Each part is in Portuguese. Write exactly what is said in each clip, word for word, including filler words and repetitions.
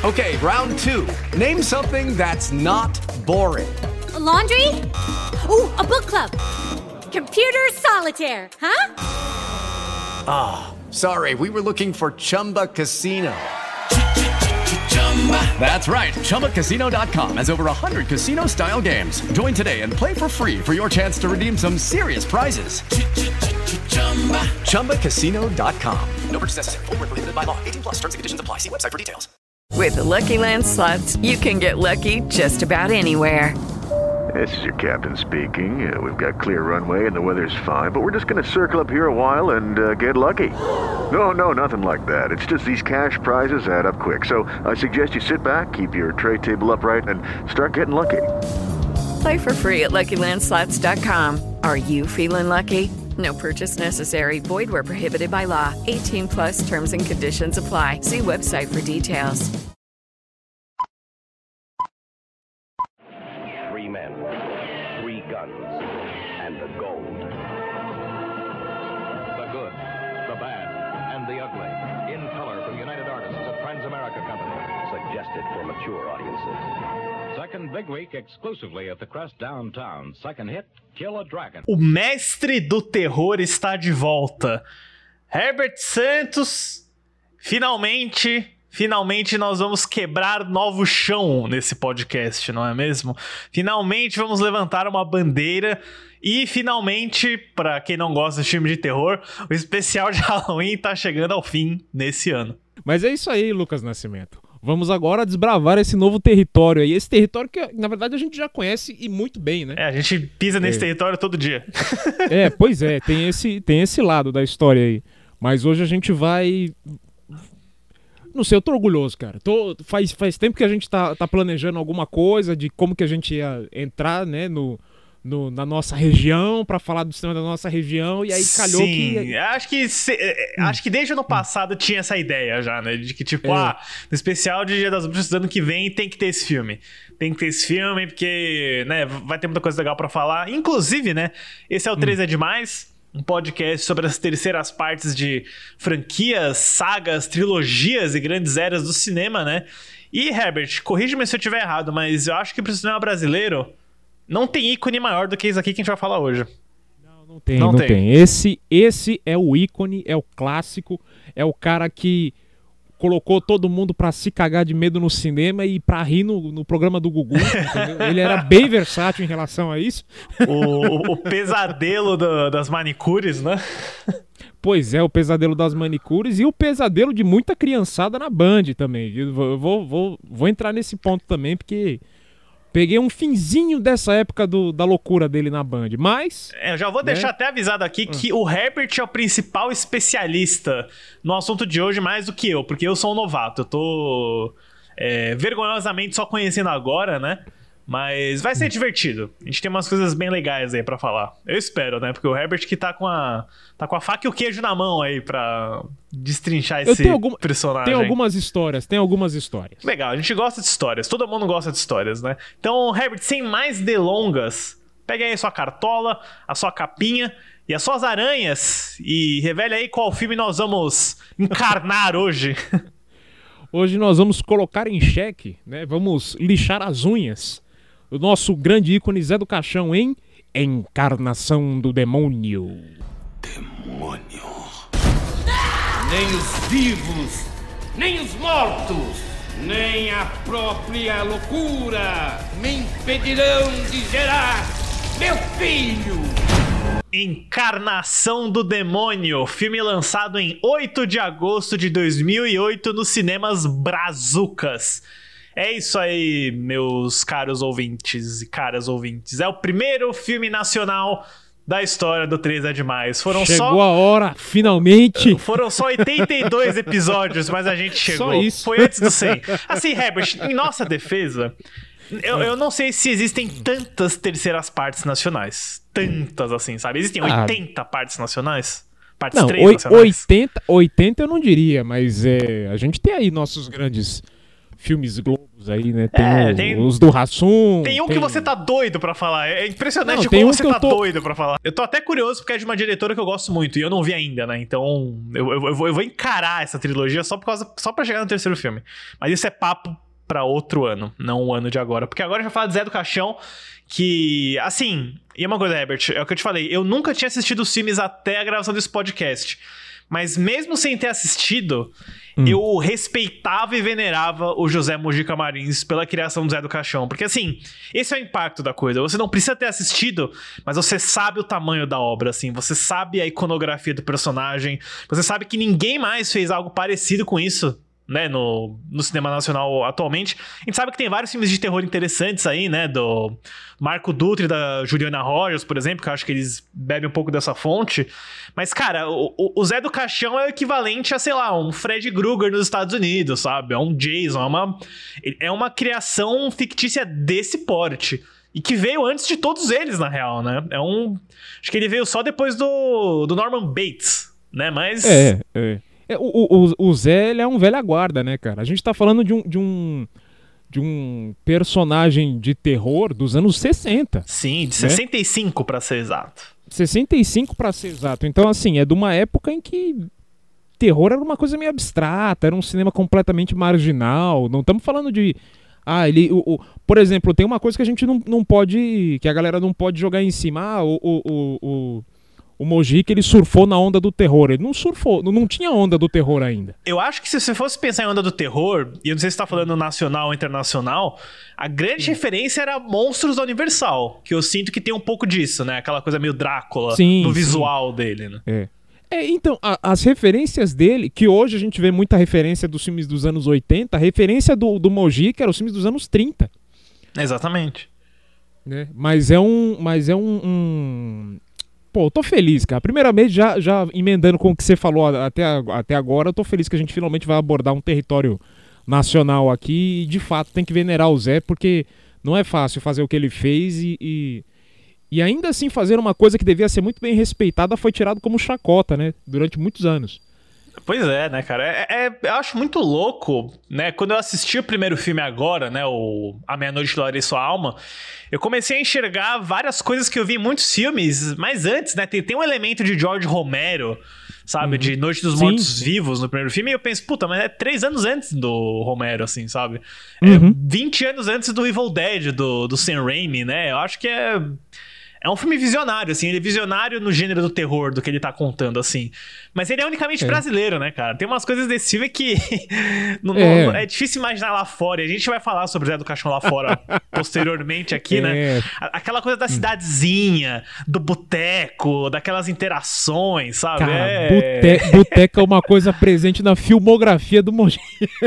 Okay, round two. Name something that's not boring. A laundry? Ooh, a book club. Computer solitaire, huh? Ah, oh, sorry, we were looking for Chumba Casino. That's right, Chumba Casino dot com has over one hundred casino-style games. Join today and play for free for your chance to redeem some serious prizes. Chumba Casino dot com. No purchase necessary. Void where prohibited by law. eighteen plus terms and conditions apply. See website for details. With the Lucky Land Slots, you can get lucky just about anywhere. This is your captain speaking. Uh, we've got clear runway and the weather's fine, but we're just going to circle up here a while and uh, get lucky. No, no, nothing like that. It's just these cash prizes add up quick. So I suggest you sit back, keep your tray table upright, and start getting lucky. Play for free at Lucky Land Slots dot com. Are you feeling lucky? No purchase necessary. Void where prohibited by law. eighteen plus terms and conditions apply. See website for details. Three men, three guns, and the gold. The good, the bad, and the ugly. In color from United Artists of Transamerica Company. Suggested for mature audiences. Second big week exclusively at the Crest Downtown. Second hit, Kill a Dragon. O mestre do terror está de volta. Herbert Santos, finalmente, finalmente nós vamos quebrar novo chão nesse podcast, não é mesmo? Finalmente vamos levantar uma bandeira e finalmente, para quem não gosta de filme de terror, o especial de Halloween está chegando ao fim nesse ano. Mas é isso aí, Lucas Nascimento. Vamos agora desbravar esse novo território aí. Esse território que, na verdade, a gente já conhece e muito bem, né? É, a gente pisa nesse é. território todo dia. É, pois é, tem esse, tem esse lado da história aí. Mas hoje a gente vai... Não sei, eu tô orgulhoso, cara. Tô, faz, faz tempo que a gente tá, tá planejando alguma coisa de como que a gente ia entrar, né, no... No, na nossa região, pra falar do cinema da nossa região, e aí calhou Sim, que... Sim, acho que se, hum. acho que desde o ano passado tinha essa ideia já, né? De que tipo, é. ah, no especial de Dia das Bruxas do ano que vem tem que ter esse filme. Tem que ter esse filme, porque, né, vai ter muita coisa legal pra falar. Inclusive, né, esse é o hum. três é Demais, um podcast sobre as terceiras partes de franquias, sagas, trilogias e grandes eras do cinema, né? E, Herbert, corrija-me se eu estiver errado, mas eu acho que pro cinema brasileiro não tem ícone maior do que isso aqui que a gente vai falar hoje. Não, não tem, não, não tem. tem. Esse, esse é o ícone, é o clássico, é o cara que colocou todo mundo pra se cagar de medo no cinema e pra rir no, no programa do Gugu, entendeu? Ele era bem versátil em relação a isso. O, o pesadelo do, das manicures, né? Pois é, o pesadelo das manicures e o pesadelo de muita criançada na Band também. Eu vou, vou, vou, vou entrar nesse ponto também, porque... Peguei um finzinho dessa época do, da loucura dele na Band, mas... É, eu já vou deixar né? até avisado aqui que o Herbert é o principal especialista no assunto de hoje, mais do que eu, porque eu sou um novato. Eu tô é, vergonhosamente só conhecendo agora, né? Mas vai ser divertido. A gente tem umas coisas bem legais aí pra falar. Eu espero, né? Porque o Herbert que tá com a, tá com a faca e o queijo na mão aí pra destrinchar esse alguma, personagem. Tem algumas histórias, tem algumas histórias. Legal, a gente gosta de histórias. Todo mundo gosta de histórias, né? Então, Herbert, sem mais delongas, pega aí a sua cartola, a sua capinha e as suas aranhas e revele aí qual filme nós vamos encarnar hoje. Hoje nós vamos colocar em xeque, né? Vamos lixar as unhas. O nosso grande ícone Zé do Caixão em Encarnação do Demônio. Demônio. Nem os vivos, nem os mortos, nem a própria loucura me impedirão de gerar meu filho. Encarnação do Demônio, filme lançado em oito de agosto de dois mil e oito nos cinemas Brazucas. É isso aí, meus caros ouvintes e caras ouvintes. É o primeiro filme nacional da história do três é Demais. Foram Chegou só... a hora, finalmente! Foram só oitenta e dois episódios, mas a gente chegou. Só isso. Foi antes do cem. Assim, Herbert, em nossa defesa, eu, eu não sei se existem tantas terceiras partes nacionais. Tantas assim, sabe? Existem ah. oitenta partes nacionais? Partes não, três oi, nacionais? oitenta, oitenta eu não diria, mas é, a gente tem aí nossos grandes... filmes Globos aí, né? Tem, É, o- tem- os do Hassum. Tem um que você tá doido pra falar. É impressionante Não, tem como um você que eu tá tô- doido pra falar. Eu tô até curioso porque é de uma diretora que eu gosto muito e eu não vi ainda, né? Então eu, eu, eu vou, eu vou encarar essa trilogia só, por causa, só pra chegar no terceiro filme. Mas isso é papo pra outro ano, não o ano de agora. Porque agora a gente vai falar de Zé do Caixão, que, assim... E uma coisa, Herbert, é o que eu te falei. Eu nunca tinha assistido os filmes até a gravação desse podcast. Mas mesmo sem ter assistido, hum. eu respeitava e venerava o José Mojica Marins pela criação do Zé do Caixão. Porque, assim, esse é o impacto da coisa. Você não precisa ter assistido, mas você sabe o tamanho da obra, assim. Você sabe a iconografia do personagem. Você sabe que ninguém mais fez algo parecido com isso, né, no, no cinema nacional atualmente. A gente sabe que tem vários filmes de terror interessantes aí, né, do Marco Dutra e da Juliana Rogers, por exemplo, que eu acho que eles bebem um pouco dessa fonte. Mas, cara, o, o Zé do Caixão é o equivalente a, sei lá, um Fred Krueger nos Estados Unidos, sabe? É um Jason, é uma, é uma criação fictícia desse porte. E que veio antes de todos eles, na real, né? É um... Acho que ele veio só depois do, do Norman Bates, né? Mas... É, é. É, o, o, o Zé, ele é um velha guarda, né, cara? A gente tá falando de um, de um, de um personagem de terror dos anos sessenta. Sim, de né? sessenta e cinco, pra ser exato. sessenta e cinco pra ser exato. Então, assim, é de uma época em que terror era uma coisa meio abstrata, era um cinema completamente marginal. Não estamos falando de... Ah, ele... O, o, por exemplo, tem uma coisa que a gente não, não pode... Que a galera não pode jogar em cima. Ah, o... o, o, o O Mojica, ele surfou na onda do terror. Ele não surfou, não tinha onda do terror ainda. Eu acho que se você fosse pensar em onda do terror, e eu não sei se você tá falando nacional ou internacional, a grande sim. referência era Monstros da Universal, que eu sinto que tem um pouco disso, né? Aquela coisa meio Drácula sim, no sim. visual dele, né? É. É, então, a, as referências dele, que hoje a gente vê muita referência dos filmes dos anos oitenta, a referência do, do Mojica era os filmes dos anos trinta. Exatamente. Né? Mas é um... Mas é um... um... Pô, eu tô feliz, cara. Primeiramente, já, já emendando com o que você falou até, até agora, eu tô feliz que a gente finalmente vai abordar um território nacional aqui e, de fato, tem que venerar o Zé, porque não é fácil fazer o que ele fez e, e, e ainda assim fazer uma coisa que devia ser muito bem respeitada foi tirado como chacota, né? Durante muitos anos. Pois é, né, cara? É, é, eu acho muito louco, né? Quando eu assisti o primeiro filme agora, né? O A Meia-Noite Larei Sua Alma, eu comecei a enxergar várias coisas que eu vi em muitos filmes, mas antes, né? Tem, tem um elemento de George Romero, sabe? Uhum. De Noite dos Mortos-Vivos no primeiro filme, e eu penso, puta, mas é três anos antes do Romero, assim, sabe? É uhum. vinte anos antes do Evil Dead, do, do Sam Raimi, né? Eu acho que é... É um filme visionário, assim, ele é visionário no gênero do terror, do que ele tá contando, assim. Mas ele é unicamente é. brasileiro, né, cara? Tem umas coisas desse filme que não, é. Não, é difícil imaginar lá fora. E a gente vai falar sobre o Zé do Caixão lá fora posteriormente aqui, é. né? Aquela coisa da cidadezinha, do boteco, daquelas interações, sabe? Cara, é... bote... boteco é uma coisa presente na filmografia do Mojica.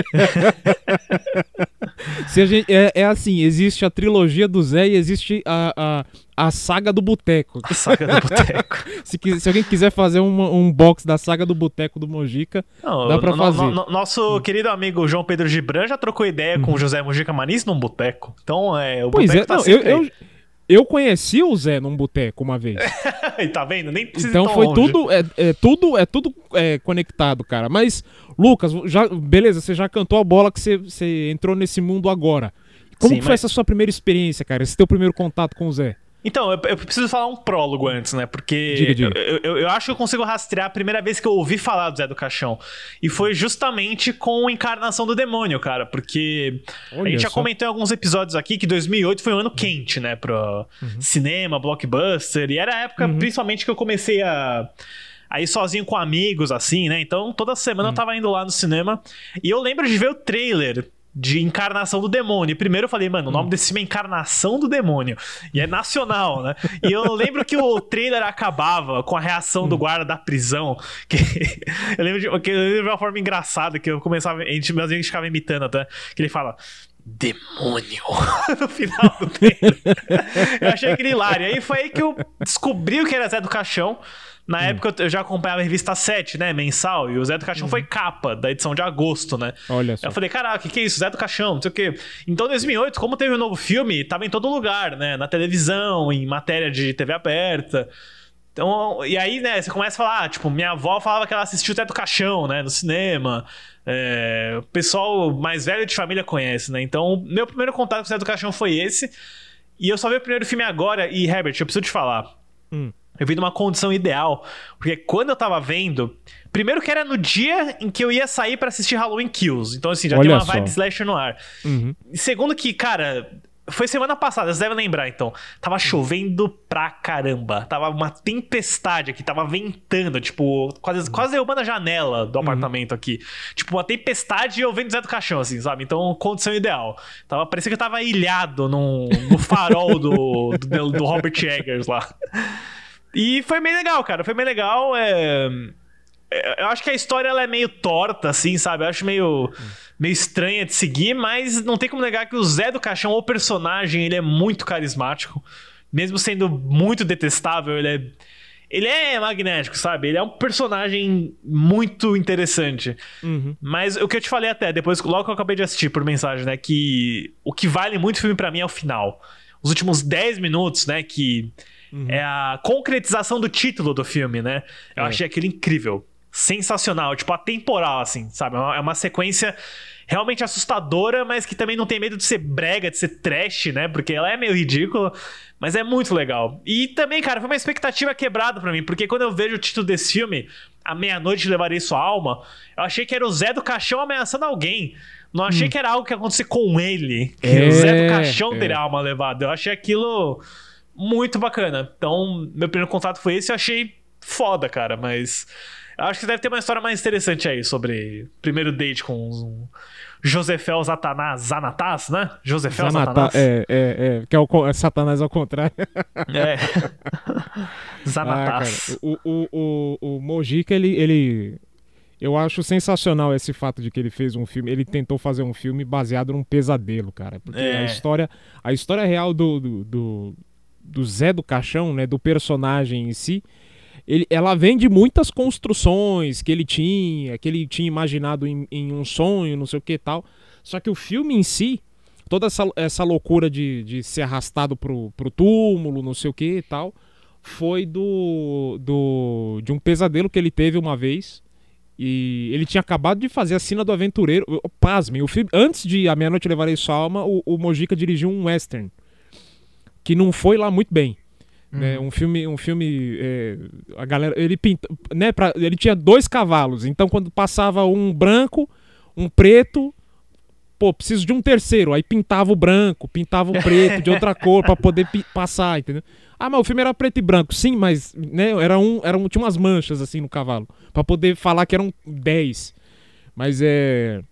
Se a gente, é, é assim, existe a trilogia do Zé e existe a... a... A saga do boteco. A saga do boteco. se, se alguém quiser fazer um, um box da saga do boteco do Mojica, não, dá pra no, fazer. No, no, nosso hum. querido amigo João Pedro Gibran já trocou ideia hum. com o José Mojica Marins num boteco. Então, é, o pois boteco é, tá não, sempre eu, eu, eu conheci o Zé num boteco uma vez. E tá vendo? Nem precisa Então foi longe. tudo, é, é tudo, é tudo é, conectado, cara. Mas, Lucas, já, beleza, você já cantou a bola que você, você entrou nesse mundo agora. Como Sim, foi mas... essa sua primeira experiência, cara? Esse teu primeiro contato com o Zé? Então, eu, eu preciso falar um prólogo antes, né? Porque diga, diga. Eu, eu, eu acho que eu consigo rastrear a primeira vez que eu ouvi falar do Zé do Caixão. E foi justamente com Encarnação do Demônio, cara. Porque Olha a gente já só. comentou em alguns episódios aqui que dois mil e oito foi um ano quente, né? Pro uhum. cinema, blockbuster. E era a época, uhum. principalmente, que eu comecei a... Aí sozinho com amigos, assim, né? Então, toda semana uhum. eu tava indo lá no cinema. E eu lembro de ver o trailer de Encarnação do Demônio. E primeiro eu falei, mano, o nome desse filme é Encarnação do Demônio. E é nacional, né? E eu lembro que o trailer acabava com a reação do guarda da prisão. Que eu lembro de, que eu lembro de uma forma engraçada que eu começava... A gente, meus amigos ficavam imitando até. Que ele fala... Demônio no final do trailer. Eu achei aquele hilário. Aí foi aí que eu descobri o que era Zé do Caixão. Na hum. época eu já acompanhava a revista sete, né, mensal, e o Zé do Caixão hum. foi capa da edição de agosto, né? Olha só. Eu falei, caraca, o que, que é isso? Zé do Caixão, não sei o quê. Então, em dois mil e oito, como teve um novo filme, tava em todo lugar, né? Na televisão, em matéria de T V aberta. Então, e aí, né, você começa a falar, ah, tipo, minha avó falava que ela assistiu o Zé do Caixão, né, no cinema. É, o pessoal mais velho de família conhece, né? Então, meu primeiro contato com o Zé do Caixão foi esse. E eu só vi o primeiro filme agora. E, Herbert, eu preciso te falar. Hum. Eu vi numa condição ideal. Porque quando eu tava vendo... Primeiro que era no dia em que eu ia sair pra assistir Halloween Kills. Então, assim, já Olha tem uma só. vibe slasher no ar. Uhum. E segundo que, cara... Foi semana passada, vocês devem lembrar, então. Tava chovendo pra caramba. Tava uma tempestade aqui, tava ventando, tipo, quase, quase derrubando a janela do apartamento aqui. Tipo, uma tempestade e eu vendo Zé do Caixão, assim, sabe? Então, condição ideal. Tava, parecia que eu tava ilhado no, no farol do, do, do Robert Eggers lá. E foi bem legal, cara. Foi bem legal. É... Eu acho que a história ela é meio torta, assim, sabe? Eu acho meio, meio estranha de seguir, mas não tem como negar que o Zé do Caixão, o personagem, ele é muito carismático. Mesmo sendo muito detestável, ele é, ele é magnético, sabe? Ele é um personagem muito interessante. Uhum. Mas o que eu te falei até, depois, logo que eu acabei de assistir por mensagem, né? Que o que vale muito o filme pra mim é o final. Os últimos dez minutos, né? Que uhum. é a concretização do título do filme, né? Eu é. achei aquilo incrível. Sensacional, tipo, atemporal, assim, sabe? É uma sequência realmente assustadora, mas que também não tem medo de ser brega, de ser trash, né? Porque ela é meio ridícula, mas é muito legal. E também, cara, foi uma expectativa quebrada pra mim, porque quando eu vejo o título desse filme, A Meia-Noite Levarei Sua Alma, eu achei que era o Zé do Caixão ameaçando alguém. Não achei hum. que era algo que ia acontecer com ele, que é, o Zé do Caixão é. teria a alma levada. Eu achei aquilo muito bacana. Então, meu primeiro contato foi esse, eu achei foda, cara, mas... Eu acho que deve ter uma história mais interessante aí sobre primeiro date com um Josefel Satanás Zanatás, né? Josefel Zanata, Satanás. É, é, é. Que é, o, é Satanás ao contrário. É. Zanatás. Ah, o, o, o, o Mojica, ele, ele... Eu acho sensacional esse fato de que ele fez um filme... Ele tentou fazer um filme baseado num pesadelo, cara. Porque é. a história... A história real do, do, do, do Zé do Caixão, né? Do personagem em si... Ele, ela vem de muitas construções que ele tinha, que ele tinha imaginado em, em um sonho, não sei o que e tal. Só que o filme em si, toda essa, essa loucura de, de ser arrastado pro, pro túmulo, não sei o que e tal, foi do, do, de um pesadelo que ele teve uma vez. E ele tinha acabado de fazer a Sina do Aventureiro. Pasmem, o filme, antes de A Meia-Noite Levarei Sua Alma, o, o Mojica dirigiu um western, que não foi lá muito bem. Né, um filme, um filme é, a galera, ele pinta, né, pra, ele tinha dois cavalos, então quando passava um branco, um preto, pô, preciso de um terceiro, aí pintava o branco, pintava o preto de outra cor pra poder pi- passar, entendeu? Ah, mas o filme era preto e branco, sim, mas né, era um, era um, tinha umas manchas assim no cavalo, pra poder falar que eram dez, mas é...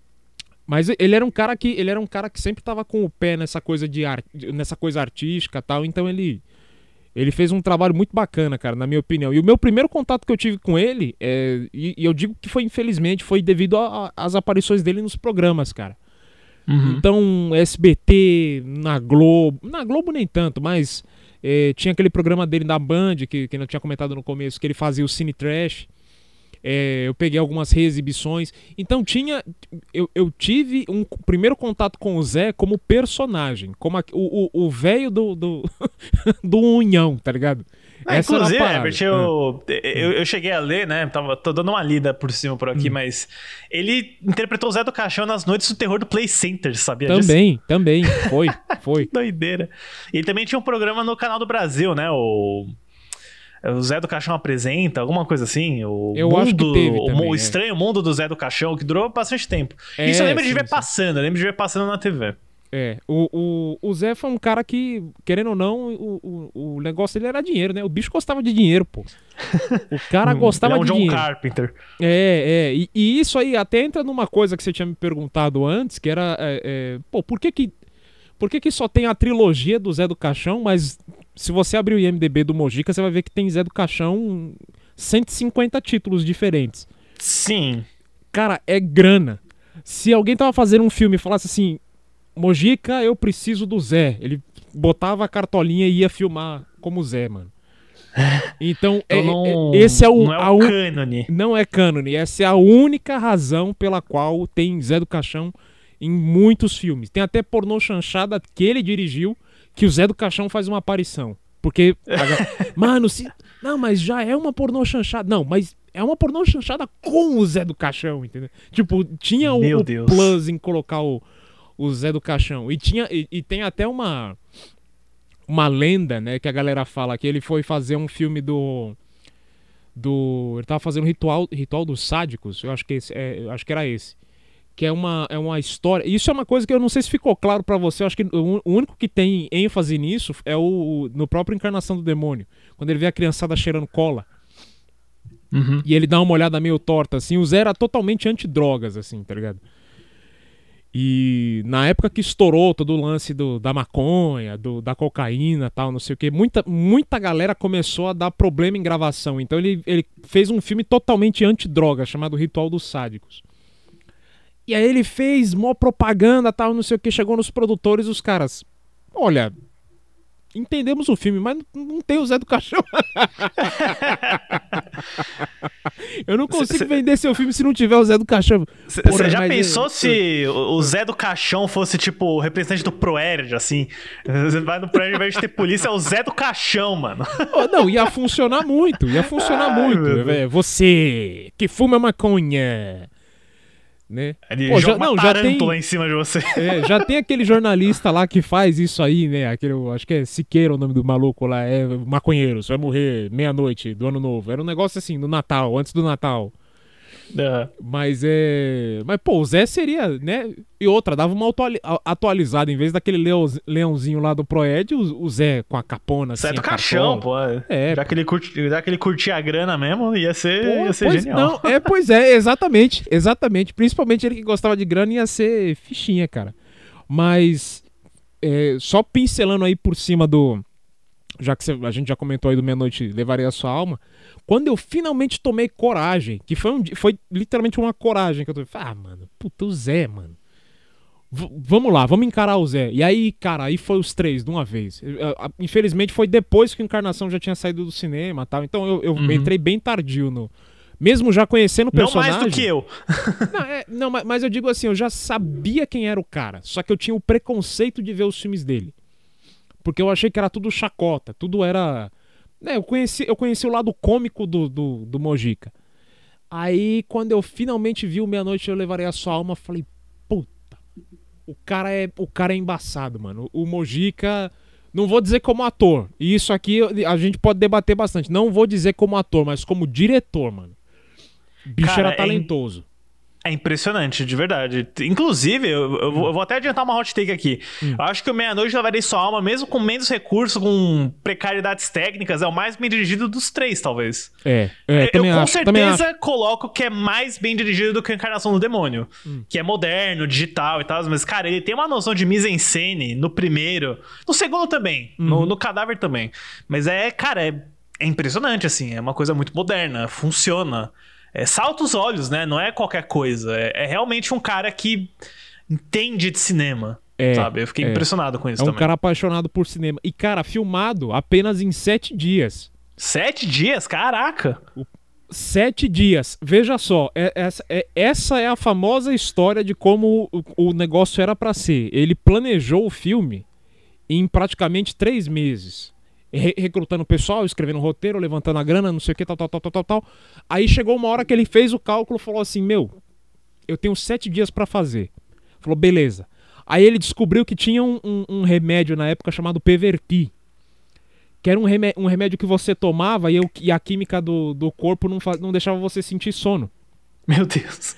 Mas ele era um cara que, ele era um cara que sempre tava com o pé nessa coisa, de art, nessa coisa artística e tal, então ele... Ele fez um trabalho muito bacana, cara, na minha opinião. E o meu primeiro contato que eu tive com ele, é, e, e eu digo que foi, infelizmente, foi devido às aparições dele nos programas, cara. Uhum. Então, S B T, na Globo... Na Globo nem tanto, mas é, tinha aquele programa dele da Band, que, que eu tinha comentado no começo, que ele fazia o Cine Trash. É, eu peguei algumas reexibições. Então tinha... Eu, eu tive um primeiro contato com o Zé como personagem. Como a, o velho do, do, do Unhão, tá ligado? Ah, inclusive, Herbert, eu, ah. eu, eu cheguei a ler, né? Tava, tô dando uma lida por cima por aqui, hum. mas ele interpretou o Zé do Caixão nas Noites do Terror do Play Center, sabia também, disso? Também, também. Foi, foi. Que doideira. E ele também tinha um programa no Canal do Brasil, né? O... O Zé do Caixão apresenta, alguma coisa assim. O eu mundo, acho que teve o, também, o é. estranho mundo do Zé do Caixão, que durou bastante tempo. É, Isso eu lembro sim, de ver sim. passando, eu lembro de ver passando na T V. É, o, o, o Zé foi um cara que, querendo ou não, o, o, o negócio dele era dinheiro, né? O bicho gostava de dinheiro, pô. O cara gostava Ele é um de John dinheiro. Carpenter. É, é. E, e isso aí até entra numa coisa que você tinha me perguntado antes, que era, é, é, pô, por que que, por que que só tem a trilogia do Zé do Caixão, mas se você abrir o I M D B do Mojica, você vai ver que tem Zé do Caixão cento e cinquenta títulos diferentes. Sim. Cara, é grana. Se alguém tava fazendo um filme e falasse assim, Mojica, eu preciso do Zé. Ele botava a cartolinha e ia filmar como Zé, mano. Então, então é, não, é, esse é o, não é o a un... cânone. Não é cânone. Essa é a única razão pela qual tem Zé do Caixão em muitos filmes. Tem até pornô chanchada que ele dirigiu, que o Zé do Caixão faz uma aparição. Porque, mano, se, Não, mas já é uma pornô chanchada. Não, mas é uma pornô chanchada com o Zé do Caixão, entendeu? Tipo, tinha o, o plus em colocar o, o Zé do Caixão. E, tinha, e, e tem até uma, uma lenda, né, que a galera fala que ele foi fazer um filme do... do ele tava fazendo Ritual, Ritual dos Sádicos, eu acho que, esse, é, eu acho que era esse. Que é uma, é uma história... Isso é uma coisa que eu não sei se ficou claro pra você. Eu acho que o, o único que tem ênfase nisso é o, no próprio Encarnação do Demônio. Quando ele vê a criançada cheirando cola. Uhum. E ele dá uma olhada meio torta, assim. O Zé era totalmente antidrogas, assim, tá ligado? E na época que estourou todo o lance do, da maconha, do, da cocaína e tal, não sei o que, muita, muita galera começou a dar problema em gravação. Então ele, ele fez um filme totalmente antidroga, chamado Ritual dos Sádicos. E aí ele fez mó propaganda, tal, não sei o que, chegou nos produtores, os caras, olha, entendemos o filme, mas não, não tem o Zé do Caixão. Eu não consigo cê, vender seu filme se não tiver o Zé do Caixão. Você já pensou é... se o Zé do Caixão fosse, tipo, o representante do Proerd, assim? Você vai no Proerd, ao invés de ter polícia, é o Zé do Caixão, mano. Oh, não, ia funcionar muito, ia funcionar Ai, muito. Véio. Você que fuma maconha... Né? Ele Pô, já, não, já tem em cima de você. É, já tem aquele jornalista lá que faz isso aí, né? Aquele, acho que é Siqueira o nome do maluco lá, é maconheiro, você vai morrer meia-noite do ano novo. Era um negócio assim, no Natal, antes do Natal. Uhum. Mas é. Mas, pô, o Zé seria, né? E outra, dava uma atualizada. Em vez daquele leãozinho lá do Proed, o, o Zé com a capona assim. Zé do Caixão, pô. É, já, pô. Que ele curti, já que ele curtia a grana mesmo, ia ser, pô, ia ser pois, genial. Não, é, pois é, exatamente. Exatamente. Principalmente ele que gostava de grana ia ser fichinha, cara. Mas, é, só pincelando aí por cima do. Já que a gente já comentou aí do Meia-Noite Levarei a Sua Alma. Quando eu finalmente tomei coragem, que foi, um, foi literalmente uma coragem que eu tomei. Ah, mano, puta, o Zé, mano. V- vamos lá, vamos encarar o Zé. E aí, cara, aí foi os três de uma vez. Eu, eu, infelizmente foi depois que o Encarnação já tinha saído do cinema e tal. Então eu, eu uhum. entrei bem tardio no... Mesmo já conhecendo o personagem... Não mais do que eu. não, é, não, mas eu digo assim, eu já sabia quem era o cara. Só que eu tinha o preconceito de ver os filmes dele. Porque eu achei que era tudo chacota, tudo era... É, eu, conheci, eu conheci o lado cômico do, do, do Mojica. Aí, quando eu finalmente vi o Meia-Noite Eu Levarei a Sua Alma, falei, puta, o cara é, o cara é embaçado, mano. O Mojica, não vou dizer como ator, e isso aqui a gente pode debater bastante. Não vou dizer como ator, mas como diretor, mano. O bicho cara, era talentoso. É... É impressionante, de verdade. Inclusive, eu, eu, eu vou até adiantar uma hot take aqui. Hum. Eu acho que o Meia-Noite Levarei Sua Alma, mesmo com menos recursos, com precariedades técnicas, é o mais bem dirigido dos três, talvez. É, é eu também com acho, certeza coloco que é mais bem dirigido do que a Encarnação do Demônio. Hum. Que é moderno, digital e tal. Mas, cara, ele tem uma noção de mise-en-scène no primeiro. No segundo também. Hum. No, no Cadáver também. Mas é, cara, é, é impressionante, assim. É uma coisa muito moderna. Funciona. É, salta os olhos, né? Não é qualquer coisa. É, é realmente um cara que entende de cinema, é, sabe? Eu fiquei é. impressionado com isso é também. É um cara apaixonado por cinema. E, cara, filmado apenas em sete dias. Sete dias? Caraca! O... Sete dias. Veja só, é, essa, é, essa é a famosa história de como o, o negócio era pra ser. Ele planejou o filme em praticamente três meses. Re- recrutando o pessoal, escrevendo roteiro, levantando a grana, não sei o que, tal, tal, tal, tal, tal. Aí chegou uma hora que ele fez o cálculo e falou assim, meu, eu tenho sete dias pra fazer. Falou, beleza. Aí ele descobriu que tinha um, um, um remédio na época chamado Peverti, que era um, remé- um remédio que você tomava e, eu, e a química do, do corpo não, fa- não deixava você sentir sono. Meu Deus.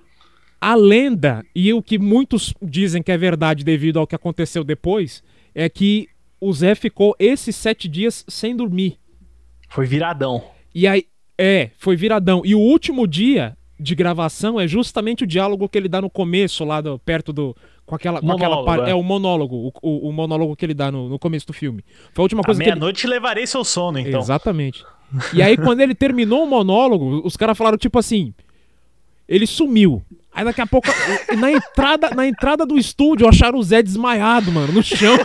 A lenda, e o que muitos dizem que é verdade devido ao que aconteceu depois, é que o Zé ficou esses sete dias sem dormir. Foi viradão. E aí, é, foi viradão. E o último dia de gravação é justamente o diálogo que ele dá no começo, lá do, perto do... Com aquela, com monólogo, aquela é. é o monólogo, o, o, o monólogo que ele dá no, no começo do filme. Foi a última coisa à que meia-noite ele... levarei seu sono, então. Exatamente. E aí, quando ele terminou o monólogo, os caras falaram tipo assim... Ele sumiu. Aí daqui a pouco, na entrada, na entrada do estúdio, acharam o Zé desmaiado, mano, no chão.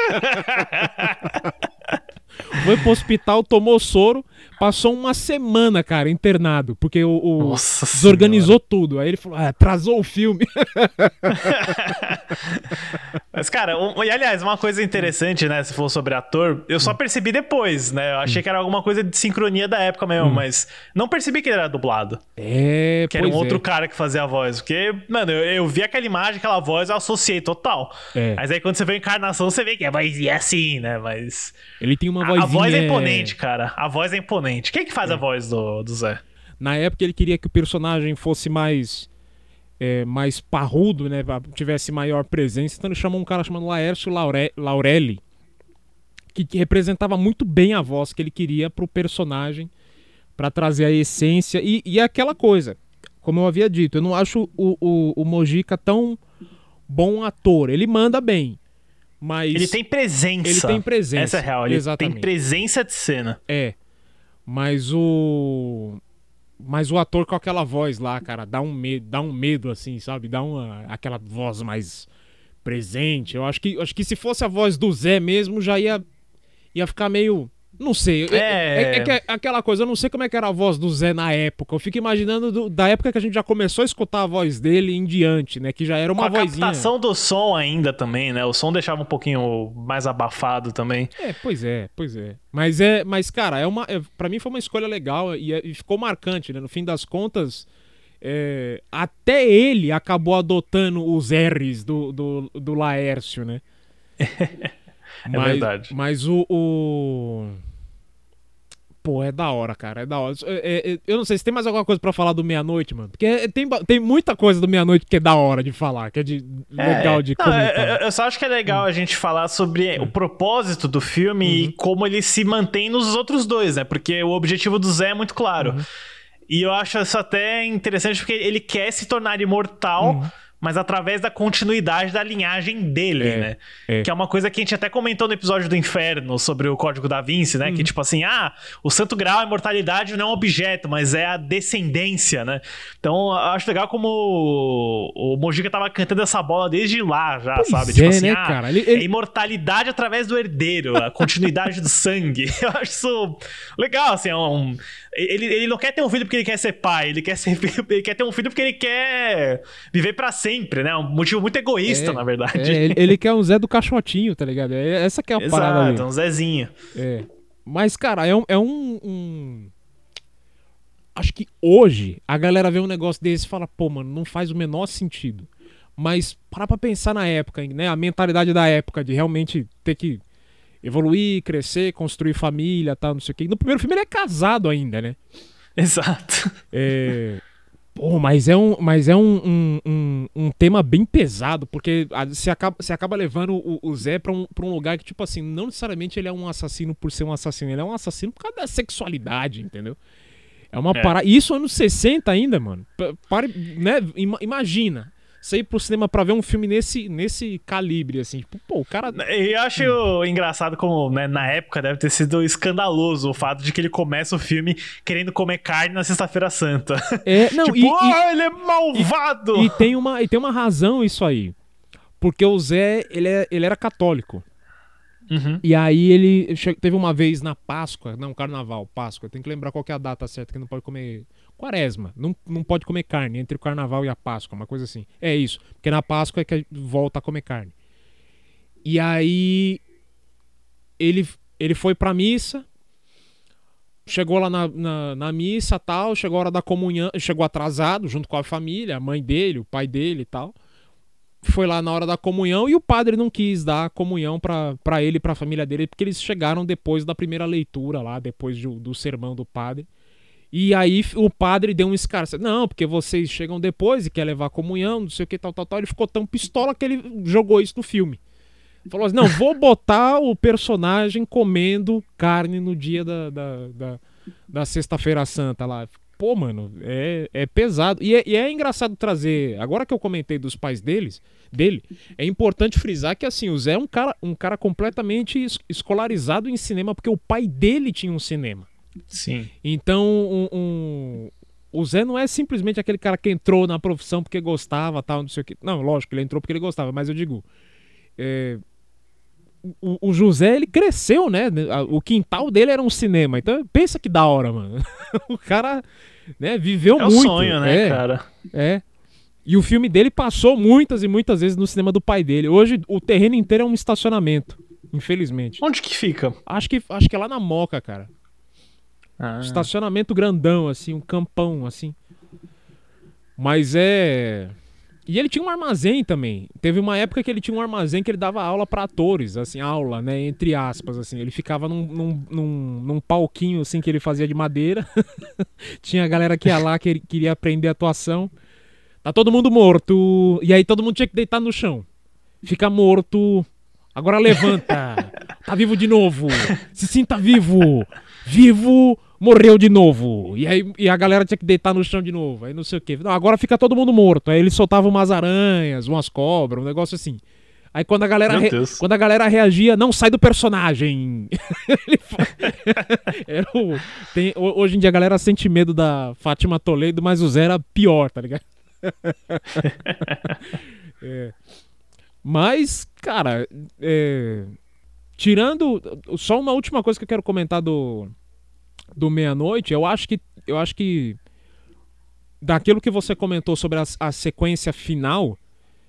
Foi pro hospital, tomou soro, passou uma semana, cara, internado, porque o, o desorganizou tudo. Aí ele falou, ah, atrasou o filme. Mas, cara, um, e aliás, uma coisa interessante, né, se for sobre ator, eu só percebi depois, né? Eu achei que era alguma coisa de sincronia da época mesmo, hum. mas não percebi que ele era dublado. É, Que era um pois outro é. cara que fazia a voz. Porque, mano, eu, eu vi aquela imagem, aquela voz, eu associei total. É. Mas aí quando você vê a encarnação, você vê que a vozinha é assim, né? Mas. Ele tem uma A, vozinha... a voz é imponente, cara. A voz é imponente. Quem que faz É. a voz do, do Zé? Na época ele queria que o personagem fosse mais é, mais parrudo, né, tivesse maior presença, então ele chamou um cara chamado Laércio Laure... Laurelli, que, que representava muito bem a voz que ele queria pro personagem, pra trazer a essência, e, e aquela coisa, como eu havia dito, eu não acho o, o, o Mojica tão bom ator, ele manda bem, mas... Ele tem presença. Ele tem presença. Essa é real, ele Exatamente. tem presença de cena. É, mas o... Mas o ator com aquela voz lá, cara, dá um medo, dá um medo assim, sabe? Dá uma aquela voz mais presente. Eu acho que, acho que se fosse a voz do Zé mesmo, já ia ia ficar meio, não sei. É, é, é, é que é aquela coisa, eu não sei como é que era a voz do Zé na época. Eu fico imaginando do, da época que a gente já começou a escutar a voz dele em diante, né? Que já era uma Com a vozinha. captação do som ainda também, né? O som deixava um pouquinho mais abafado também. É, pois é, pois é. Mas é, mas cara, é uma, é, para mim foi uma escolha legal e, e ficou marcante, né? No fim das contas, é, até ele acabou adotando os R's do, do, do Laércio, né? É mas, verdade. Mas o, o... Pô, é da hora, cara, é da hora. É, é, eu não sei se tem mais alguma coisa pra falar do Meia-Noite, mano. Porque tem, tem muita coisa do Meia-Noite que é da hora de falar, que é de, legal é, de não, comentar. Eu, eu só acho que é legal hum. a gente falar sobre hum. o propósito do filme uhum. e como ele se mantém nos outros dois, né? Porque o objetivo do Zé é muito claro. Uhum. E eu acho isso até interessante porque ele quer se tornar imortal... Uhum. mas através da continuidade da linhagem dele, é, né? É. Que é uma coisa que a gente até comentou no episódio do Inferno sobre o Código da Vinci, né? Uhum. Que tipo assim, ah, o Santo Graal, a imortalidade não é um objeto, mas é a descendência, né? Então, eu acho legal como o, o Mojica tava cantando essa bola desde lá já, pois sabe? É, Tipo assim, né, ah, cara? Ele, ele... é imortalidade através do herdeiro, a continuidade do sangue. Eu acho isso legal, assim, é um... Ele, ele não quer ter um filho porque ele quer ser pai, ele quer, ser, ele quer ter um filho porque ele quer viver pra sempre, né? Um motivo muito egoísta, é, na verdade. É, ele, ele quer um Zé do Caixotinho, tá ligado? É, essa que é a Exato, parada ali. um Zezinho. É. Mas, cara, é um... É um, um... Acho que hoje a galera vê um negócio desse e fala, pô, mano, não faz o menor sentido. Mas para pra pensar na época, né? A mentalidade da época de realmente ter que evoluir, crescer, construir família, tal, não sei o quê. No primeiro filme ele é casado ainda, né? Exato. É... Pô, mas é um, mas é um, um, um, um tema bem pesado, porque você acaba, você acaba levando o, o Zé pra um, pra um lugar que, tipo assim, não necessariamente ele é um assassino por ser um assassino, ele é um assassino por causa da sexualidade, entendeu? É uma é. parada... Isso anos sessenta ainda, mano. Pare, né? Imagina. Você ir pro cinema pra ver um filme nesse, nesse calibre, assim. Tipo, pô, o cara... Eu acho hum. engraçado como, né, na época deve ter sido escandaloso o fato de que ele começa o filme querendo comer carne na Sexta-feira Santa. É, não, tipo, e, oh, e, ele é malvado! E, e, tem uma, e tem uma razão isso aí. Porque o Zé, ele, é, ele era católico. Uhum. E aí ele teve uma vez na Páscoa, não, Carnaval, Páscoa, tem que lembrar qual que é a data certa que não pode comer... Quaresma, não, não pode comer carne entre o Carnaval e a Páscoa, uma coisa assim. É isso, porque na Páscoa é que volta a comer carne. E aí ele, ele foi pra missa, chegou lá na, na, na missa tal, chegou a hora da comunhão, chegou atrasado junto com a família, a mãe dele, o pai dele e tal. Foi lá na hora da comunhão e o padre não quis dar a comunhão pra, pra ele e pra família dele, porque eles chegaram depois da primeira leitura lá, depois do, do sermão do padre. E aí o padre deu um escarcel. Não, porque vocês chegam depois e quer levar a comunhão, não sei o que, tal, tal, tal. Ele ficou tão pistola que ele jogou isso no filme. Falou assim, não, vou botar o personagem comendo carne no dia da, da, da, da Sexta-feira Santa lá. Pô, mano, é, é pesado. E é, e é engraçado trazer... Agora que eu comentei dos pais deles, dele, é importante frisar que assim, o Zé é um cara, um cara completamente escolarizado em cinema, porque o pai dele tinha um cinema. Sim. Então, um, um, o Zé não é simplesmente aquele cara que entrou na profissão porque gostava, tal, não sei o que. Não, lógico, ele entrou porque ele gostava, mas eu digo, é, o, o José, ele cresceu, né? O quintal dele era um cinema, então pensa que da hora, mano. O cara, né, viveu é muito. É o sonho, né, é, cara? É. E o filme dele passou muitas e muitas vezes no cinema do pai dele. Hoje o terreno inteiro é um estacionamento, infelizmente. Onde que fica? Acho que, acho que é lá na Moca, cara. Ah. Estacionamento grandão, assim, um campão, assim. Mas é... E ele tinha um armazém também. Teve uma época que ele tinha um armazém que ele dava aula pra atores, assim, aula, né, entre aspas, assim. Ele ficava num, num, num, num palquinho, assim, que ele fazia de madeira. Tinha a galera que ia lá, que queria aprender atuação. Tá todo mundo morto. E aí todo mundo tinha que deitar no chão. Fica morto. Agora levanta. Tá vivo de novo. Se sinta vivo. Vivo, morreu de novo. E aí e a galera tinha que deitar no chão de novo. Aí não sei o quê. Não, agora fica todo mundo morto. Aí ele soltava umas aranhas, umas cobras, um negócio assim. Aí quando a galera, re... quando a galera reagia, não sai do personagem. Era o... Tem... Hoje em dia a galera sente medo da Fátima Toledo, mas o Zé era pior, tá ligado? É. Mas, cara, é... tirando só uma última coisa que eu quero comentar do do Meia-Noite, eu acho que eu acho que daquilo que você comentou sobre a, a sequência final,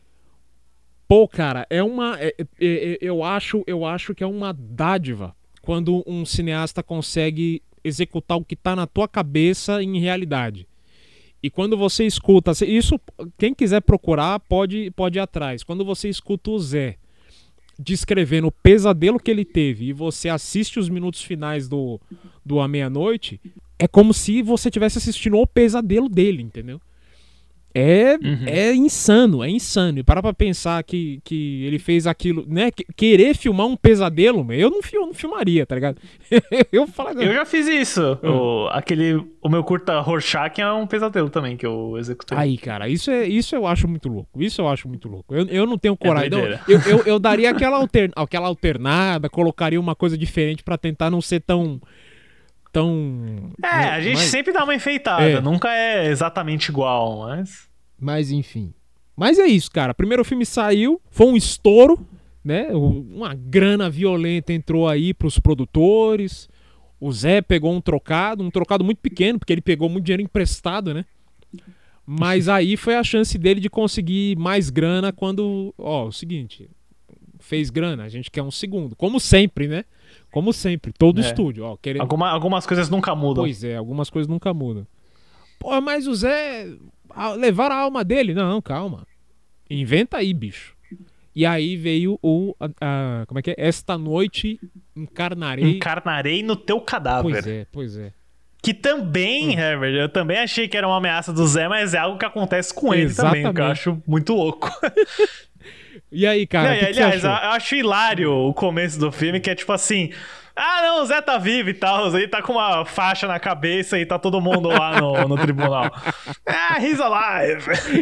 pô, cara, é uma é, é, eu acho eu acho que é uma dádiva quando um cineasta consegue executar o que tá na tua cabeça em realidade. E quando você escuta... Isso, quem quiser procurar, pode, pode ir atrás. Quando você escuta o Zé descrevendo o pesadelo que ele teve e você assiste os minutos finais do, do A Meia-Noite, é como se você tivesse assistindo o pesadelo dele, entendeu? É, uhum. é insano, é insano. E para pra pensar que, que ele fez aquilo, né? Querer filmar um pesadelo, eu não, eu não filmaria, tá ligado? eu, falo... eu já fiz isso. Uhum. O, aquele, o meu curta Rorschach é um pesadelo também que eu executei. Aí, cara, isso, é, isso eu acho muito louco. Isso eu acho muito louco. Eu, eu não tenho coragem. É eu, eu, eu daria aquela, alter, aquela alternada, colocaria uma coisa diferente pra tentar não ser tão... tão... É, a gente mas... sempre dá uma enfeitada. É. Nunca é exatamente igual, mas... Mas, enfim. Mas é isso, cara. Primeiro o filme saiu, foi um estouro, né? Uma grana violenta entrou aí pros produtores. O Zé pegou um trocado, um trocado muito pequeno, porque ele pegou muito dinheiro emprestado, né? Mas aí foi a chance dele de conseguir mais grana quando... Ó, o seguinte... Fez grana, a gente quer um segundo. Como sempre, né? Como sempre, todo é. estúdio. Ó, querendo... Alguma, algumas coisas nunca mudam. Pois é, algumas coisas nunca mudam. Pô, mas o Zé... Levaram a alma dele? Não, calma. Inventa aí, bicho. E aí veio o... A, a, como é que é? Esta noite encarnarei... Encarnarei no teu cadáver. Pois é, pois é. Que também, hum. Herbert, eu também achei que era uma ameaça do Zé, mas é algo que acontece com ele Exatamente. também, que eu acho muito louco. E aí, cara? Não, que aliás, que você achou? Eu acho hilário o começo do filme, que é tipo assim... Ah, não, o Zé tá vivo e tal. Ele tá com uma faixa na cabeça e tá todo mundo lá no, no tribunal. Ah, he's alive.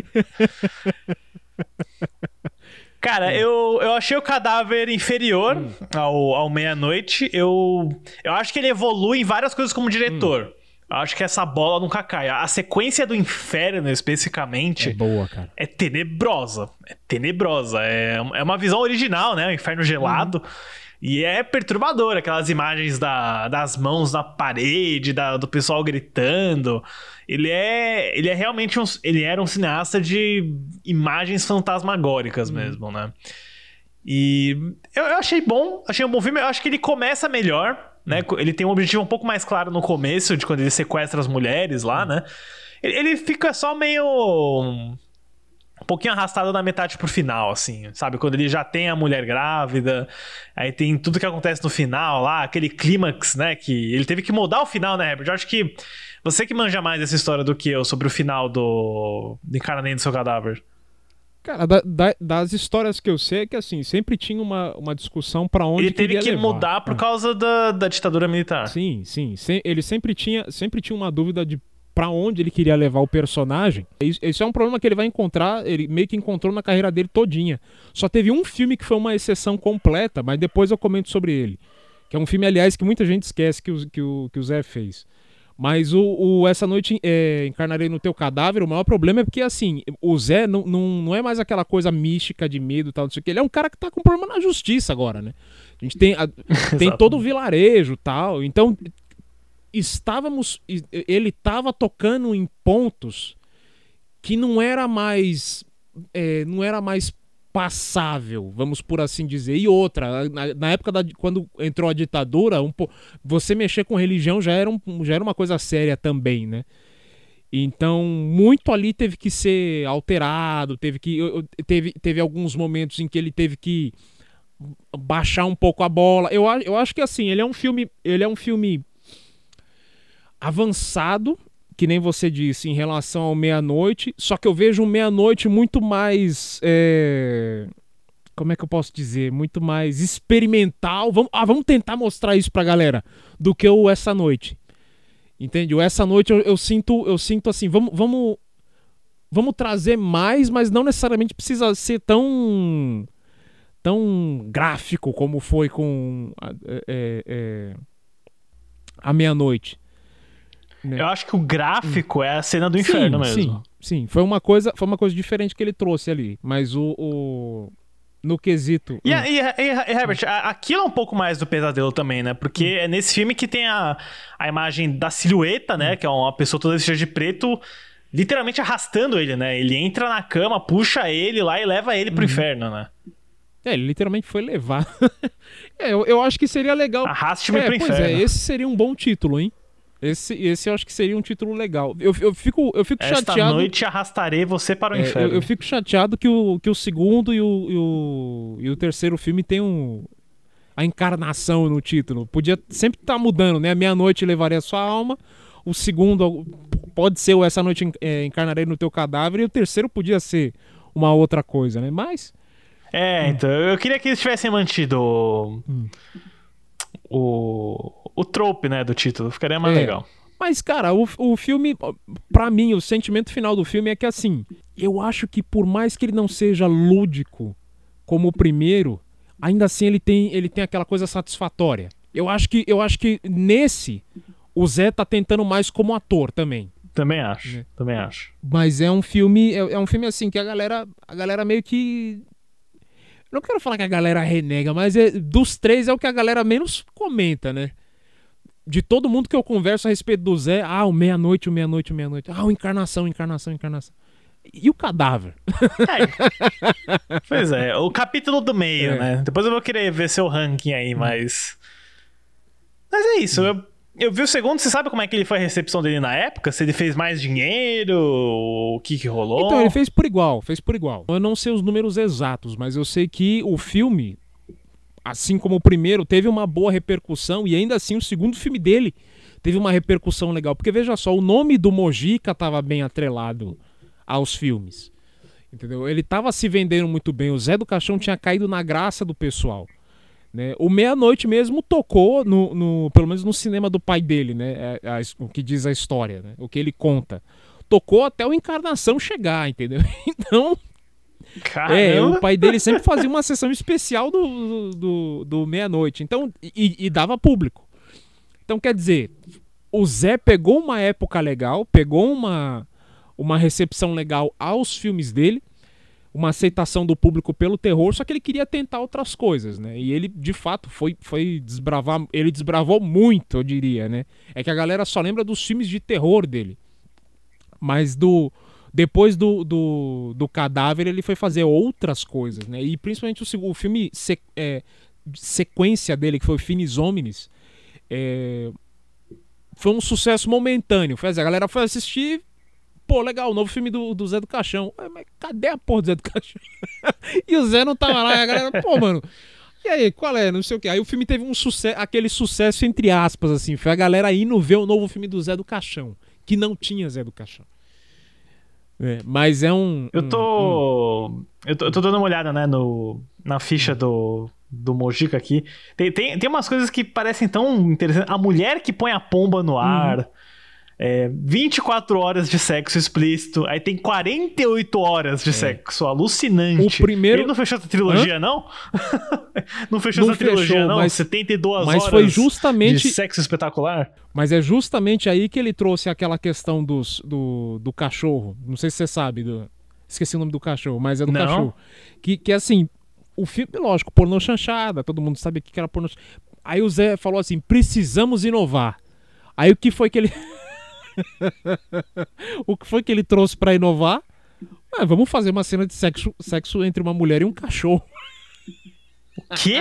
Cara, eu, eu achei o cadáver inferior hum. ao, ao Meia-Noite. Eu, eu acho que ele evolui em várias coisas como diretor. Hum. Eu acho que essa bola nunca cai. A sequência do Inferno, especificamente... É boa, cara. É tenebrosa. É tenebrosa. É, é uma visão original, né? O Inferno gelado. Hum. E é perturbador, aquelas imagens da, das mãos na parede, da, do pessoal gritando. Ele é, ele é realmente um, ele era um cineasta de imagens fantasmagóricas hum. mesmo, né? E eu, eu achei bom, achei um bom filme. Eu acho que ele começa melhor, né? Hum. Ele tem um objetivo um pouco mais claro no começo, de quando ele sequestra as mulheres lá, hum. né? Ele, ele fica só meio... um pouquinho arrastado da metade pro final, assim, sabe? Quando ele já tem a mulher grávida, aí tem tudo que acontece no final lá, aquele clímax, né? Que ele teve que mudar o final, né, Herbert? Eu acho que você que manja mais dessa história do que eu sobre o final do Encarnarei no Seu Cadáver. Cara, da, da, das histórias que eu sei é que, assim, sempre tinha uma, uma discussão pra onde ele teve que que levar. mudar por ah. causa da, da ditadura militar. Sim, sim. Se, ele sempre tinha, sempre tinha uma dúvida de pra onde ele queria levar o personagem. Isso é um problema que ele vai encontrar, ele meio que encontrou na carreira dele todinha. Só teve um filme que foi uma exceção completa, mas depois eu comento sobre ele. Que é um filme, aliás, que muita gente esquece que o, que o, que o Zé fez. Mas o, o Essa Noite é, Encarnarei no Teu Cadáver, o maior problema é porque, assim, o Zé não, não, não é mais aquela coisa mística de medo e tal, não sei o que. Ele é um cara que tá com problema na justiça agora, né? A gente tem, a, tem todo o vilarejo e tal, então... Estávamos, ele estava tocando em pontos que não era mais é, não era mais passável, vamos por assim dizer. E outra, na, na época da, quando entrou a ditadura, um, você mexer com religião já era, um, já era uma coisa séria também, né? Então, muito ali teve que ser alterado, teve que teve, teve alguns momentos em que ele teve que baixar um pouco a bola. Eu, eu acho que assim, ele é um filme, ele é um filme avançado, que nem você disse, em relação ao Meia-Noite, só que eu vejo um Meia-Noite muito mais... É... Como é que eu posso dizer? Muito mais experimental. Vamos, ah, vamos tentar mostrar isso pra galera, do que o Essa Noite. Entende? O Essa Noite eu, eu, sinto, eu sinto assim, vamos, vamos, vamos trazer mais, mas não necessariamente precisa ser tão, tão gráfico como foi com a, é, é, a Meia-Noite. Né? Eu acho que o gráfico hum. é a cena do inferno sim, mesmo. Sim, sim. Foi uma coisa, foi uma coisa diferente que ele trouxe ali. Mas o... o... no quesito... E, hum. e, e, e Herbert, a, aquilo é um pouco mais do pesadelo também, né? Porque hum. é nesse filme que tem a, a imagem da silhueta, né? Hum. Que é uma pessoa toda vestida de preto, literalmente arrastando ele, né? Ele entra na cama, puxa ele lá e leva ele pro hum. inferno, né? É, ele literalmente foi levar. é, eu, eu acho que seria legal... Arraste-me é, pro pois inferno. É, esse seria um bom título, hein? Esse, esse eu acho que seria um título legal. Eu, eu fico, eu fico Esta chateado... Esta noite arrastarei você para o é, inferno. Eu, eu fico chateado que o, que o segundo e o, e, o, e o terceiro filme tem um, a encarnação no título. Podia sempre estar tá mudando, né? A Meia-Noite levaria a sua alma. O segundo pode ser o Essa Noite é, encarnarei no teu cadáver. E o terceiro podia ser uma outra coisa, né? Mas... É, hum. então, eu queria que eles tivessem mantido hum. o... o trope, né, do título, ficaria mais é, legal. Mas, cara, o, o filme, pra mim, o sentimento final do filme é que, assim, eu acho que por mais que ele não seja lúdico como o primeiro, ainda assim ele tem, ele tem aquela coisa satisfatória. Eu acho que, eu acho que nesse, o Zé tá tentando mais como ator também. Também acho, é. também acho. Mas é um filme, é, é um filme assim, que a galera, a galera meio que... Não quero falar que a galera renega, mas é, dos três é o que a galera menos comenta, né? De todo mundo que eu converso a respeito do Zé, ah, o Meia-Noite, o Meia-Noite, o Meia-Noite. Ah, o Encarnação, Encarnação, Encarnação. E o Cadáver? É. Pois é, o capítulo do meio, é. né? Depois eu vou querer ver seu ranking aí, hum. mas... Mas é isso, eu, eu vi o segundo, você sabe como é que ele foi a recepção dele na época? Se ele fez mais dinheiro, o que que rolou? Então, ele fez por igual, fez por igual. Eu não sei os números exatos, mas eu sei que o filme... assim como o primeiro, teve uma boa repercussão, e ainda assim o segundo filme dele teve uma repercussão legal. Porque veja só, o nome do Mojica estava bem atrelado aos filmes. Entendeu? Ele estava se vendendo muito bem, o Zé do Caixão tinha caído na graça do pessoal. Né? O Meia-Noite mesmo tocou, no, no, pelo menos no cinema do pai dele, né? É, é, o que diz a história, né? O que ele conta. Tocou até o Encarnação chegar, entendeu? Então... Caramba. É, o pai dele sempre fazia uma sessão especial do, do, do Meia-Noite, então, e, e dava público. Então, quer dizer, o Zé pegou uma época legal, pegou uma, uma recepção legal aos filmes dele, uma aceitação do público pelo terror, só que ele queria tentar outras coisas, né? E ele, de fato, foi, foi desbravar, ele desbravou muito, eu diria, né? É que a galera só lembra dos filmes de terror dele, mas do... Depois do, do, do Cadáver, ele foi fazer outras coisas, né? E principalmente o, o filme se, é, sequência dele, que foi o Finis Homines, é, foi um sucesso momentâneo. Foi, a galera foi assistir, pô, legal, o novo filme do, do Zé do Caixão. Mas cadê a porra do Zé do Caixão? E o Zé não tava lá, e a galera, pô, mano, e aí, qual é? Não sei o que. Aí o filme teve um sucesso, aquele sucesso entre aspas, assim, foi a galera indo ver o novo filme do Zé do Caixão, que não tinha Zé do Caixão. É, mas é um... Eu tô, um, um... eu tô... Eu tô dando uma olhada, né, no, na ficha do, do Mojica aqui. Tem, tem, tem umas coisas que parecem tão interessantes. A mulher que põe a pomba no ar. Uhum. É, vinte e quatro horas de sexo explícito. Aí tem quarenta e oito horas de é. sexo. Alucinante. O primeiro... Ele não fechou essa trilogia, Hã? não? não fechou não essa trilogia, fechou, não? Mas, setenta e duas mas horas foi justamente... de sexo espetacular? Mas é justamente aí que ele trouxe aquela questão dos, do, do cachorro. Não sei se você sabe. Do... Esqueci o nome do cachorro, mas é do não. cachorro. Que, que assim, o filme, lógico, pornô chanchada. Todo mundo sabia que era pornô. Aí o Zé falou assim, precisamos inovar. Aí o que foi que ele... o que foi que ele trouxe pra inovar? Ah, vamos fazer uma cena de sexo, sexo entre uma mulher e um cachorro. Quê?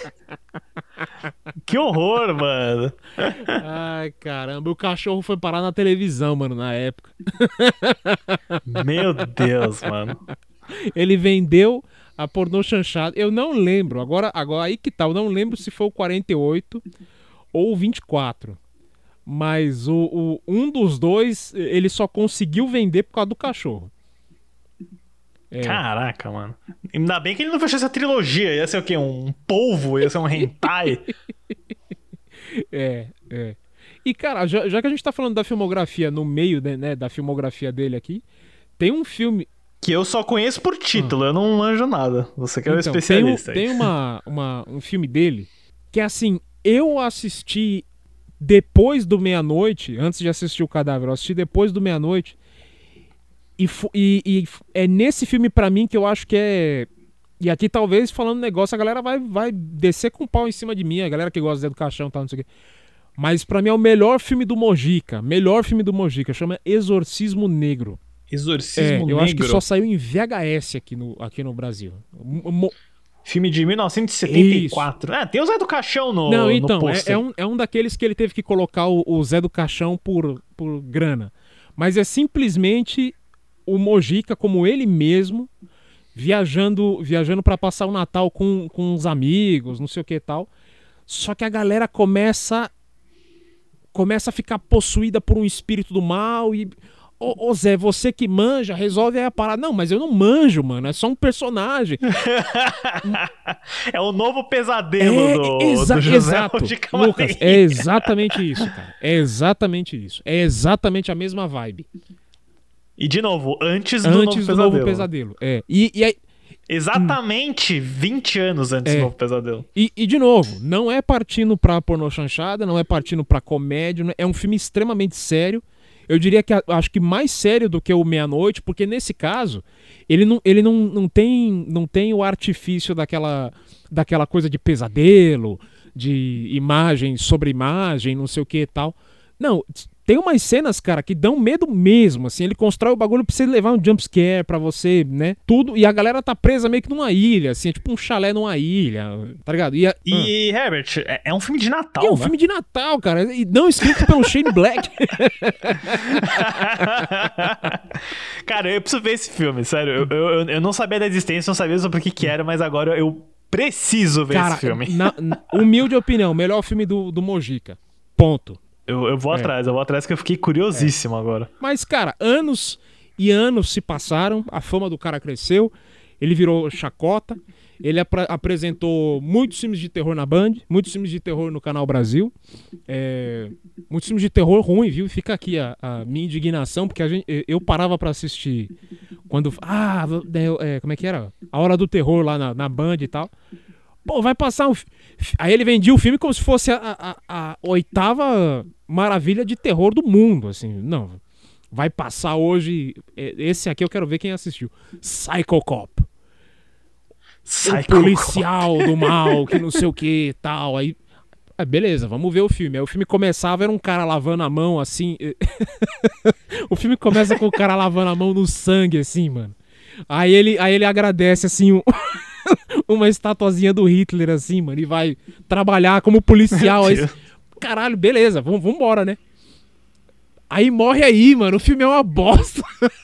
Que horror, mano. Ai, caramba. O cachorro foi parar na televisão, mano, na época. Meu Deus, mano. Ele vendeu a pornô chanchada. Eu não lembro. Agora, agora aí que tá. Eu não lembro se foi o quarenta e oito ou o vinte e quatro. Mas o, o, um dos dois, ele só conseguiu vender por causa do cachorro. É. Caraca, mano. Ainda bem que ele não fechou essa trilogia. Ia ser o quê? Um polvo? Ia ser um hentai? É, é. E, cara, já, já que a gente tá falando da filmografia no meio, né, da filmografia dele aqui, tem um filme... Que eu só conheço por título, ah. eu não manjo nada. Você que é o então, especialista. Tem, um, tem uma, uma, um filme dele que, assim, eu assisti depois do meia-noite, antes de assistir o Cadáver, eu assisti depois do meia-noite. E, e, e é nesse filme, pra mim, que eu acho que é... E aqui, talvez, falando negócio, a galera vai, vai descer com o pau em cima de mim, a galera que gosta de Zé do Caixão e tal, não sei o quê. Mas pra mim é o melhor filme do Mojica. Melhor filme do Mojica. Chama Exorcismo Negro. Exorcismo é, Negro? Eu acho que só saiu em V H S aqui no, aqui no Brasil. Mo... Filme de mil novecentos e setenta e quatro. Ah, tem o Zé do Caixão no Não, então, no é, é, um, é um daqueles que ele teve que colocar o, o Zé do Caixão por, por grana. Mas é simplesmente... o Mojica, como ele mesmo, viajando viajando para passar o Natal com, com os amigos, não sei o que e tal. Só que a galera começa começa a ficar possuída por um espírito do mal e... Ô, ô Zé, você que manja, resolve aí a parada. Não, mas eu não manjo, mano, é só um personagem. É o novo pesadelo é, do, exa do José Exato, Lucas, é exatamente isso, cara. É exatamente isso. É exatamente a mesma vibe. E, de novo, antes do, antes novo, do pesadelo. novo pesadelo. É. E, e aí... Exatamente hum. vinte anos antes é. do novo pesadelo. E, e, de novo, não é partindo pra pornô chanchada, não é partindo pra comédia, é um filme extremamente sério. Eu diria que acho que mais sério do que o Meia-Noite, porque nesse caso, ele não, ele não, não, tem, não tem o artifício daquela, daquela coisa de pesadelo, de imagem sobre imagem, não sei o que e tal. Não, tem umas cenas, cara, que dão medo mesmo, assim, ele constrói o bagulho pra você levar um jumpscare pra você, né, tudo, e a galera tá presa meio que numa ilha, assim, é tipo um chalé numa ilha, tá ligado? E, a, e ah. Herbert, é, é um filme de Natal, É um né? filme de Natal, cara, e não escrito pelo Shane Black. Cara, eu preciso ver esse filme, sério, eu, eu, eu não sabia da existência, não sabia sobre o que que era, mas agora eu preciso ver cara, esse filme. Na, na, humilde opinião, melhor filme do, do Mojica, ponto. Eu, eu vou é. atrás, eu vou atrás que eu fiquei curiosíssimo é. agora. Mas, cara, anos e anos se passaram, a fama do cara cresceu, ele virou chacota, ele ap apresentou muitos filmes de terror na Band, muitos filmes de terror no Canal Brasil, é, muitos filmes de terror ruim, viu? Fica aqui a, a minha indignação, porque a gente, eu parava pra assistir quando... Ah, é, como é que era? A Hora do Terror lá na, na Band e tal. Pô, vai passar um... Aí ele vendia o filme como se fosse a, a, a oitava maravilha de terror do mundo, assim. Não, vai passar hoje... Esse aqui eu quero ver quem assistiu. Psycho Cop. Psycho o policial Cop. do mal, que não sei o que e tal. Aí, ah, beleza, vamos ver o filme. Aí o filme começava, era um cara lavando a mão, assim... O filme começa com o cara lavando a mão no sangue, assim, mano. Aí ele, aí ele agradece, assim... Um... uma estatuazinha do Hitler, assim, mano, e vai trabalhar como policial. Aí, caralho, beleza, vamos embora, né? Aí morre aí, mano, o filme é uma bosta.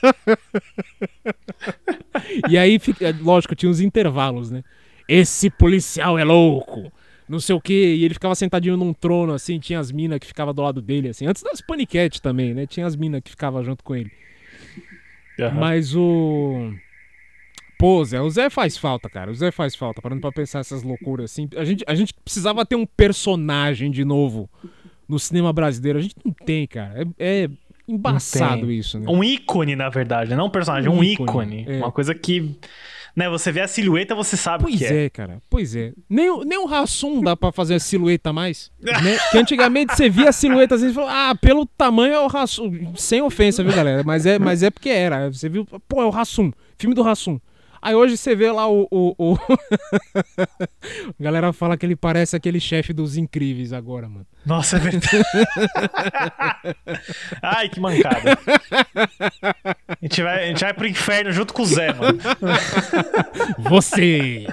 E aí, lógico, tinha uns intervalos, né? Esse policial é louco, não sei o quê. E ele ficava sentadinho num trono, assim, tinha as minas que ficavam do lado dele, assim. Antes das paniquetes também, né? Tinha as minas que ficavam junto com ele. Uhum. Mas o... Pô, Zé, o Zé faz falta, cara. O Zé faz falta, parando pra pensar essas loucuras assim. A gente, a gente precisava ter um personagem de novo no cinema brasileiro. A gente não tem, cara. É, é embaçado isso, né? Um ícone, na verdade. Não um personagem, um, um ícone. ícone. É. Uma coisa que... Né, você vê a silhueta, você sabe pois o que é. Pois é, cara. Pois é. Nem, nem o Hassum dá pra fazer a silhueta mais. Né? Que antigamente você via a silhueta assim e falou, ah, pelo tamanho é o Hassum. Sem ofensa, viu, galera? Mas é, mas é porque era. Você viu, pô, é o Hassum. Filme do Hassum. Aí hoje você vê lá o... o, o... A galera fala que ele parece aquele chefe dos Incríveis agora, mano. Nossa, é verdade. Ai, que mancada. A gente, vai, a gente vai pro inferno junto com o Zé, mano. Você!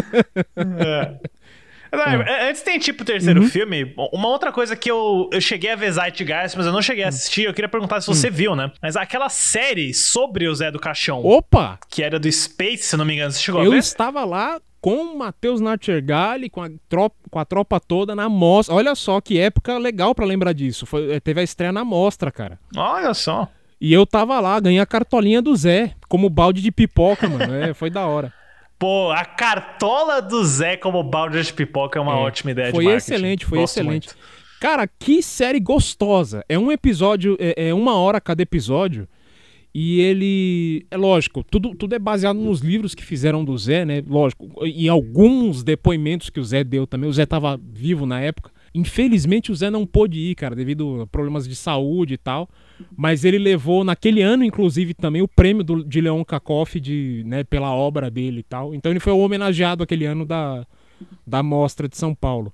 É. Não, é. Antes tem tipo o terceiro Uhum. filme. Uma outra coisa que eu, eu cheguei a ver Zeitgeist, mas eu não cheguei a assistir. Eu queria perguntar se você Uhum. viu, né? Mas aquela série sobre o Zé do Caixão, Opa! que era do Space, se não me engano, você chegou Eu a ver? estava lá com o Matheus Natchergali, com a, tropa, com a tropa toda na mostra. Olha só que época legal pra lembrar disso. Foi, teve a estreia na mostra, cara. Olha só. E eu tava lá, ganhei a cartolinha do Zé, como balde de pipoca, mano. É, foi da hora. Pô, a cartola do Zé como balde de pipoca é uma É, ótima ideia foi de marketing. excelente, foi Gosto excelente. muito. Cara, que série gostosa. É um episódio, é, é uma hora cada episódio. E ele, é lógico, tudo, tudo é baseado nos livros que fizeram do Zé, né? Lógico, em alguns depoimentos que o Zé deu também. O Zé tava vivo na época. Infelizmente o Zé não pôde ir, cara, devido a problemas de saúde e tal. Mas ele levou, naquele ano, inclusive, também o prêmio do, de Leon Kakoff de, né, pela obra dele e tal. Então ele foi homenageado aquele ano da, da Mostra de São Paulo.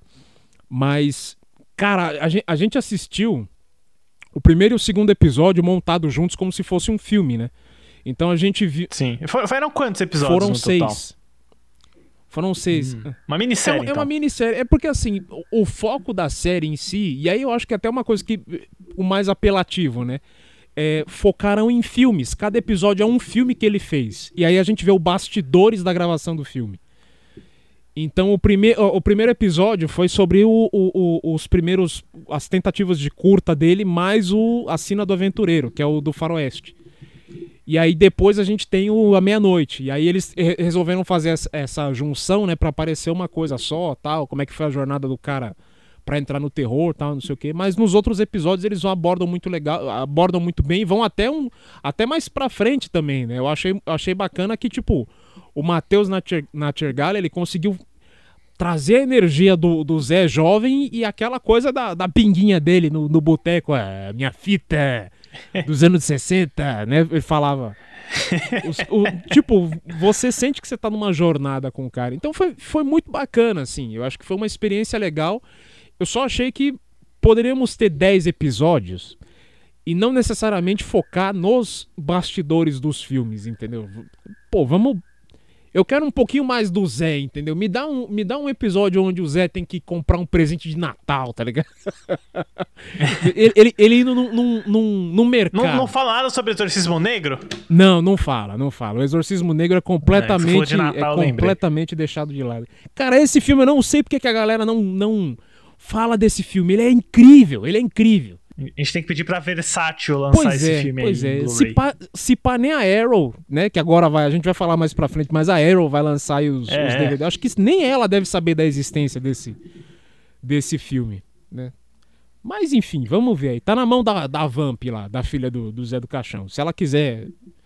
Mas, cara, a gente, a gente assistiu o primeiro e o segundo episódio montados juntos como se fosse um filme, né? Então a gente viu... Sim. For, foram quantos episódios Foram no seis. total? Foram seis. Hum. Uma minissérie, É, então. é uma minissérie. É porque, assim, o, o foco da série em si, e aí eu acho que até uma coisa que o mais apelativo, né? É, focaram em filmes. Cada episódio é um filme que ele fez. E aí a gente vê o bastidores da gravação do filme. Então o, prime o primeiro episódio foi sobre o, o, o, os primeiros... as tentativas de curta dele, mais o A Sina do Aventureiro, que é o do Faroeste. E aí depois a gente tem o A Meia-Noite. E aí eles re resolveram fazer essa, essa junção, né, pra parecer uma coisa só, tal, como é que foi a jornada do cara pra entrar no terror, tal, não sei o quê. Mas nos outros episódios eles abordam muito legal, abordam muito bem e vão até um até mais pra frente também, né? Eu achei, achei bacana que, tipo, o Matheus Natchergali, ele conseguiu trazer a energia do, do Zé jovem e aquela coisa da, da pinguinha dele no, no boteco, a minha fita dos anos sessenta, né? Ele falava. Os, o, tipo, você sente que você tá numa jornada com o cara. Então foi, foi muito bacana, assim. Eu acho que foi uma experiência legal. Eu só achei que poderíamos ter dez episódios e não necessariamente focar nos bastidores dos filmes, entendeu? Pô, vamos... Eu quero um pouquinho mais do Zé, entendeu? Me dá um, me dá um episódio onde o Zé tem que comprar um presente de Natal, tá ligado? ele, ele, ele indo num, num, num, num mercado. Não, não fala nada sobre o Exorcismo Negro? Não, não fala, não fala. O Exorcismo Negro é completamente, É, de Natal, é completamente deixado de lado. Cara, esse filme eu não sei porque que a galera não, não fala desse filme. Ele é incrível, ele é incrível. A gente tem que pedir pra Versátil lançar Pois esse é, filme pois aí. é. Se pá, se pá nem a Arrow, né? Que agora vai, a gente vai falar mais pra frente, mas a Arrow vai lançar aí os, É, os D V Ds. Acho que nem ela deve saber da existência desse, desse filme, né? Mas enfim, vamos ver aí. Tá na mão da, da Vamp lá, da filha do, do Zé do Caixão. Se ela quiser,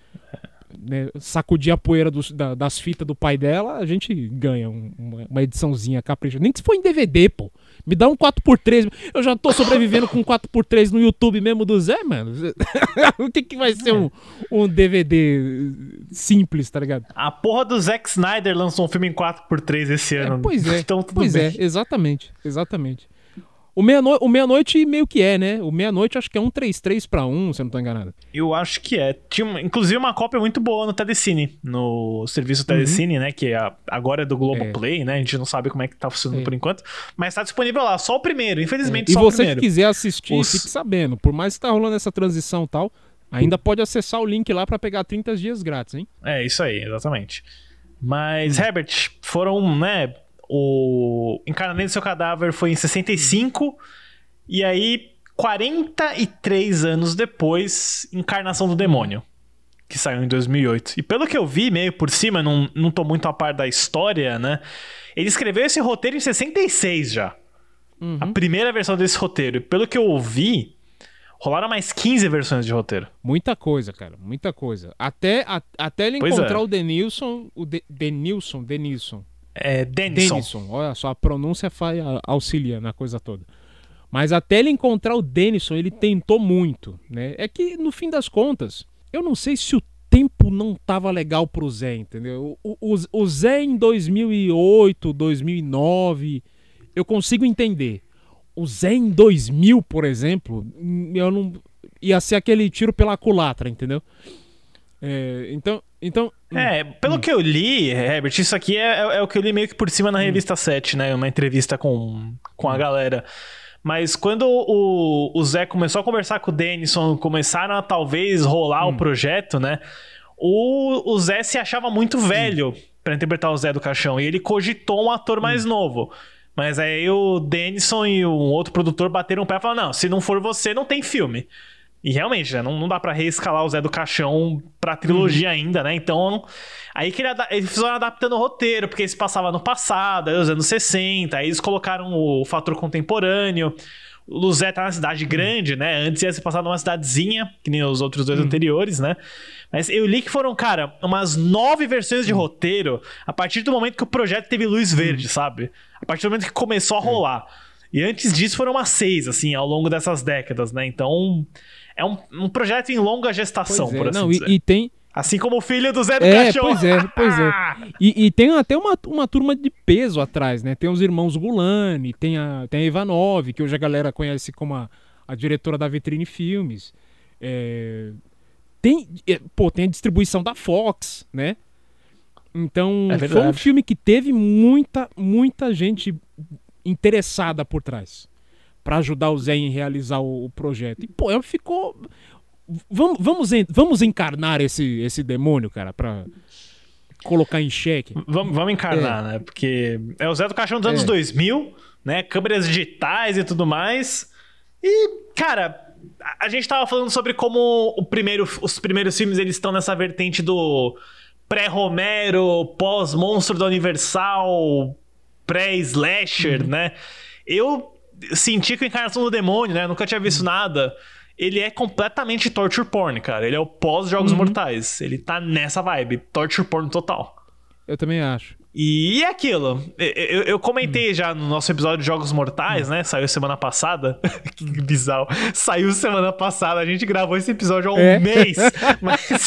né, sacudir a poeira dos, da, das fitas do pai dela, a gente ganha um, uma, uma ediçãozinha capricha. Nem que se for em D V D, pô. Me dá um quatro por três. Eu já tô sobrevivendo com quatro por três no YouTube mesmo do Zé, mano. O que que vai ser um, um D V D simples, tá ligado? A porra do Zack Snyder lançou um filme em quatro por três esse ano. É, pois é, Então tudo pois bem. é, exatamente, exatamente. O meia-noite o meia-noite meio que é, né? O meia-noite acho que é um três três pra um, se eu não tô enganado. Eu acho que é. Tinha, uma- inclusive, uma cópia muito boa no Telecine. No serviço Telecine, né? Que é, agora é do Globoplay, né? A gente não sabe como é que tá funcionando É. por enquanto. Mas tá disponível lá. Só o primeiro. Infelizmente, E só o você que primeiro. quiser assistir, Os- fique sabendo. Por mais que tá rolando essa transição e tal, ainda pode acessar o link lá pra pegar trinta dias grátis, hein? É, isso aí, exatamente. Mas, Herbert, foram, né? O Encarnamento do Seu Cadáver foi em sessenta e cinco. E aí, quarenta e três anos depois, Encarnação do Demônio, que saiu em dois mil e oito. E pelo que eu vi, meio por cima, não, não tô muito a par da história, né? Ele escreveu esse roteiro em sessenta e seis já. Uhum. A primeira versão desse roteiro. E pelo que eu ouvi, rolaram mais quinze versões de roteiro. Muita coisa, cara, muita coisa. Até, a- até ele Pois encontrar é. o Denilson, o De, Denilson, Denilson. É, Denison. Denison, olha só, a pronúncia faz, auxilia na coisa toda. Mas até ele encontrar o Denison, ele tentou muito, né? É que, no fim das contas, eu não sei se o tempo não tava legal pro Zé, entendeu? O, o, o Zé em dois mil e oito, dois mil e nove, eu consigo entender. O Zé em dois mil, por exemplo, eu não... ia ser aquele tiro pela culatra, entendeu? É, então... então É, pelo hum. que eu li, Herbert, isso aqui é, é, é o que eu li meio que por cima na revista hum. sete, né? Uma entrevista com, com a galera. Mas quando o, o Zé começou a conversar com o Denison, começaram a talvez rolar hum. o projeto, né? O, o Zé se achava muito velho hum. pra interpretar o Zé do Caixão. E ele cogitou um ator mais hum. novo. Mas aí o Denison e um outro produtor bateram o pé e falaram, não, se não for você, não tem filme. E realmente, né, não, não dá pra reescalar o Zé do Caixão pra trilogia uhum. ainda, né? Então, aí que ele, eles fizeram adaptando o roteiro, porque isso passava no passado, aí os anos sessenta, aí eles colocaram o fator contemporâneo. O Zé tá na cidade grande, né? Antes ia se passar numa cidadezinha, que nem os outros dois uhum. anteriores, né? Mas eu li que foram, cara, umas nove versões de uhum. roteiro a partir do momento que o projeto teve luz verde, uhum. sabe? A partir do momento que começou a rolar. E antes disso foram umas seis, assim, ao longo dessas décadas, né? Então... é um, um projeto em longa gestação, pois é, por assim não, dizer. E, e tem... Assim como o filho do Zé do é, Caixão. Pois é, pois é. E, e tem até uma, uma turma de peso atrás, né? Tem os irmãos Gulani, tem a, tem a Ivanov, que hoje a galera conhece como a, a diretora da Vitrine Filmes. É, tem, é, pô, tem a distribuição da Fox, né? Então, é foi um filme que teve muita, muita gente interessada por trás pra ajudar o Zé em realizar o, o projeto. E, pô, ficou... Vamos, vamos, vamos encarnar esse, esse demônio, cara, pra colocar em xeque. Vamos, vamos encarnar, é. né? Porque é o Zé do Caixão dos anos é. dois mil, né? Câmeras digitais e tudo mais. E, cara, a gente tava falando sobre como o primeiro, os primeiros filmes eles estão nessa vertente do pré-Romero, pós-Monstro da Universal, pré-slasher, uhum. né? Eu senti que a Encarnação do Demônio, né? Eu nunca tinha visto uhum. nada. Ele é completamente torture porn, cara. Ele é o pós-Jogos uhum. Mortais. Ele tá nessa vibe. Torture porn total. Eu também acho. E é aquilo. Eu, eu comentei uhum. já no nosso episódio de Jogos Mortais, uhum. né? Saiu semana passada. Que bizarro. Saiu semana passada. A gente gravou esse episódio há um é? mês. Mas...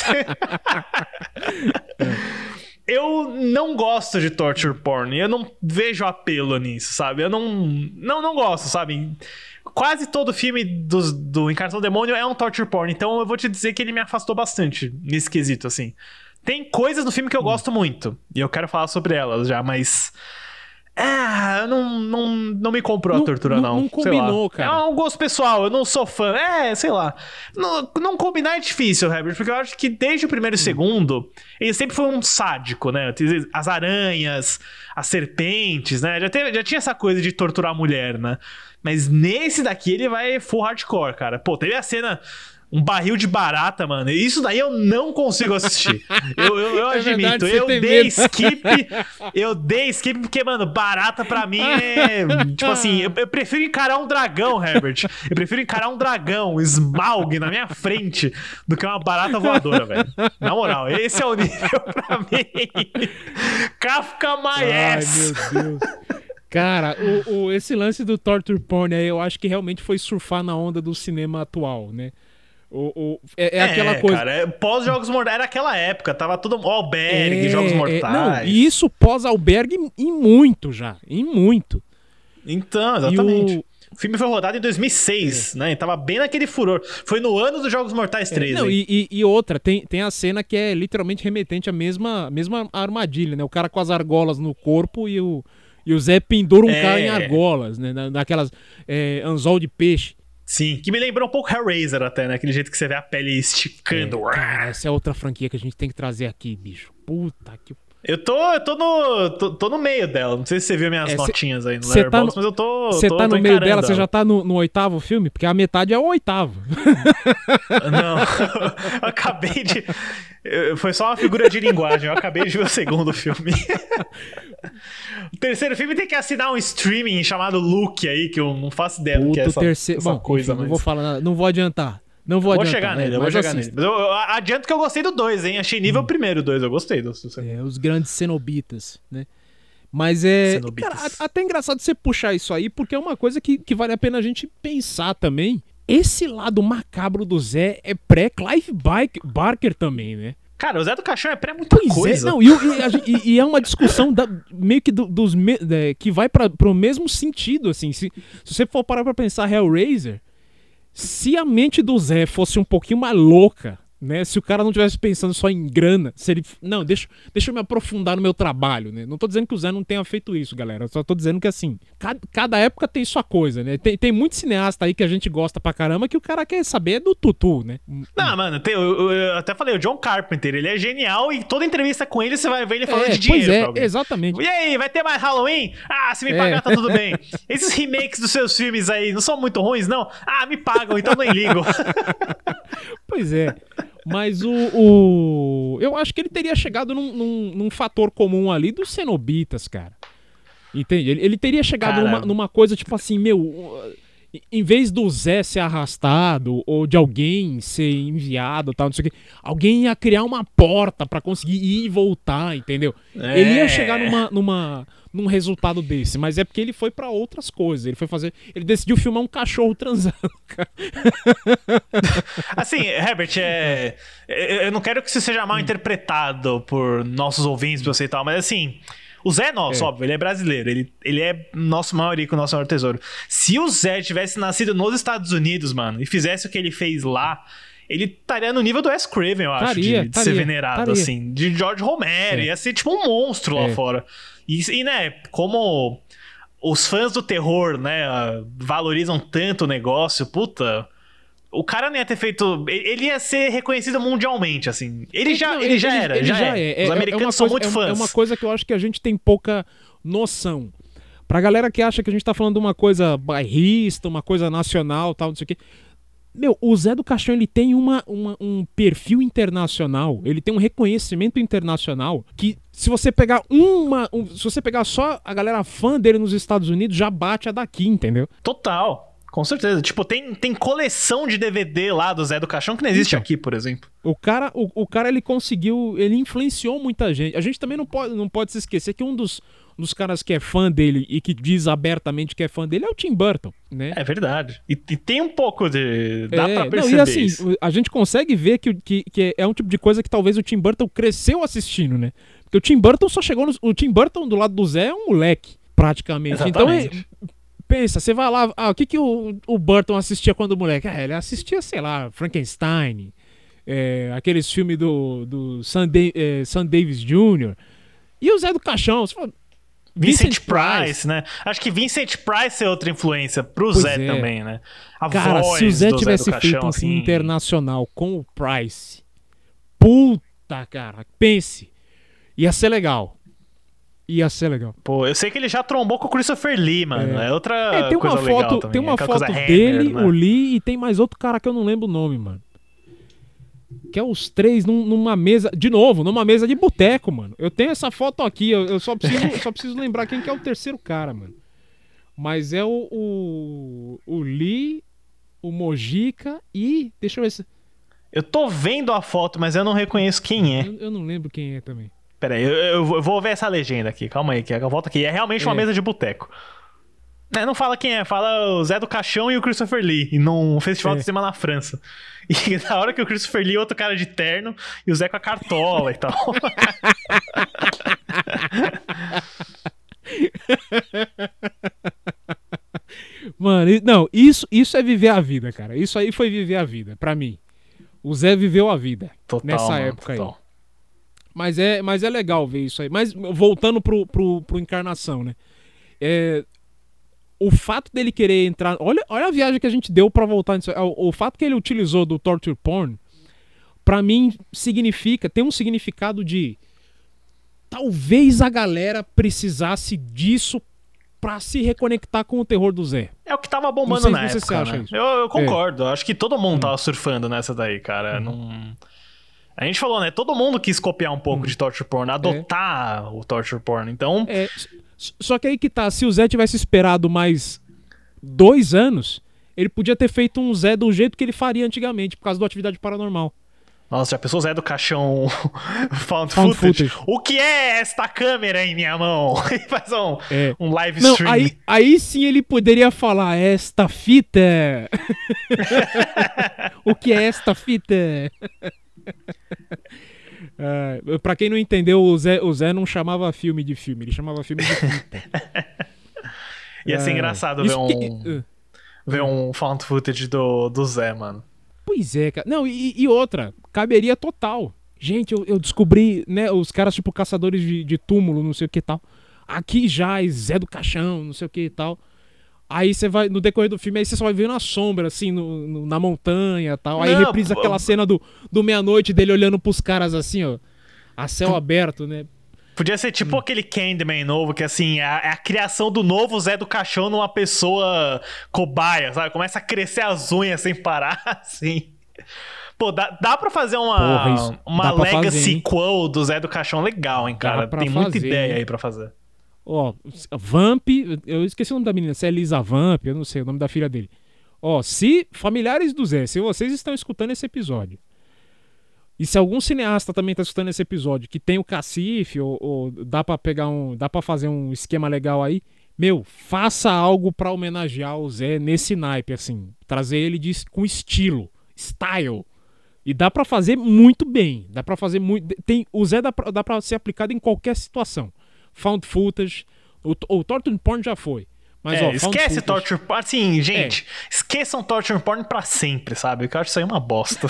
eu não gosto de torture porn. Eu não vejo apelo nisso, sabe? Eu não... Não, não gosto, sabe? Quase todo filme do, do Encarnação do Demônio é um torture porn. Então eu vou te dizer que ele me afastou bastante nesse quesito, assim. Tem coisas no filme que eu hum. gosto muito. E eu quero falar sobre elas já, mas... Ah, não, não, não me comprou não, a tortura, não. Não, não combinou, cara. É um gosto pessoal, eu não sou fã. É, sei lá. Não, não combinar é difícil, Herbert, porque eu acho que desde o primeiro e o segundo, ele sempre foi um sádico, né? As aranhas, as serpentes, né? Já, teve, já tinha essa coisa de torturar a mulher, né? Mas nesse daqui ele vai full hardcore, cara. Pô, teve a cena... Um barril de barata, mano. Isso daí eu não consigo assistir. Eu, eu, eu é admito. Verdade, eu dei medo. skip. Eu dei skip porque, mano, barata pra mim é... Tipo assim, eu, eu prefiro encarar um dragão, Herbert. Eu prefiro encarar um dragão, um Smaug na minha frente do que uma barata voadora, velho. Na moral, esse é o nível pra mim. Kafka my ass. Ai, meu Deus. Cara, o, o, esse lance do torture porn aí, eu acho que realmente foi surfar na onda do cinema atual, né? O, o, é, é, é aquela coisa. Cara, é, pós-Jogos Mortais era aquela época, tava tudo Albergue, é, Jogos Mortais. É, não, e isso pós-Albergue em muito já, em muito. Então, exatamente. O... o filme foi rodado em dois mil e seis, é. né? E tava bem naquele furor. Foi no ano dos Jogos Mortais três. É, não, e, e, e outra, tem, tem a cena que é literalmente remetente à mesma, mesma armadilha, né? O cara com as argolas no corpo e o, e o Zé pendura um é. cara em argolas, né? Na, naquelas é, anzol de peixe. Sim, que me lembrou um pouco Hellraiser até, né? Aquele jeito que você vê a pele esticando. É, cara, essa é outra franquia que a gente tem que trazer aqui, bicho. Puta que... Eu tô, eu tô, no, tô, tô no meio dela. Não sei se você viu minhas é, notinhas cê, aí no Letterboxd, tá no, mas eu tô Você tá no meio dela, você já tá no, no oitavo filme? Porque a metade é o oitavo. Não, eu acabei de... Foi só uma figura de linguagem. Eu acabei de ver o segundo filme. O terceiro filme tem que assinar um streaming chamado Look aí, que eu não faço ideia do que é essa, terceiro... essa Bom, coisa. Enfim, mas... Não vou falar nada, não vou adiantar. Não vou, vou adiantar. chegar nele, é, eu vou chegar assista. nele. Mas eu, eu adianto que eu gostei do dois, hein? Achei nível hum. primeiro dois, eu gostei do é, os grandes cenobitas, né? Mas é... Cara, até engraçado você puxar isso aí, porque é uma coisa que, que vale a pena a gente pensar também. Esse lado macabro do Zé é pré-Clive Barker também, né? Cara, o Zé do Caixão é pré muita pois coisa. É, não, e, e, a, e, e é uma discussão da, meio que do, dos é, que vai para pro mesmo sentido, assim. Se, se você for parar pra pensar Hellraiser, se a mente do Zé fosse um pouquinho mais louca, né? Se o cara não estivesse pensando só em grana, se ele... Não, deixa, deixa eu me aprofundar no meu trabalho, né? Não tô dizendo que o Zé não tenha feito isso, galera. Eu só tô dizendo que, assim, cada, cada época tem sua coisa, né? Tem, tem muito cineasta aí que a gente gosta pra caramba que o cara quer saber do tutu, né? Não, mano, tem, eu, eu, eu até falei, o John Carpenter, ele é genial e toda entrevista com ele você vai ver ele falando é, de dinheiro. Pois é, pra alguém. Exatamente. E aí, vai ter mais Halloween? Ah, se me É. pagar tá tudo bem. Esses remakes dos seus filmes aí não são muito ruins, não? Ah, me pagam, então nem ligo. Pois é. Mas o, o... Eu acho que ele teria chegado num, num, num fator comum ali dos cenobitas, cara. Entende? Ele, ele teria chegado numa, numa coisa tipo assim, meu... Em vez do Zé ser arrastado ou de alguém ser enviado, tal, não sei o quê, alguém ia criar uma porta pra conseguir ir e voltar, entendeu? É. Ele ia chegar numa, numa, num resultado desse, mas é porque ele foi pra outras coisas. Ele foi fazer, ele decidiu filmar um cachorro transando, cara. Assim, Herbert, é, eu não quero que isso seja mal interpretado por nossos ouvintes, pra você e tal, mas assim... O Zé é nosso, é. óbvio, ele é brasileiro, ele, ele é nosso maior rico, nosso maior tesouro. Se o Zé tivesse nascido nos Estados Unidos, mano, e fizesse o que ele fez lá, ele estaria no nível do Wes Craven, eu acho, taria, de, de taria, ser venerado, taria. assim, de George Romero, é. ia ser tipo um monstro lá é. fora. E, e, né, como os fãs do terror, né, valorizam tanto o negócio, puta... O cara não ia ter feito... Ele ia ser reconhecido mundialmente, assim. Ele já, não, ele ele, já ele, era, ele já, já é. é. Os é, americanos é uma são coisa, muito fãs. É uma coisa que eu acho que a gente tem pouca noção. Pra galera que acha que a gente tá falando de uma coisa bairrista, uma coisa nacional, tal, não sei o quê. Meu, o Zé do Caixão, ele tem uma, uma, um perfil internacional, ele tem um reconhecimento internacional que, se você pegar uma... Um, se você pegar só a galera fã dele nos Estados Unidos, já bate a daqui, entendeu? Total. Com certeza. Tipo, tem, tem coleção de D V D lá do Zé do Caixão que não existe então, aqui, por exemplo. O cara, o, o cara, ele conseguiu... Ele influenciou muita gente. A gente também não pode, não pode se esquecer que um dos, dos caras que é fã dele e que diz abertamente que é fã dele é o Tim Burton, né? É verdade. E, e tem um pouco de... Dá é, pra perceber não, e assim, isso. A gente consegue ver que, que, que é um tipo de coisa que talvez o Tim Burton cresceu assistindo, né? Porque o Tim Burton só chegou... No, o Tim Burton do lado do Zé é um moleque, praticamente. Exatamente. Então... É, pensa, você vai lá, ah, o que, que o, o Burton assistia quando moleque? Ah, ele assistia, sei lá, Frankenstein, é, aqueles filmes do, do Sam, da é, Sam Davis Júnior E o Zé do Caixão, você fala, Vincent, Vincent Price, Price, né? Acho que Vincent Price é outra influência pro pois Zé é. também, né? A Cara, voz se o Zé do tivesse Zé do Caixão, feito um assim... filme internacional com o Price, puta, cara, pense, ia ser legal. Ia ser legal. Pô, eu sei que ele já trombou com o Christopher Lee, mano. É, é outra é, tem uma coisa foto, legal também. Tem uma Aquela foto coisa dele, Hammer, né? o Lee, e tem mais outro cara que eu não lembro o nome, mano. Que é os três num, numa mesa... De novo, numa mesa de boteco, mano. Eu tenho essa foto aqui, eu, eu só, preciso, só preciso lembrar quem que é o terceiro cara, mano. Mas é o, o, o Lee, o Mojica e... Deixa eu ver se... Eu tô vendo a foto, mas eu não reconheço quem é. Eu, eu não lembro quem é também. Pera aí, eu, eu vou ver essa legenda aqui. Calma aí, que a volta aqui. É realmente uma é. mesa de boteco. É, não fala quem é, fala o Zé do Caixão e o Christopher Lee, num festival é. de cinema na França. E na hora que o Christopher Lee, outro cara de terno, e o Zé com a cartola e tal. Mano, não, isso, isso é viver a vida, cara. Isso aí foi viver a vida, pra mim. O Zé viveu a vida total, nessa mano, época total. aí. Mas é, mas é legal ver isso aí. Mas voltando pro, pro, pro Encarnação, né? É, o fato dele querer entrar... Olha, olha a viagem que a gente deu pra voltar nisso. O, o fato que ele utilizou do torture porn, pra mim, significa... Tem um significado de... Talvez a galera precisasse disso pra se reconectar com o terror do Zé. É o que tava bombando na época, você acha né? isso. Eu, eu concordo. É. Acho que todo mundo hum. tava surfando nessa daí, cara. Hum. Não... A gente falou, né? Todo mundo quis copiar um pouco hum. de torture porn, adotar é. o torture porn. Então... É, só que aí que tá. Se o Zé tivesse esperado mais dois anos, ele podia ter feito um Zé do jeito que ele faria antigamente, por causa do Atividade Paranormal. Nossa, já pensou o Zé do Caixão found, found footage? footage? O que é esta câmera em minha mão? E faz um, é. um live Não, stream. Aí, aí sim ele poderia falar, esta fita... O que é esta fita? É, pra quem não entendeu, o Zé, o Zé não chamava filme de filme, ele chamava filme de fita. Ia ser É, engraçado ver isso um, que- ver um found footage do, do Zé, mano. Pois é, cara. Não, e, e outra, caberia total. Gente, eu, eu descobri, né, os caras tipo caçadores de, de túmulo, não sei o que e tal. Aqui já, Zé do Caixão, não sei o que e tal. Aí você vai, no decorrer do filme, aí você só vai vendo a sombra, assim, no, no- na montanha e tal. Aí Não, reprisa pô, aquela cena do, do meia-noite dele olhando pros caras assim, ó. A céu aberto, né? Podia ser tipo aquele Candyman novo, que assim, é a, é a criação do novo Zé do Caixão numa pessoa cobaia, sabe? Começa a crescer as unhas sem parar, assim. Pô, dá, dá pra fazer uma, Porra, isso uma dá pra legacy fazer, hein? sequel do Zé do Caixão legal, hein, cara? Dá pra Tem muita fazer, ideia hein? aí pra fazer. Ó, Vamp, eu esqueci o nome da menina, se é Lisa Vamp, eu não sei o nome da filha dele. Ó, se familiares do Zé, se vocês estão escutando esse episódio, e se algum cineasta também tá escutando esse episódio, que tem o cacife, ou, ou dá pra pegar um, dá pra fazer um esquema legal aí, meu, faça algo pra homenagear o Zé nesse naipe, assim, trazer ele de, com estilo, style. E dá pra fazer muito bem, dá pra fazer muito, tem, o Zé dá pra, dá pra ser aplicado em qualquer situação. Found footage, o, o Torture Porn já foi. Mas, É, ó, found esquece footage- torture porn. Assim, gente, esqueçam torture porn pra sempre, sabe? Eu acho isso aí uma bosta.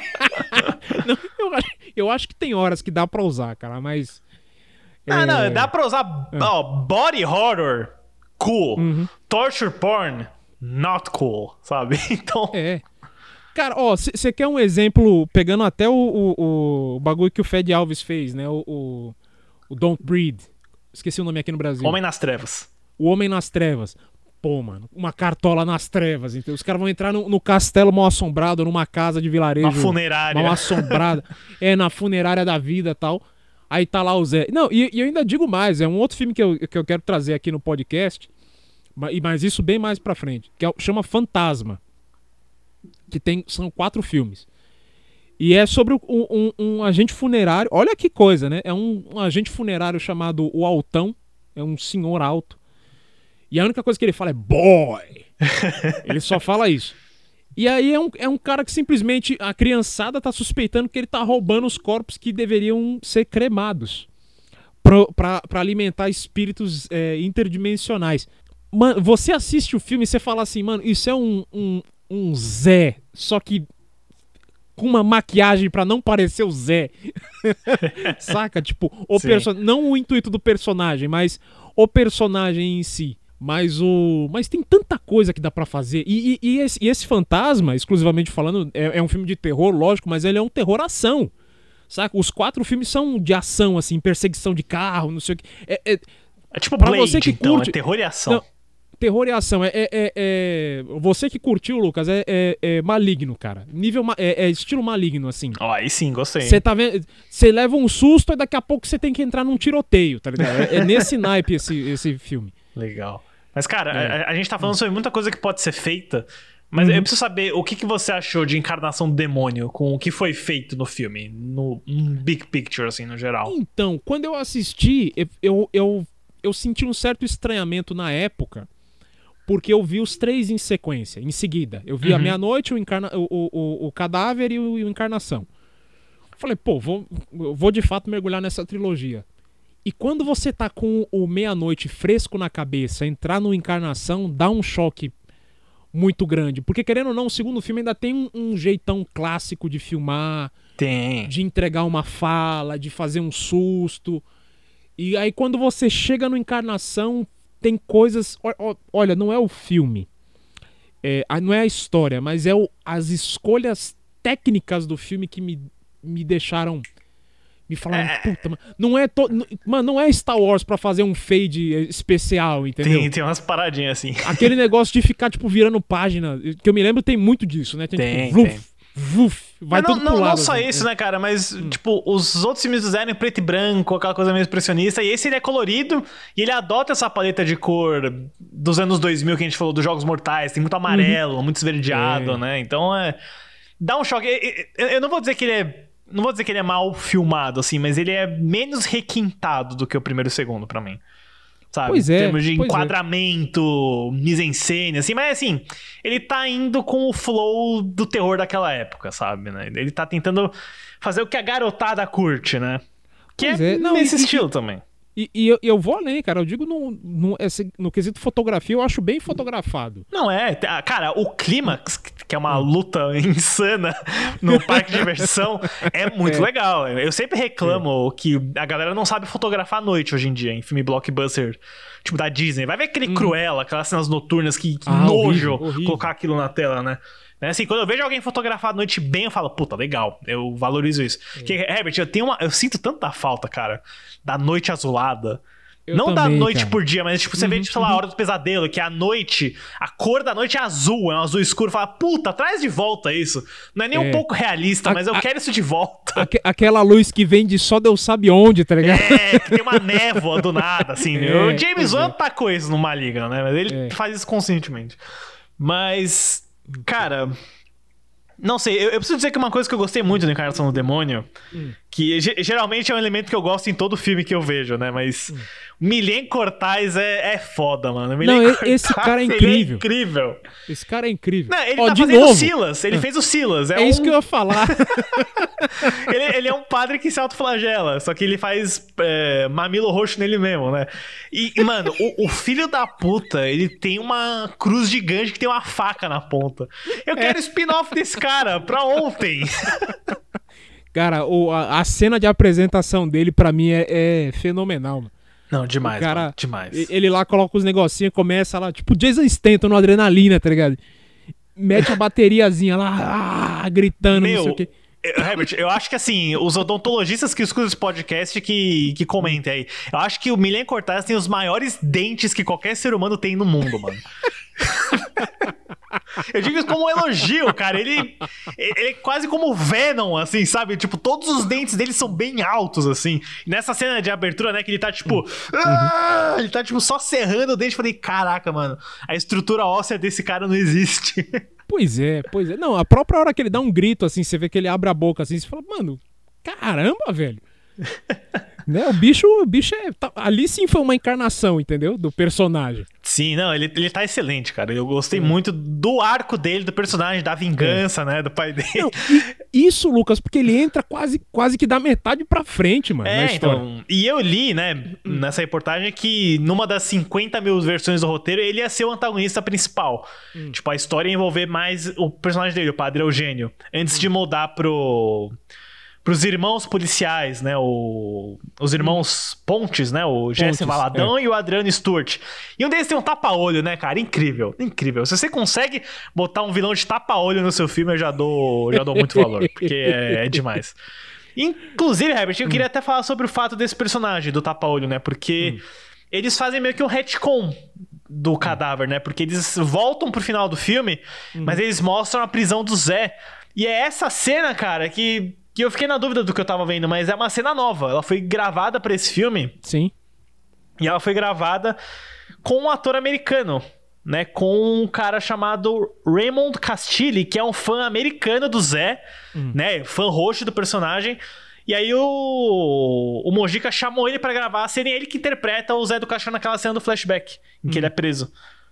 Não, eu, acho, eu acho que tem horas que dá pra usar, cara, mas... Ah, é, não, dá pra usar ó, body horror, cool. Uhum. Torture porn, not cool, sabe? Então, É. Cara, ó, você quer um exemplo, pegando até o, o, o bagulho que o Fed Alves fez, né? O, o, o Don't Breed. Esqueci o nome aqui no Brasil. Homem nas Trevas. O Homem nas Trevas. Pô, mano, uma cartola nas trevas, então os caras vão entrar no, no castelo mal assombrado, numa casa de vilarejo. Uma funerária. Mal assombrada. É, na funerária da vida e tal. Aí tá lá o Zé. Não, e, e eu ainda digo mais, é um outro filme que eu, que eu quero trazer aqui no podcast, mas, mas isso bem mais pra frente, que é, chama Fantasma. Que tem, são quatro filmes. E é sobre um, um, um agente funerário. Olha que coisa, né? É um, um agente funerário chamado o Altão. É um senhor alto. E a única coisa que ele fala é boy. Ele só fala isso. E aí é um, é um cara que simplesmente a criançada tá suspeitando que ele tá roubando os corpos que deveriam ser cremados pro, pra, pra alimentar espíritos é, interdimensionais. Mano, você assiste o filme e você fala assim, mano, isso é um, um, um Zé, só que com uma maquiagem pra não parecer o Zé. Saca? Tipo, o perso- não o intuito do personagem, mas o personagem em si. Mas o. Mas tem tanta coisa que dá pra fazer. E, e, e, esse, e esse Fantasma, exclusivamente falando, é, é um filme de terror, lógico, mas ele é um terror-ação. Saca? Os quatro filmes são de ação, assim, perseguição de carro, não sei o que. É, é, É tipo pra Blade, você que então, curte- é terror e ação. Não, terror e ação. É, é, é- é- Você que curtiu, Lucas, é, é- é maligno, cara. Nível ma- é, é estilo maligno, assim. Ó, aí sim, gostei. Você tá vendo. Você leva um susto e daqui a pouco você tem que entrar num tiroteio, tá ligado? É, é nesse naipe esse, esse filme. Legal. Mas, cara, É. a, a gente tá falando sobre muita coisa que pode ser feita, mas Uhum. eu preciso saber o que, que você achou de Encarnação do Demônio com o que foi feito no filme, no, no big picture, assim, no geral. Então, quando eu assisti, eu, eu, eu, eu senti um certo estranhamento na época, porque eu vi os três em sequência, em seguida. Eu vi a Uhum. Meia-Noite, o, encarna, o, o, o, o Cadáver e o, e o Encarnação. Falei, pô, vou, eu vou de fato mergulhar nessa trilogia. E quando você tá com o Meia-Noite fresco na cabeça, entrar no Encarnação dá um choque muito grande. Porque, querendo ou não, o segundo filme ainda tem um, um jeitão clássico de filmar, Tem. de entregar uma fala, de fazer um susto. E aí quando você chega no Encarnação, tem coisas... ó- ó- Olha, não é o filme, é, a- não é a história, mas é o- as escolhas técnicas do filme que me, me deixaram... Me falaram, puta, mano, não é, to, n- mano, não é Star Wars pra fazer um fade especial, entendeu? Tem, tem umas paradinhas assim. Aquele negócio de ficar, tipo, virando página, que eu me lembro tem muito disso, né? Tem, Tem, tipo, tem. vuf, vuf, vai Mas não, tudo não, pro lado. não só assim. isso, né, cara? Mas, tipo, os outros filmes do Zé eram em preto e branco, aquela coisa meio expressionista. E esse ele é colorido e ele adota essa paleta de cor dos anos dois mil que a gente falou, dos Jogos Mortais. Tem muito amarelo, muito esverdeado, É. né? Então, é... Dá um choque. Eu, eu não vou dizer que ele é... Não vou dizer que ele é mal filmado, assim, mas ele é menos requintado do que o primeiro e o segundo, pra mim. sabe? Pois é, em termos de pois enquadramento, mise-en-scène, assim, mas assim, ele tá indo com o flow do terror daquela época, sabe, né? Ele tá tentando fazer o que a garotada curte, né? Que Pois é, é. Não, nesse e- estilo também. E, e eu, eu vou além, cara. Eu digo no, no, esse- no quesito fotografia, eu acho bem fotografado. Não é, ah, cara, o clímax, que é uma luta insana no parque de diversão, é muito É. legal. Eu sempre reclamo que a galera não sabe fotografar à noite hoje em dia, em filme blockbuster, tipo da Disney. Vai ver aquele Cruella, aquelas cenas noturnas, que, que Ah, nojo horrível, horrível. colocar aquilo na tela, né? Né, assim, quando eu vejo alguém fotografar à noite bem, eu falo, puta, legal, eu valorizo isso. Porque, Herbert, eu tenho uma. Eu sinto tanta falta, cara, da noite azulada. Eu Não da também, noite cara. por dia, mas tipo, você vê, tipo, sei lá, a hora do pesadelo, que é a noite, a cor da noite é azul, é um azul escuro. Fala, puta, traz de volta isso. Não é nem um É. pouco realista, A- mas eu a- quero isso de volta. Aque- aquela luz que vem de só Deus sabe onde, tá ligado? É, que tem uma névoa do nada, assim. É, o James pois Wan é. tacou isso no Maligno, né? Mas ele É. faz isso conscientemente. Mas, cara. Não sei, eu, eu preciso dizer que uma coisa que eu gostei muito da Encarnação do Demônio, Hum. que ge- geralmente é um elemento que eu gosto em todo filme que eu vejo, né? Mas Hum. Milen Cortais é, é foda, mano. Não, Milen e- esse cara é ele incrível. incrível. Esse cara é incrível. Não, ele Ó, tá de fazendo novo. o Silas. Ele fez o Silas. É, É isso um- que eu ia falar. ele, ele é um padre que se autoflagela, só que ele faz é, mamilo roxo nele mesmo, né? E, e, mano, o, o filho da puta, ele tem uma cruz gigante que tem uma faca na ponta. Eu É. quero spin-off desse cara pra ontem. Cara, o, a, a cena de apresentação dele, pra mim, é, é fenomenal, mano. Não, demais, O cara, mano, demais. e- Ele lá coloca os negocinhos, começa lá, tipo Jason Statham no Adrenalina, tá ligado? Mete a bateriazinha lá, ah, gritando, não sei Meu, o quê. eh, Herbert, eu acho que assim, os odontologistas que escutam esse podcast que, que comentem aí. Eu acho que o Milen Cortaz tem os maiores dentes que qualquer ser humano tem no mundo, mano. Eu digo isso como um elogio, cara. Ele, ele é quase como o Venom, assim, sabe? Tipo, todos os dentes dele são bem altos, assim. E nessa cena de abertura, né, que ele tá, tipo... ah, ele tá, tipo, só serrando o dente. Eu falei, caraca, mano. A estrutura óssea desse cara não existe. Pois é, pois é. Não, a própria hora que ele dá um grito, assim, você vê que ele abre a boca, assim, você fala, mano, caramba, velho. Né? O bicho, o bicho é... tá- ali sim foi uma encarnação, entendeu? Do personagem. Sim, não, ele, ele tá excelente, cara. Eu gostei muito do arco dele, do personagem, da vingança, né, do pai dele. Não, e isso, Lucas, porque ele entra quase, quase que da metade pra frente, mano, na É, história. então. E eu li, né, nessa reportagem que numa das cinquenta mil versões do roteiro, ele ia ser o antagonista principal. Tipo, a história ia envolver mais o personagem dele, o Padre Eugênio, antes de mudar pro. Pros irmãos policiais, né? O, os irmãos Pontes, né? O Jesse Pontes, Valadão e o Adriano Stewart. E um deles tem um tapa-olho, né, cara? Incrível, incrível. Se você consegue botar um vilão de tapa-olho no seu filme, eu já dou, já dou muito valor, porque é, é demais. Inclusive, Herbert, eu queria até falar sobre o fato desse personagem, do tapa-olho, né? Porque eles fazem meio que um retcon do cadáver, né? Porque eles voltam pro final do filme, mas eles mostram a prisão do Zé. E é essa cena, cara, que, que eu fiquei na dúvida do que eu tava vendo, mas é uma cena nova. Ela foi gravada pra esse filme Sim. e ela foi gravada com um ator americano, né? Com um cara chamado Raymond Castilli, que é um fã americano do Zé, né? Fã roxo do personagem. E aí o, o Mojica chamou ele pra gravar a cena e ele que interpreta o Zé do Caixão naquela cena do flashback, em que ele é preso.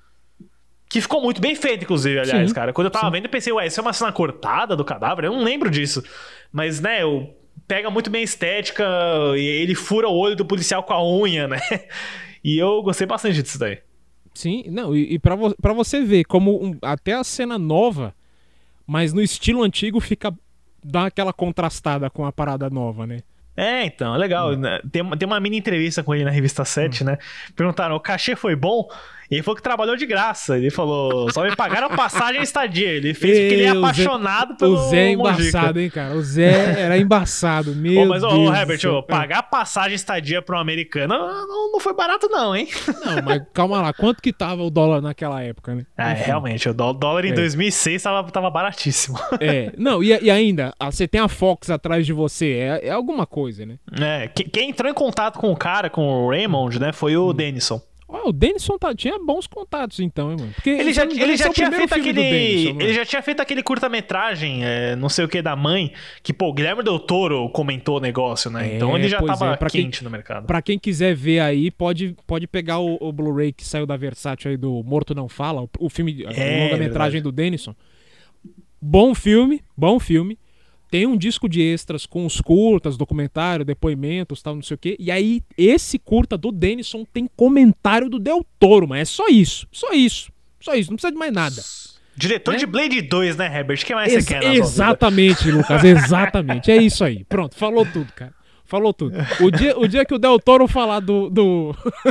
Que ficou muito bem feito, inclusive, aliás, Sim, cara. Quando eu tava sim. vendo, eu pensei, ué, isso é uma cena cortada do cadáver? Eu não lembro disso. Mas, né, eu... pega muito bem a estética, e ele fura o olho do policial com a unha, né? E eu gostei bastante disso daí. Sim, não, e, e pra, vo- pra você ver como um- até a cena nova, mas no estilo antigo fica... dá aquela contrastada com a parada nova, né? É, então, é legal. né? Tem, uma- tem uma mini entrevista com ele na revista sete, né? Perguntaram, o cachê foi bom? E ele falou que trabalhou de graça. Ele falou, só me pagaram passagem e estadia. Ele fez porque ele é Ê, o Zé- apaixonado pelo O Zé é Mojica. embaçado, hein, cara? O Zé era embaçado, meu Ô, mas, ô, Deus. ô, do Herbert, céu. ô, pagar passagem e estadia pra um americano não, não foi barato, não, hein? Não, mas calma lá, quanto que tava o dólar naquela época, né? É, Enfim. realmente, o dó- dólar em É. dois mil e seis tava, tava baratíssimo. É, não, e, e ainda, ah, você tem a Fox atrás de você, é, é alguma coisa, né? É, que- quem entrou em contato com o cara, com o Raymond, né, foi o Denison. Oh, o Denison tá, tinha bons contatos, então, hein, mano? Porque ele já, ele, ele já é o tinha primeiro feito filme aquele. do Denison, ele já tinha feito aquele curta-metragem, é, não sei o que, da mãe, que, pô, o Guilherme Del Toro comentou o negócio, né? É, então ele já pois tava é, pra quente quem, no mercado. Pra quem quiser ver aí, pode, pode pegar o, o Blu-ray que saiu da Versátil aí do Morto Não Fala, o, o filme, É, a longa-metragem verdade. do Denison. Bom filme, bom filme. Tem um disco de extras com os curtas, documentário, depoimentos, tal, não sei o quê. E aí, esse curta do Denison tem comentário do Del Toro, mas é só isso. Só isso. Só isso. Não precisa de mais nada. Diretor né? de Blade dois, né, Herbert? O que mais Ex- você quer na sua vida? Exatamente, Lucas. Exatamente. É isso aí. Pronto, falou tudo, cara. Falou tudo. O dia, o dia que o Del Toro falar do do,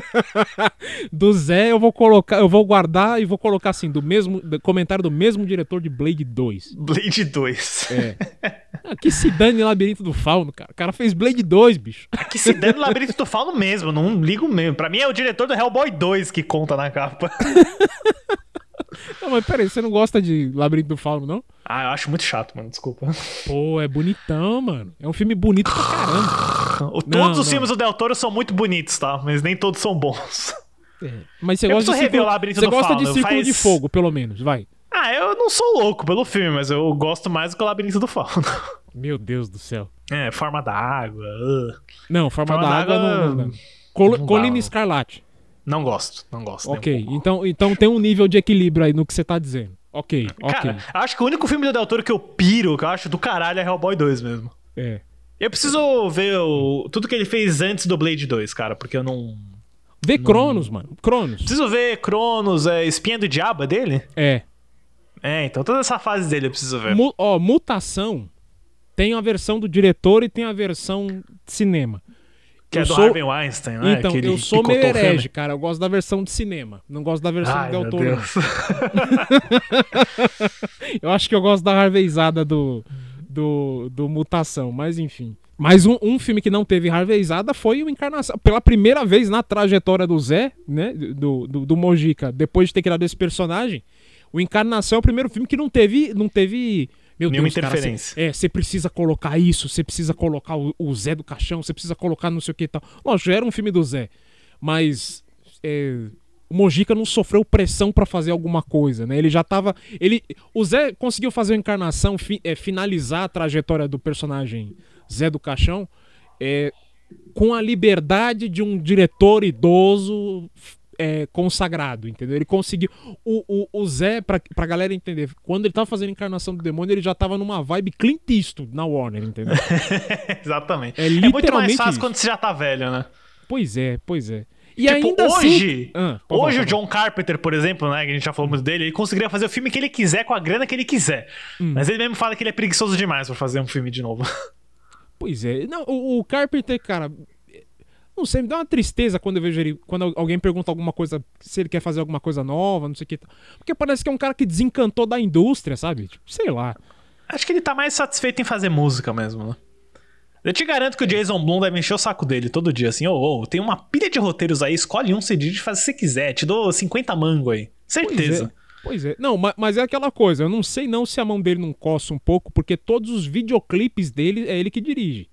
do Zé, eu vou colocar, eu vou guardar e vou colocar assim, do mesmo do comentário do mesmo diretor de Blade dois. Blade dois. É. Ah, que se dane Labirinto do Fauno, cara. O cara fez Blade dois, bicho. Que se dane o Labirinto do Fauno mesmo, não ligo mesmo. Pra mim é o diretor do Hellboy dois que conta na capa. Não, mas peraí, você não gosta de Labirinto do Fauno, não? Ah, eu acho muito chato, mano, desculpa. Pô, é bonitão, mano. É um filme bonito pra caramba. O- Todos Não, os não. filmes do Del Toro são muito bonitos, tá? Mas nem todos são bons. É. Mas você Eu gosta de preciso rever Círculo, o Labirinto você do gosta de Fauno, Círculo faz- de Fogo, pelo menos, vai. Ah, eu não sou louco pelo filme, mas eu gosto mais do que o Labirinto do Fauno. Meu Deus do céu. É, Forma da Água. uh. Não, Forma, Forma da da Água Água não. não, não. Col não dá, Colina não. Escarlate. Não gosto, não gosto. nem um Ok, pouco. então, então tem um nível de equilíbrio aí no que você tá dizendo. Ok, ok. Cara, acho que o único filme do Del Toro que eu piro, que eu acho do caralho, é Hellboy dois mesmo. É. Eu preciso ver o- tudo que ele fez antes do Blade dois, cara, porque eu não... Vê Cronos, mano. Cronos. Preciso ver Cronos, é, Espinha do Diabo é dele? É. É, então toda essa fase dele eu preciso ver. Mu ó, Mutação tem a versão do diretor e tem a versão de cinema. Que é Eu do sou- Harvey Weinstein, né? Então, Que ele eu sou picotou meio o filme. herege, cara. Eu gosto da versão de cinema. Não gosto da versão Ai, do Del meu Toro. não. Deus. Eu acho que eu gosto da harveizada do, do, do Mutação, mas enfim. Mas um, um filme que não teve harveizada foi o Encarnação. Pela primeira vez na trajetória do Zé, né, do, do, do Mojica, depois de ter criado esse personagem, o Encarnação é o primeiro filme que não teve... Não teve meu Nenhuma Deus, cara, interferência. cê- é, você precisa colocar isso, você precisa colocar o, o Zé do Caixão, você precisa colocar não sei o que e tal. Lógico, já era um filme do Zé, mas... é, o Mojica não sofreu pressão pra fazer alguma coisa, né? Ele já tava... Ele, o Zé conseguiu fazer a encarnação, fi, é, finalizar a trajetória do personagem Zé do Caixão é, com a liberdade de um diretor idoso é, consagrado, entendeu? Ele conseguiu... O, o, o Zé, pra, pra galera entender, quando ele tava fazendo a encarnação do demônio, ele já tava numa vibe Clint Eastwood na Warner, entendeu? Exatamente. É É, muito mais literalmente fácil isso. quando você já tá velho, né? Pois é, pois é. E Tipo, ainda hoje, assim... Ah, pode hoje falar, o John Carpenter, por exemplo, né, que a gente já falou muito dele, ele conseguiria fazer o filme que ele quiser com a grana que ele quiser. Hum. Mas ele mesmo fala que ele é preguiçoso demais pra fazer um filme de novo. Pois é. Não, o, o Carpenter, cara, não sei, me dá uma tristeza quando eu vejo ele, quando alguém pergunta alguma coisa, se ele quer fazer alguma coisa nova, não sei o que. Porque parece que é um cara que desencantou da indústria, sabe? Tipo, sei lá. Acho que ele tá mais satisfeito em fazer música mesmo, né? Eu te garanto que o Jason Blum deve encher o saco dele todo dia, assim, ô, ô, tem uma pilha de roteiros aí, escolhe um, você dirige, faz o que você quiser, te dou cinquenta mango aí. Certeza. Pois é. Pois é. Não, mas, mas é aquela coisa, eu não sei não se a mão dele não coça um pouco, porque todos os videoclipes dele é ele que dirige.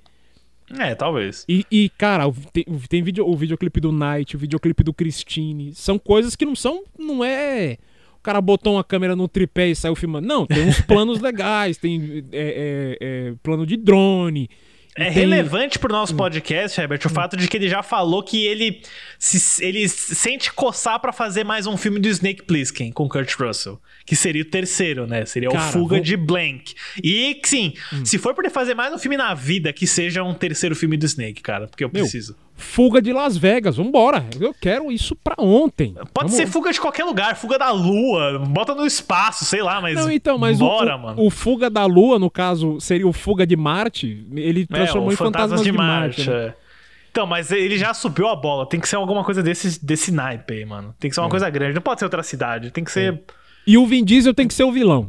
É, talvez. E, e, cara, o- tem, o- tem vídeo, o videoclipe do Night, o videoclipe do Christine. São coisas que não são. Não é. O cara botou uma câmera no tripé e saiu filmando. Não, tem uns planos legais, tem é, é, é, plano de drone. É tem- relevante pro nosso podcast, Herbert, o fato de que ele já falou que ele se, ele se sente coçar pra fazer mais um filme do Snake Plissken com Kurt Russell, que seria o terceiro, né? Seria Cara, o Fuga vou- de Blank. E, sim, se for pra ele fazer mais um filme na vida, que seja um terceiro filme do Snake, cara, porque eu Meu, preciso. Fuga de Las Vegas, vambora. Eu quero isso pra ontem. Pode Vamos- ser fuga de qualquer lugar, fuga da lua, bota no espaço, sei lá, mas. Não, então, mas o- bora, o, mano. o Fuga da Lua, no caso, seria o Fuga de Marte. Ele transformou é, em o Fantasmas, Fantasmas de, de Marte. Marte. né? é. Então, mas ele já subiu a bola. Tem que ser alguma coisa desse, desse naipe aí, mano. Tem que ser uma É. coisa grande. Não pode ser outra cidade. Tem que ser. E o Vin Diesel tem que ser o vilão.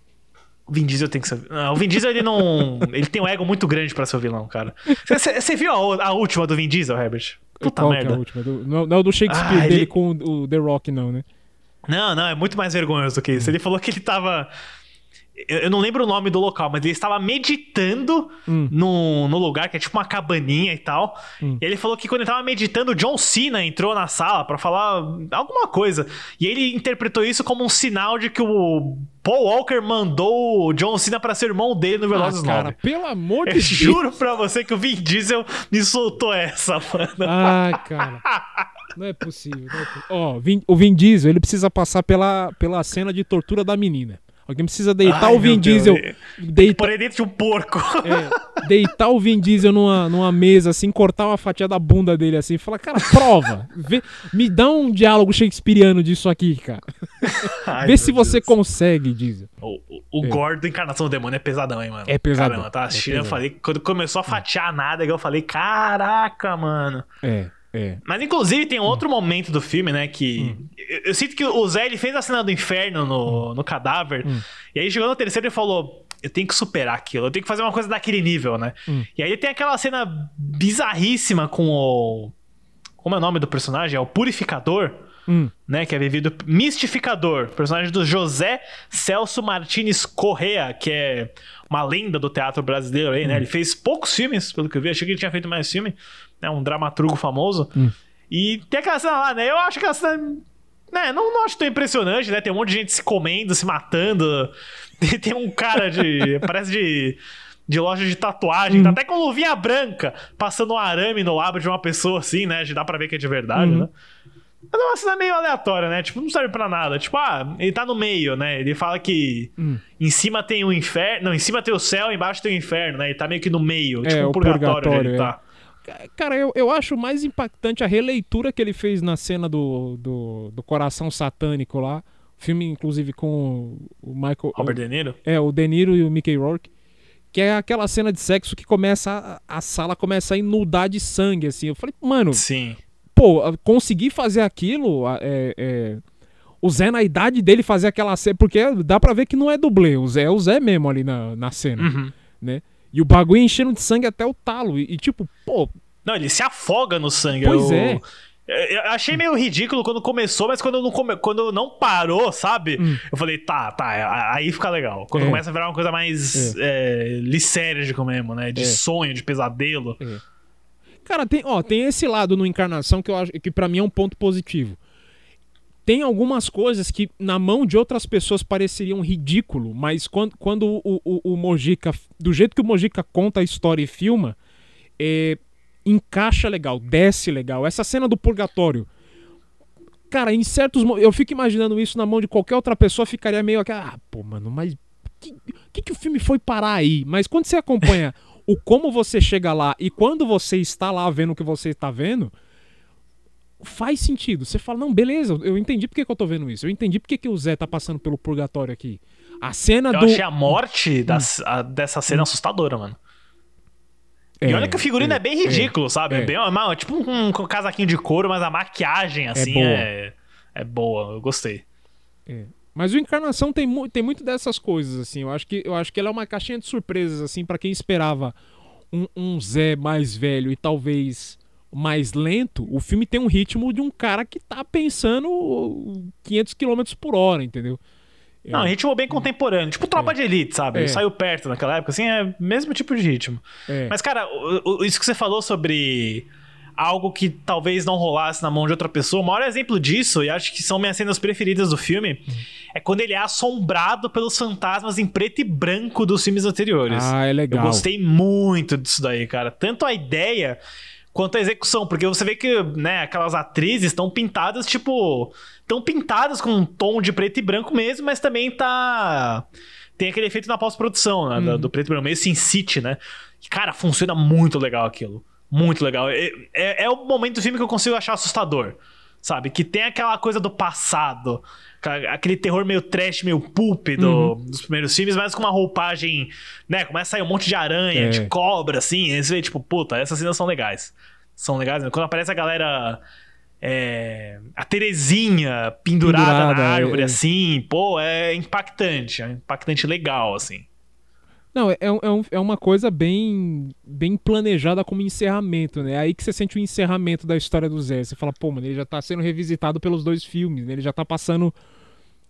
O Vin Diesel tem que ser. Não, o Vin Diesel, ele não. Ele tem um ego muito grande pra ser o vilão, cara. Você viu a, a última do Vin Diesel, Herbert? Puta Qual que é merda. a última? Do- não, não é o do Shakespeare Ah, dele ele- com o, o The Rock, não, né? Não, não, é muito mais vergonhoso do que isso. Ele falou que ele tava. Eu, eu não lembro o nome do local, mas ele estava meditando hum. no, no lugar, que é tipo uma cabaninha e tal. Hum. E ele falou que quando ele estava meditando, o John Cena entrou na sala pra falar alguma coisa. E ele interpretou isso como um sinal de que o Paul Walker mandou o John Cena pra ser irmão dele no Velozes ah, cara, nove. Pelo amor de eu Deus. Juro pra você que o Vin Diesel me soltou essa, mano. Ai, cara. Não é possível. Não é possível. Ó, Vin, o Vin Diesel, ele precisa passar pela, pela cena de tortura da menina. Alguém precisa deitar Ai, o Vin Deus Diesel. Deita... Por aí dentro de um porco. É, deitar o Vin Diesel numa, numa mesa, assim, cortar uma fatia da bunda dele assim e falar, cara, prova. Vê, me dá um diálogo shakespeariano disso aqui, cara. Ai, Vê se você Deus. consegue, Diesel. O, o, o é. gore do Encarnação do Demônio é pesadão, hein, mano? É pesadão. Caramba, tá assistindo, é eu falei, quando começou a fatiar nada, eu falei, caraca, mano. É. É. Mas inclusive tem outro hum. momento do filme, né, que hum. eu, eu sinto que o Zé, ele fez a cena do inferno no, no cadáver, hum. e aí chegou no terceiro e falou, eu tenho que superar aquilo, eu tenho que fazer uma coisa daquele nível, né. Hum. E aí tem aquela cena bizarríssima com o... Como é o nome do personagem? É o Purificador, hum. né, que é vivido... Mistificador, personagem do José Celso Martínez Correa, que é uma lenda do teatro brasileiro aí, né, hum. ele fez poucos filmes, pelo que eu vi, achei que ele tinha feito mais filme. É um dramaturgo famoso. Hum. E tem aquela cena lá, né? Eu acho que a cena... Né, não, não acho tão impressionante, né? Tem um monte de gente se comendo, se matando. Tem um cara de... parece de... de loja de tatuagem. Hum. Tá até com luvinha branca, passando um arame no lábio de uma pessoa assim, né? Dá pra ver que é de verdade, uhum. né? Mas é uma cena meio aleatória, né? Tipo, não serve pra nada. Tipo, ah, ele tá no meio, né? Ele fala que hum. em cima tem o inferno... Não, em cima tem o céu, embaixo tem o inferno, né? Ele tá meio que no meio. É, tipo, um o purgatório, purgatório onde ele é. tá. Cara, eu, eu acho mais impactante a releitura que ele fez na cena do, do, do Coração Satânico lá. Filme, inclusive, com o Michael... Robert o, De Niro? É, o De Niro e o Mickey Rourke. Que é aquela cena de sexo que começa... A, a sala começa a inundar de sangue, assim. Eu falei, mano... Sim. Pô, conseguir fazer aquilo... É, é, o Zé, na idade dele, fazer aquela cena... Porque dá pra ver que não é dublê. O Zé é o Zé mesmo ali na, na cena, uhum. né? E o bagulho enchendo de sangue até o talo. E, e tipo, pô... Não, ele se afoga no sangue. Pois eu... é. Eu achei meio ridículo quando começou, mas quando não, come... quando não parou, sabe? Hum. Eu falei, tá, tá, aí fica legal. Quando é. começa a virar uma coisa mais é. É, lisérgica mesmo, né? De é. sonho, de pesadelo. É. Cara, tem, ó, tem esse lado no Encarnação que eu acho que pra mim é um ponto positivo. Tem algumas coisas que na mão de outras pessoas pareceriam ridículo, mas quando, quando o, o, o Mojica, do jeito que o Mojica conta a história e filma, é, encaixa legal, desce legal. Essa cena do purgatório, cara, em certos momentos, eu fico imaginando isso na mão de qualquer outra pessoa, ficaria meio aqui, ah, pô, mano, mas que, que que o filme foi parar aí? Mas quando você acompanha o como você chega lá e quando você está lá vendo o que você está vendo, faz sentido. Você fala, não, beleza, eu entendi porque que eu tô vendo isso. Eu entendi porque que o Zé tá passando pelo purgatório aqui. A cena eu do... achei a morte das, a, dessa cena hum. assustadora, mano. É, e olha que o figurino é, é bem ridículo, é, sabe? É. É bem, é, tipo um, um casaquinho de couro, mas a maquiagem, assim, é boa. É, é boa. Eu gostei. É. Mas o Encarnação tem, mu- tem muito dessas coisas, assim. Eu acho que, eu acho que ela é uma caixinha de surpresas, assim, pra quem esperava um, um Zé mais velho e talvez... mais lento, o filme tem um ritmo de um cara que tá pensando quinhentos quilômetros por hora, entendeu? Não, é. ritmo bem contemporâneo, tipo Tropa é. de Elite, sabe? É. Ele saiu perto naquela época, assim, é o mesmo tipo de ritmo. É. Mas, cara, o, o, isso que você falou sobre algo que talvez não rolasse na mão de outra pessoa, o maior exemplo disso, e acho que são minhas cenas preferidas do filme, hum. é quando ele é assombrado pelos fantasmas em preto e branco dos filmes anteriores. Ah, é legal. Eu gostei muito disso daí, cara. Tanto a ideia... quanto a execução, porque você vê que, né, aquelas atrizes estão pintadas, tipo... estão pintadas com um tom de preto e branco mesmo, mas também tá... tem aquele efeito na pós-produção, né, uhum. do, do preto e branco, meio Sin City, né? Cara, funciona muito legal aquilo. Muito legal. É, é, é o momento do filme que eu consigo achar assustador, sabe? Que tem aquela coisa do passado, aquele terror meio trash, meio pulp do, uhum. dos primeiros filmes, mas com uma roupagem, né? Começa a sair um monte de aranha, é. de cobra, assim. Aí você vê, tipo, puta, essas cenas são legais. São legais. Quando aparece a galera... É, a Terezinha pendurada, pendurada na árvore, é. assim, pô, é impactante. É impactante legal, assim. Não, é, é, um, é uma coisa bem, bem planejada como encerramento, né? É aí que você sente o encerramento da história do Zé. Você fala, pô, mano, ele já tá sendo revisitado pelos dois filmes, né? Ele já tá passando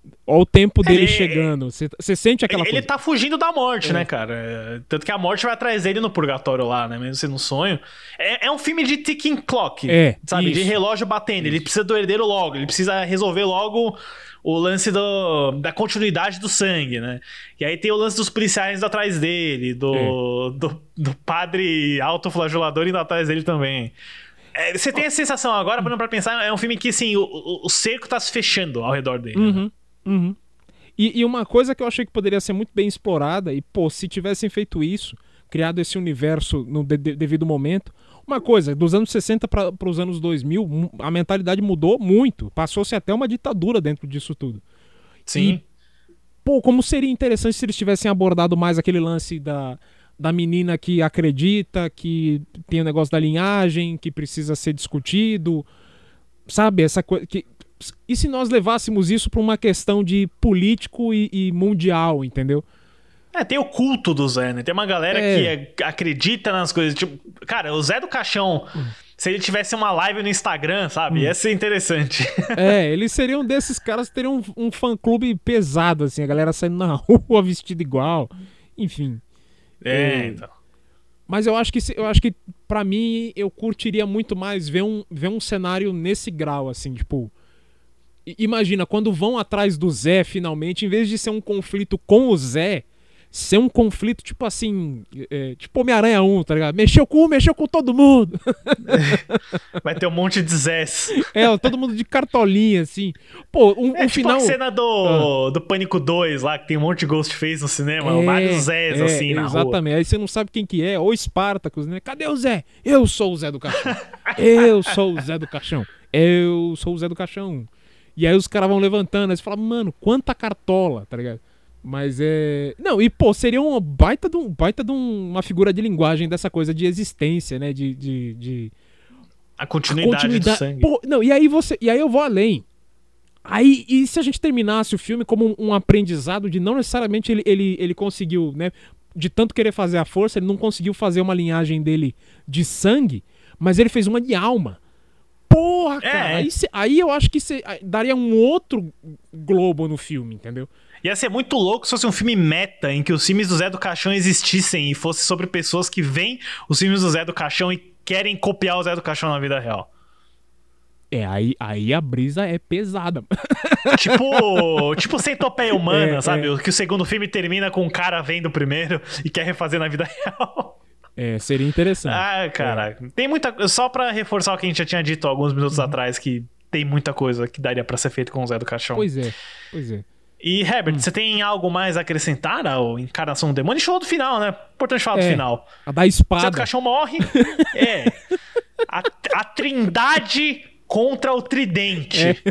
Olha o tempo dele ele, chegando. Você sente aquela ele, coisa. Ele tá fugindo da morte, é. né, cara? Tanto que a morte vai atrás dele no purgatório lá, né? Mesmo sendo um sonho. É, é um filme de ticking clock, é, sabe? isso. De relógio batendo. Isso. Ele precisa do herdeiro logo. Ele precisa resolver logo o lance do, da continuidade do sangue, né? E aí tem o lance dos policiais indo atrás dele, do, é. do, do padre autoflagelador indo atrás dele também. É, você tem a sensação agora, parando pra pensar, é um filme que, assim, o, o, o cerco tá se fechando ao redor dele. Uhum, né? uhum. E, e uma coisa que eu achei que poderia ser muito bem explorada, e, pô, se tivessem feito isso, criado esse universo no de, de, devido momento, uma coisa, dos anos sessenta para os anos dois mil, a mentalidade mudou muito, passou-se até uma ditadura dentro disso tudo. Sim. E, pô, como seria interessante se eles tivessem abordado mais aquele lance da... da menina que acredita, que tem o negócio da linhagem, que precisa ser discutido, sabe? Essa coisa que... E se nós levássemos isso para uma questão de político e, e mundial, entendeu? É, tem o culto do Zé, né? Tem uma galera é. que acredita nas coisas. Tipo, cara, o Zé do Caixão, hum. se ele tivesse uma live no Instagram, sabe? Hum. Ia ser interessante. É, eles seriam desses caras que teriam um, um fã-clube pesado, assim, a galera saindo na rua vestida igual, enfim. É, então. Mas eu acho que, eu acho que pra mim, eu curtiria muito mais ver um, ver um cenário nesse grau, assim, tipo... Imagina, quando vão atrás do Zé, finalmente, em vez de ser um conflito com o Zé, ser um conflito, tipo assim, é, tipo Homem-Aranha um, tá ligado? Mexeu com um, mexeu com todo mundo. Vai ter um monte de Zés. É, todo mundo de cartolinha, assim. Pô, um, é, um tipo final... a cena do, ah. do Pânico dois lá, que tem um monte de Ghostface no cinema, é, vários Zés, é, assim, na exatamente. rua. Exatamente, aí você não sabe quem que é, ou Spartacus, né? Cadê o Zé? Eu sou o Zé do Caixão. Eu sou o Zé do Caixão. Eu sou o Zé do Caixão. E aí os caras vão levantando, aí você fala, mano, quanta cartola, tá ligado? Mas é... Não, e pô, seria uma baita de, um, baita de um, uma figura de linguagem dessa coisa de existência, né? De... de, de... A, continuidade a continuidade do sangue. Pô, não, e aí, você, e aí eu vou além. Aí, e se a gente terminasse o filme como um, um aprendizado de não necessariamente ele, ele, ele conseguiu, né? De tanto querer fazer a força, ele não conseguiu fazer uma linhagem dele de sangue, mas ele fez uma de alma. Porra, cara, é. aí, aí eu acho que cê, daria um outro globo no filme, entendeu? Ia ser muito louco se fosse um filme meta, em que os filmes do Zé do Caixão existissem e fosse sobre pessoas que veem os filmes do Zé do Caixão e querem copiar o Zé do Caixão na vida real. É, aí, aí a brisa é pesada. Tipo, tipo Centopeia Humana, é, sabe? É. Que o segundo filme termina com um cara vendo o primeiro e quer refazer na vida real. É, seria interessante. Ah, caraca. É. Tem muita... Só pra reforçar o que a gente já tinha dito alguns minutos uhum. atrás, que tem muita coisa que daria pra ser feito com o Zé do Caixão. Pois é, pois é. E, Herbert, hum. você tem algo mais a acrescentar ao Encarnação do Demônio? A gente falou do final, né? Importante falar é, do final. A da espada. O Zé do Caixão morre. É. A, a trindade contra o tridente. É.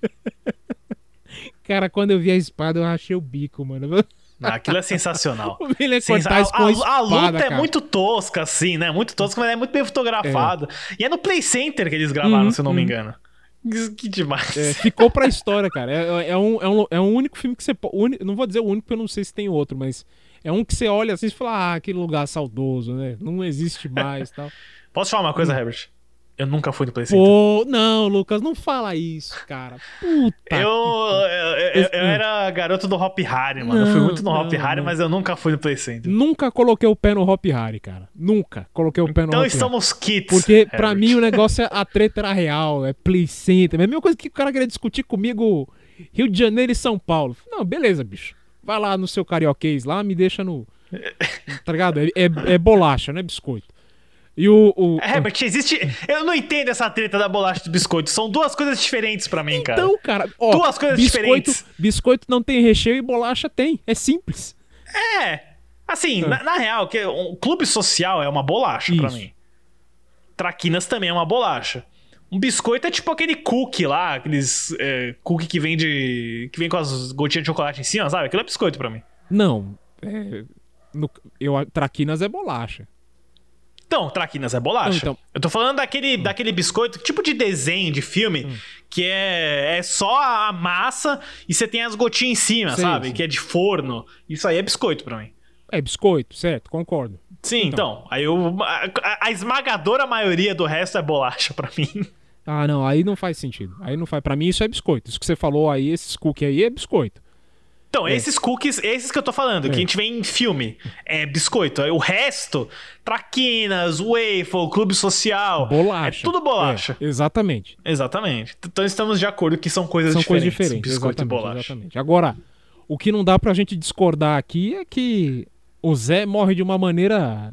Cara, quando eu vi a espada, eu rachei o bico, mano. Ah, aquilo é sensacional. Ele é Sensa a, a, a, espada, a luta cara. é muito tosca, assim, né? Muito tosca, mas é muito bem fotografada. É. E é no Play Center que eles gravaram, hum, se eu não hum. me engano. Que demais. É, ficou pra história, cara. É, é, um, é, um, é um único filme que você... Uni, não vou dizer o único, porque eu não sei se tem outro, mas... É um que você olha assim e fala, ah, aquele lugar saudoso, né? Não existe mais e tal. Posso falar uma coisa, hum. Herbert? Eu nunca fui no Play Center. Pô, não, Lucas, não fala isso, cara. Puta. Eu, eu, eu, eu era garoto do Hop Harry, mano. Não, eu fui muito no Hop Harry, mas eu nunca fui no Play Center. Nunca coloquei o pé no Hop Harry, cara. Nunca coloquei o pé no então Hop Harry. Então estamos kits. Porque Herbert. Pra mim o negócio é a treta era real, é Play Center. É a mesma coisa que o cara queria discutir comigo Rio de Janeiro e São Paulo. Não, beleza, bicho. Vai lá no seu carioquês lá, me deixa no... Tá ligado? É, é, é bolacha, não é biscoito. E o, o... Herbert, existe... Eu não entendo essa treta da bolacha e do biscoito. São duas coisas diferentes pra mim, então, cara. Então, cara... Ó, duas coisas biscoito, diferentes. Biscoito não tem recheio e bolacha tem. É simples. É. Assim, é. Na, na real, que um clube social é uma bolacha Isso. pra mim. Traquinas também é uma bolacha. Um biscoito é tipo aquele cookie lá, aqueles é, cookie que vem de... que vem com as gotinhas de chocolate em cima, sabe? Aquilo é biscoito pra mim. Não. É, no, eu, traquinas é bolacha. Então, traquinas é bolacha. Então, eu tô falando daquele, hum. daquele biscoito, tipo de desenho, de filme, hum. que é, é só a massa e você tem as gotinhas em cima, sim, sabe? Sim. Que é de forno. Isso aí é biscoito pra mim. É biscoito, certo, concordo. Sim, então. então aí eu, a, a esmagadora maioria do resto é bolacha pra mim. Ah, não, aí não faz sentido. Aí não faz. Pra mim isso é biscoito. Isso que você falou aí, esses cookies aí é biscoito. Então, é. esses cookies, esses que eu tô falando, é. que a gente vê em filme, é biscoito. O resto, traquinas, waffle, clube social, bolacha. É tudo bolacha. É, exatamente. Exatamente. Então estamos de acordo que são coisas são diferentes. São coisas diferentes, biscoito exatamente, e bolacha. Exatamente. Agora, o que não dá pra gente discordar aqui é que o Zé morre de uma maneira...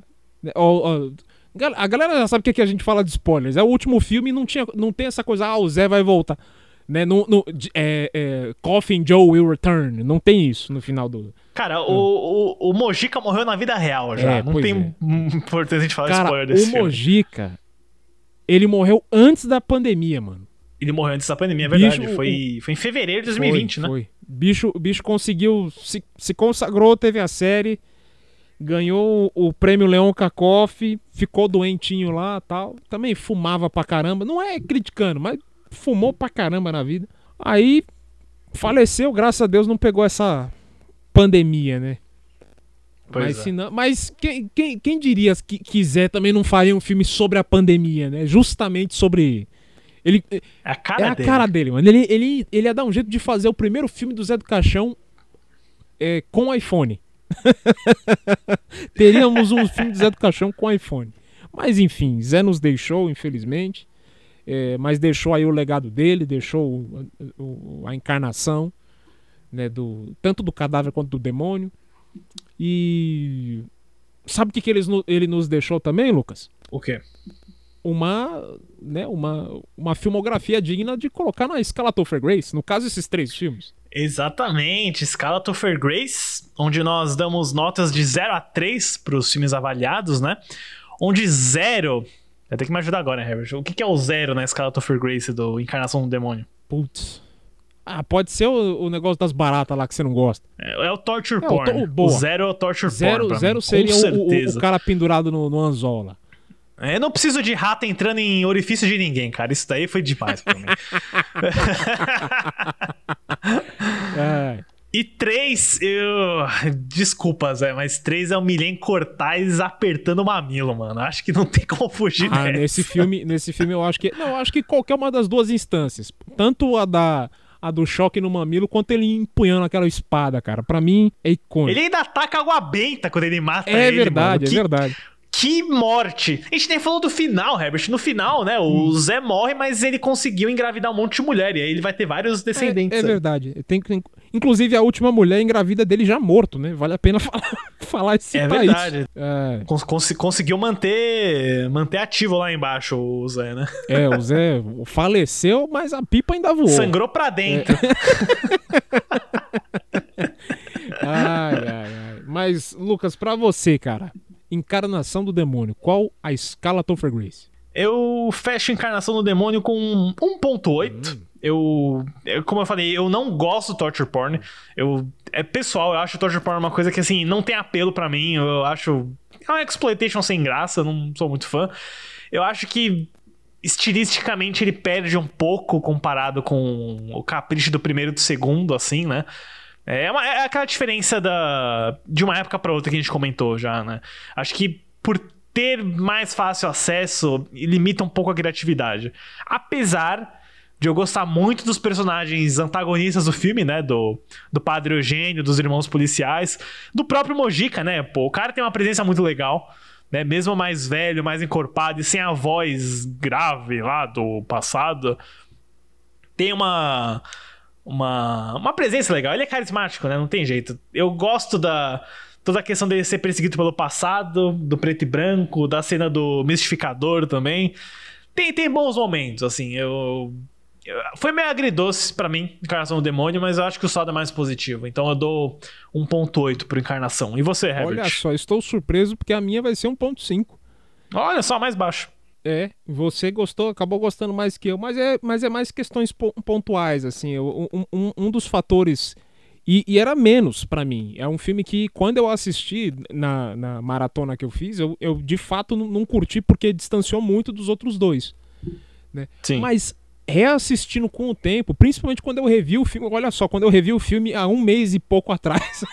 A galera já sabe o que a gente fala de spoilers. É o último filme e não, tinha, não tem essa coisa, ah, o Zé vai voltar. Né? No, no, é, é, Coffin Joe will return. Não tem isso no final do... Cara, hum. o, o, o Mojica morreu na vida real já. É, não tem é. importância a gente falar Cara, spoiler desse o filme. Mojica, ele morreu antes da pandemia, mano. Ele morreu antes da pandemia, é verdade. Bicho, foi, foi em fevereiro de dois mil e vinte, foi, né? Foi. Bicho, o bicho conseguiu, se, se consagrou, teve a série, ganhou o prêmio Leon Kakoff, ficou doentinho lá e tal. Também fumava pra caramba. Não é criticando, mas fumou pra caramba na vida. Aí faleceu, graças a Deus não pegou essa pandemia, né? Pois mas é. se não, mas quem, quem, quem diria que quiser também não faria um filme sobre a pandemia, né? Justamente sobre... Ele, é a cara é a dele. cara dele, mano. Ele, ele, ele ia dar um jeito de fazer o primeiro filme do Zé do Caixão é, com iPhone. Teríamos um filme do Zé do Caixão com iPhone. Mas enfim, Zé nos deixou, infelizmente. É, mas deixou aí o legado dele, deixou o, o, a encarnação, né, do, tanto do cadáver quanto do demônio. E sabe o que, que eles, ele nos deixou também, Lucas? O quê? Uma, né, uma, uma filmografia digna de colocar na escala Topher Grace, no caso esses três filmes. Exatamente, escala Topher Grace, onde nós damos notas de zero a três para os filmes avaliados, né? Onde zero... Vai ter que me ajudar agora, né, Herbert? O que é o zero na escala Topher Grace do Encarnação do Demônio? Putz. Ah, pode ser o, o negócio das baratas lá que você não gosta. É, é o Torture é, Porn. O, to, o zero é o Torture zero, Porn. Zero mim, seria o, o, o cara pendurado no, no anzol lá. Eu não preciso de rato entrando em orifício de ninguém, cara. Isso daí foi demais pra mim. é. E três, eu... Desculpa, Zé, mas três é o Milen Cortais apertando o mamilo, mano. Acho que não tem como fugir ah, dessa. Nesse filme, nesse filme eu acho que... Não, eu acho que qualquer uma das duas instâncias. Tanto a da... A do choque no mamilo, quanto ele empunhando aquela espada, cara. Pra mim, é icônico. Ele ainda ataca água benta quando ele mata é ele, verdade, mano. É que, verdade, Que morte! A gente nem falou do final, Herbert. No final, né, o hum. Zé morre, mas ele conseguiu engravidar um monte de mulher. E aí ele vai ter vários descendentes. É, é verdade. Tem, tem, inclusive, a última mulher engravida dele já morto, né? Vale a pena falar, falar esse É país. verdade. É. Cons cons conseguiu manter, manter ativo lá embaixo o Zé, né? É, o Zé faleceu, mas a pipa ainda voou. Sangrou pra dentro. É. ai, ai, ai. Mas, Lucas, pra você, cara... Encarnação do Demônio, qual a escala Topher Grace? Eu fecho Encarnação do Demônio com um ponto oito. Hum. Eu, eu, como eu falei, eu não gosto do Torture Porn. Eu, é pessoal, eu acho o Torture Porn uma coisa que, assim, não tem apelo pra mim. Eu acho... É uma exploitation sem graça, eu não sou muito fã. Eu acho que, estilisticamente, ele perde um pouco comparado com o capricho do primeiro e do segundo, assim, né? É, uma, é aquela diferença da, de uma época pra outra que a gente comentou já, né? Acho que por ter mais fácil acesso, limita um pouco a criatividade. Apesar de eu gostar muito dos personagens antagonistas do filme, né? Do, do Padre Eugênio, dos irmãos policiais, do próprio Mojica, né? Pô, o cara tem uma presença muito legal, né? Mesmo mais velho, mais encorpado e sem a voz grave lá do passado, tem uma... Uma, uma presença legal. Ele é carismático, né? Não tem jeito. Eu gosto da... Toda a questão dele ser perseguido pelo passado, do preto e branco, da cena do mistificador também. Tem, tem bons momentos, assim. Eu, eu foi meio agridoce pra mim, Encarnação do Demônio, mas eu acho que o saldo é mais positivo. Então eu dou um ponto oito pro Encarnação. E você, Herbert? Olha só, estou surpreso porque a minha vai ser um ponto cinco. Olha só, mais baixo. É, você gostou, acabou gostando mais que eu, mas é, mas é mais questões pontuais, assim, eu, um, um, um dos fatores, e, e era menos pra mim, é um filme que quando eu assisti na, na maratona que eu fiz, eu, eu de fato não, não curti porque distanciou muito dos outros dois, né? Sim. Mas reassistindo com o tempo, principalmente quando eu revi o filme, olha só, quando eu revi o filme há um mês e pouco atrás,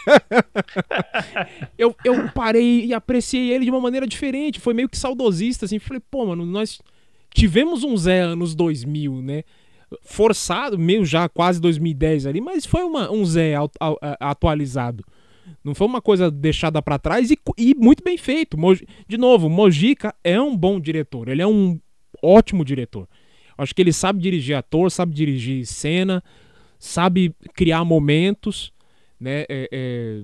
eu, eu parei e apreciei ele de uma maneira diferente, foi meio que saudosista, assim, falei, pô, mano, nós tivemos um Zé anos dois mil, né? Forçado, meio já quase dois mil e dez ali, mas foi uma, um Zé atualizado. Não foi uma coisa deixada pra trás e, e muito bem feito. De novo, Mojica é um bom diretor, ele é um ótimo diretor. Acho que ele sabe dirigir ator, sabe dirigir cena, sabe criar momentos, né? É, é...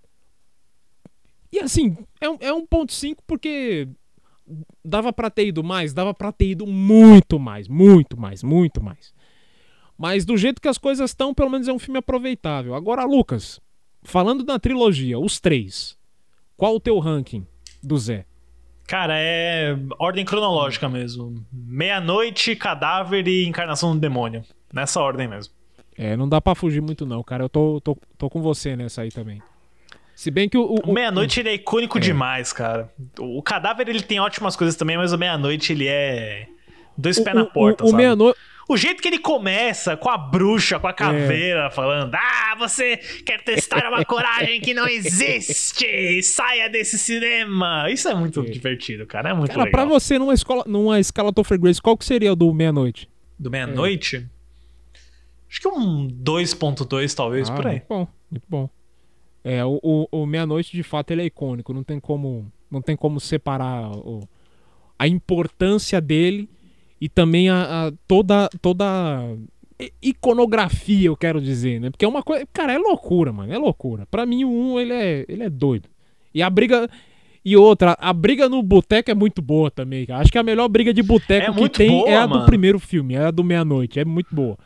E assim, é um, é um ponto cinco porque dava pra ter ido mais, dava pra ter ido muito mais, muito mais, muito mais. Mas do jeito que as coisas estão, pelo menos é um filme aproveitável. Agora, Lucas, falando da trilogia, os três, qual o teu ranking do Zé? Cara, é ordem cronológica mesmo. Meia-Noite, Cadáver e Encarnação do Demônio. Nessa ordem mesmo. É, não dá pra fugir muito não, cara. Eu tô, tô, tô com você nessa aí também. Se bem que o... o, o Meia-Noite o... ele é icônico é. demais, cara. O Cadáver ele tem ótimas coisas também, mas o Meia-Noite ele é... Dois pés na porta, o, o, sabe? O Meia-Noite... O jeito que ele começa com a bruxa, com a caveira, é. falando: ah, você quer testar uma coragem que não existe, saia desse cinema. Isso é muito é. divertido, cara, é muito cara, legal. Pra você, numa, escola, numa escala Topher Grace, qual que seria o do Meia-Noite? Do Meia-Noite? É. Acho que um dois ponto dois, talvez, ah, por aí. Muito bom, muito bom. É, o, o, o Meia-Noite, de fato, ele é icônico, não tem como, não tem como separar o, a importância dele e também a, a toda, toda iconografia, eu quero dizer, né? Porque é uma coisa... Cara, é loucura, mano. É loucura. Pra mim, o um, ele é, ele é doido. E a briga... E outra, a briga no boteco é muito boa também, cara. Acho que a melhor briga de boteco é que tem boa, é a mano. do primeiro filme. É a do Meia-Noite. É muito boa.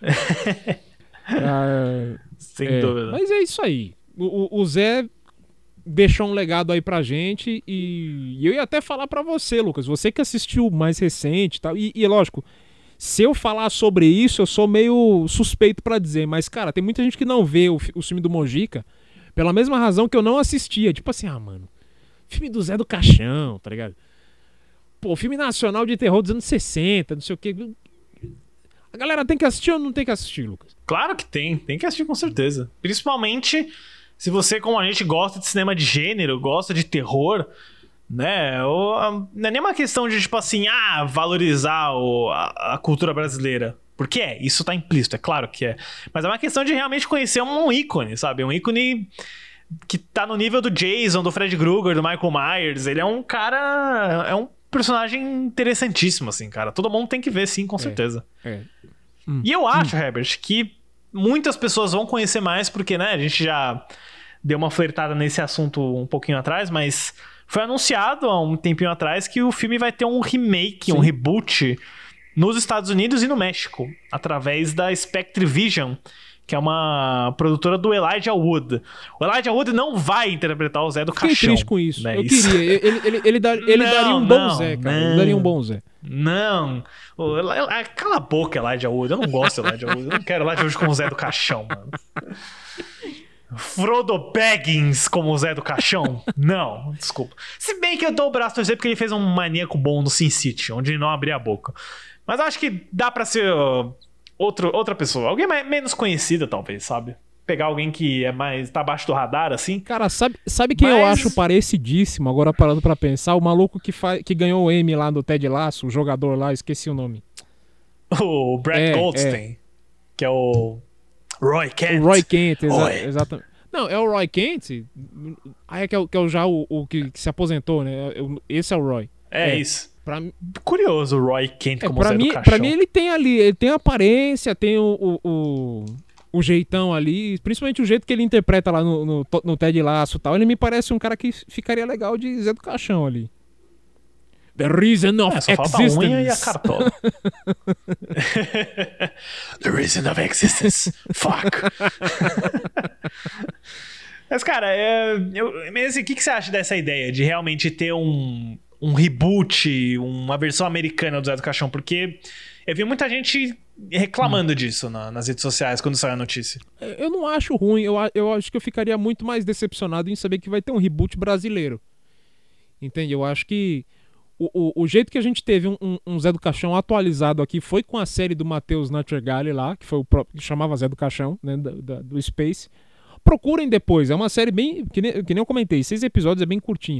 é, Sem é, dúvida. Mas é isso aí. O, o, o Zé... deixou um legado aí pra gente e, e eu ia até falar pra você, Lucas, você que assistiu mais recente e tal, e, e lógico, se eu falar sobre isso, eu sou meio suspeito pra dizer, mas cara, tem muita gente que não vê o, o filme do Mojica pela mesma razão que eu não assistia, tipo assim, ah mano, filme do Zé do Caixão, tá ligado? Pô, filme nacional de terror dos anos sessenta, não sei o que. A galera tem que assistir ou não tem que assistir, Lucas? Claro que tem, tem que assistir com certeza, principalmente... Se você, como a gente, gosta de cinema de gênero, gosta de terror, né? Ou, não é nem uma questão de, tipo assim, ah, valorizar o, a, a cultura brasileira. Porque é, isso tá implícito, é claro que é. Mas é uma questão de realmente conhecer um ícone, sabe? Um ícone que tá no nível do Jason, do Fred Krueger, do Michael Myers. Ele é um cara... É um personagem interessantíssimo, assim, cara. Todo mundo tem que ver, sim, com certeza. É. é. Hum, e eu acho, hum. Herbert, que muitas pessoas vão conhecer mais, porque, né, a gente já... deu uma flertada nesse assunto um pouquinho atrás, mas foi anunciado há um tempinho atrás que o filme vai ter um remake, Sim. um reboot nos Estados Unidos e no México, através da Spectre Vision, que é uma produtora do Elijah Wood. O Elijah Wood não vai interpretar o Zé do Fiquei Caixão. triste com isso. Né? Eu isso. queria. Ele, ele, ele, dar, ele não, daria um bom não, Zé, cara. Não, ele daria um bom Zé. Não. Cala a boca, Elijah Wood. Eu não gosto do Elijah Wood. Eu não quero Elijah Wood como o Zé do Caixão, mano. Frodo Baggins como o Zé do Caixão? Não, desculpa. Se bem que eu dou o braço a torcer porque ele fez um maníaco bom no Sin City, onde ele não abria a boca. Mas eu acho que dá pra ser uh, outro, outra pessoa. Alguém mais, menos conhecida, talvez, sabe? Pegar alguém que é mais... tá abaixo do radar, assim. Cara, sabe, sabe quem Mas... eu acho parecidíssimo, agora parando pra pensar? O maluco que, fa... que ganhou o Emmy lá no Ted Lasso, o jogador lá, esqueci o nome. O Brad é, Goldstein. É. Que é o... Roy Kent. O Roy Kent, exa exatamente. Não, é o Roy Kent. Ah, é que é, o, que é já o, o que, que se aposentou, né? Esse é o Roy. É, é isso. Pra... Curioso o Roy Kent é, como pra Zé mim, do Caixão. Pra mim ele tem ali, ele tem a aparência, tem o, o, o, o jeitão ali, principalmente o jeito que ele interpreta lá no, no, no Ted Lasso e tal. Ele me parece um cara que ficaria legal de Zé do Caixão ali. The reason of é, só existence. Falta a unha e a cartola. The reason of existence. Fuck. Mas, cara, é, eu, mas, assim, o que, que você acha dessa ideia de realmente ter um, um reboot, uma versão americana do Zé do Caixão? Porque eu vi muita gente reclamando hum. disso na, nas redes sociais quando saiu a notícia. Eu não acho ruim. Eu, eu acho que eu ficaria muito mais decepcionado em saber que vai ter um reboot brasileiro. Entende? Eu acho que O, o, o jeito que a gente teve um, um, um Zé do Caixão atualizado aqui foi com a série do Matheus Nattergali lá, que foi o próprio, que chamava Zé do Caixão, né, da, da, do Space. Procurem depois, é uma série bem, que nem, que nem eu comentei, seis episódios, é bem curtinha.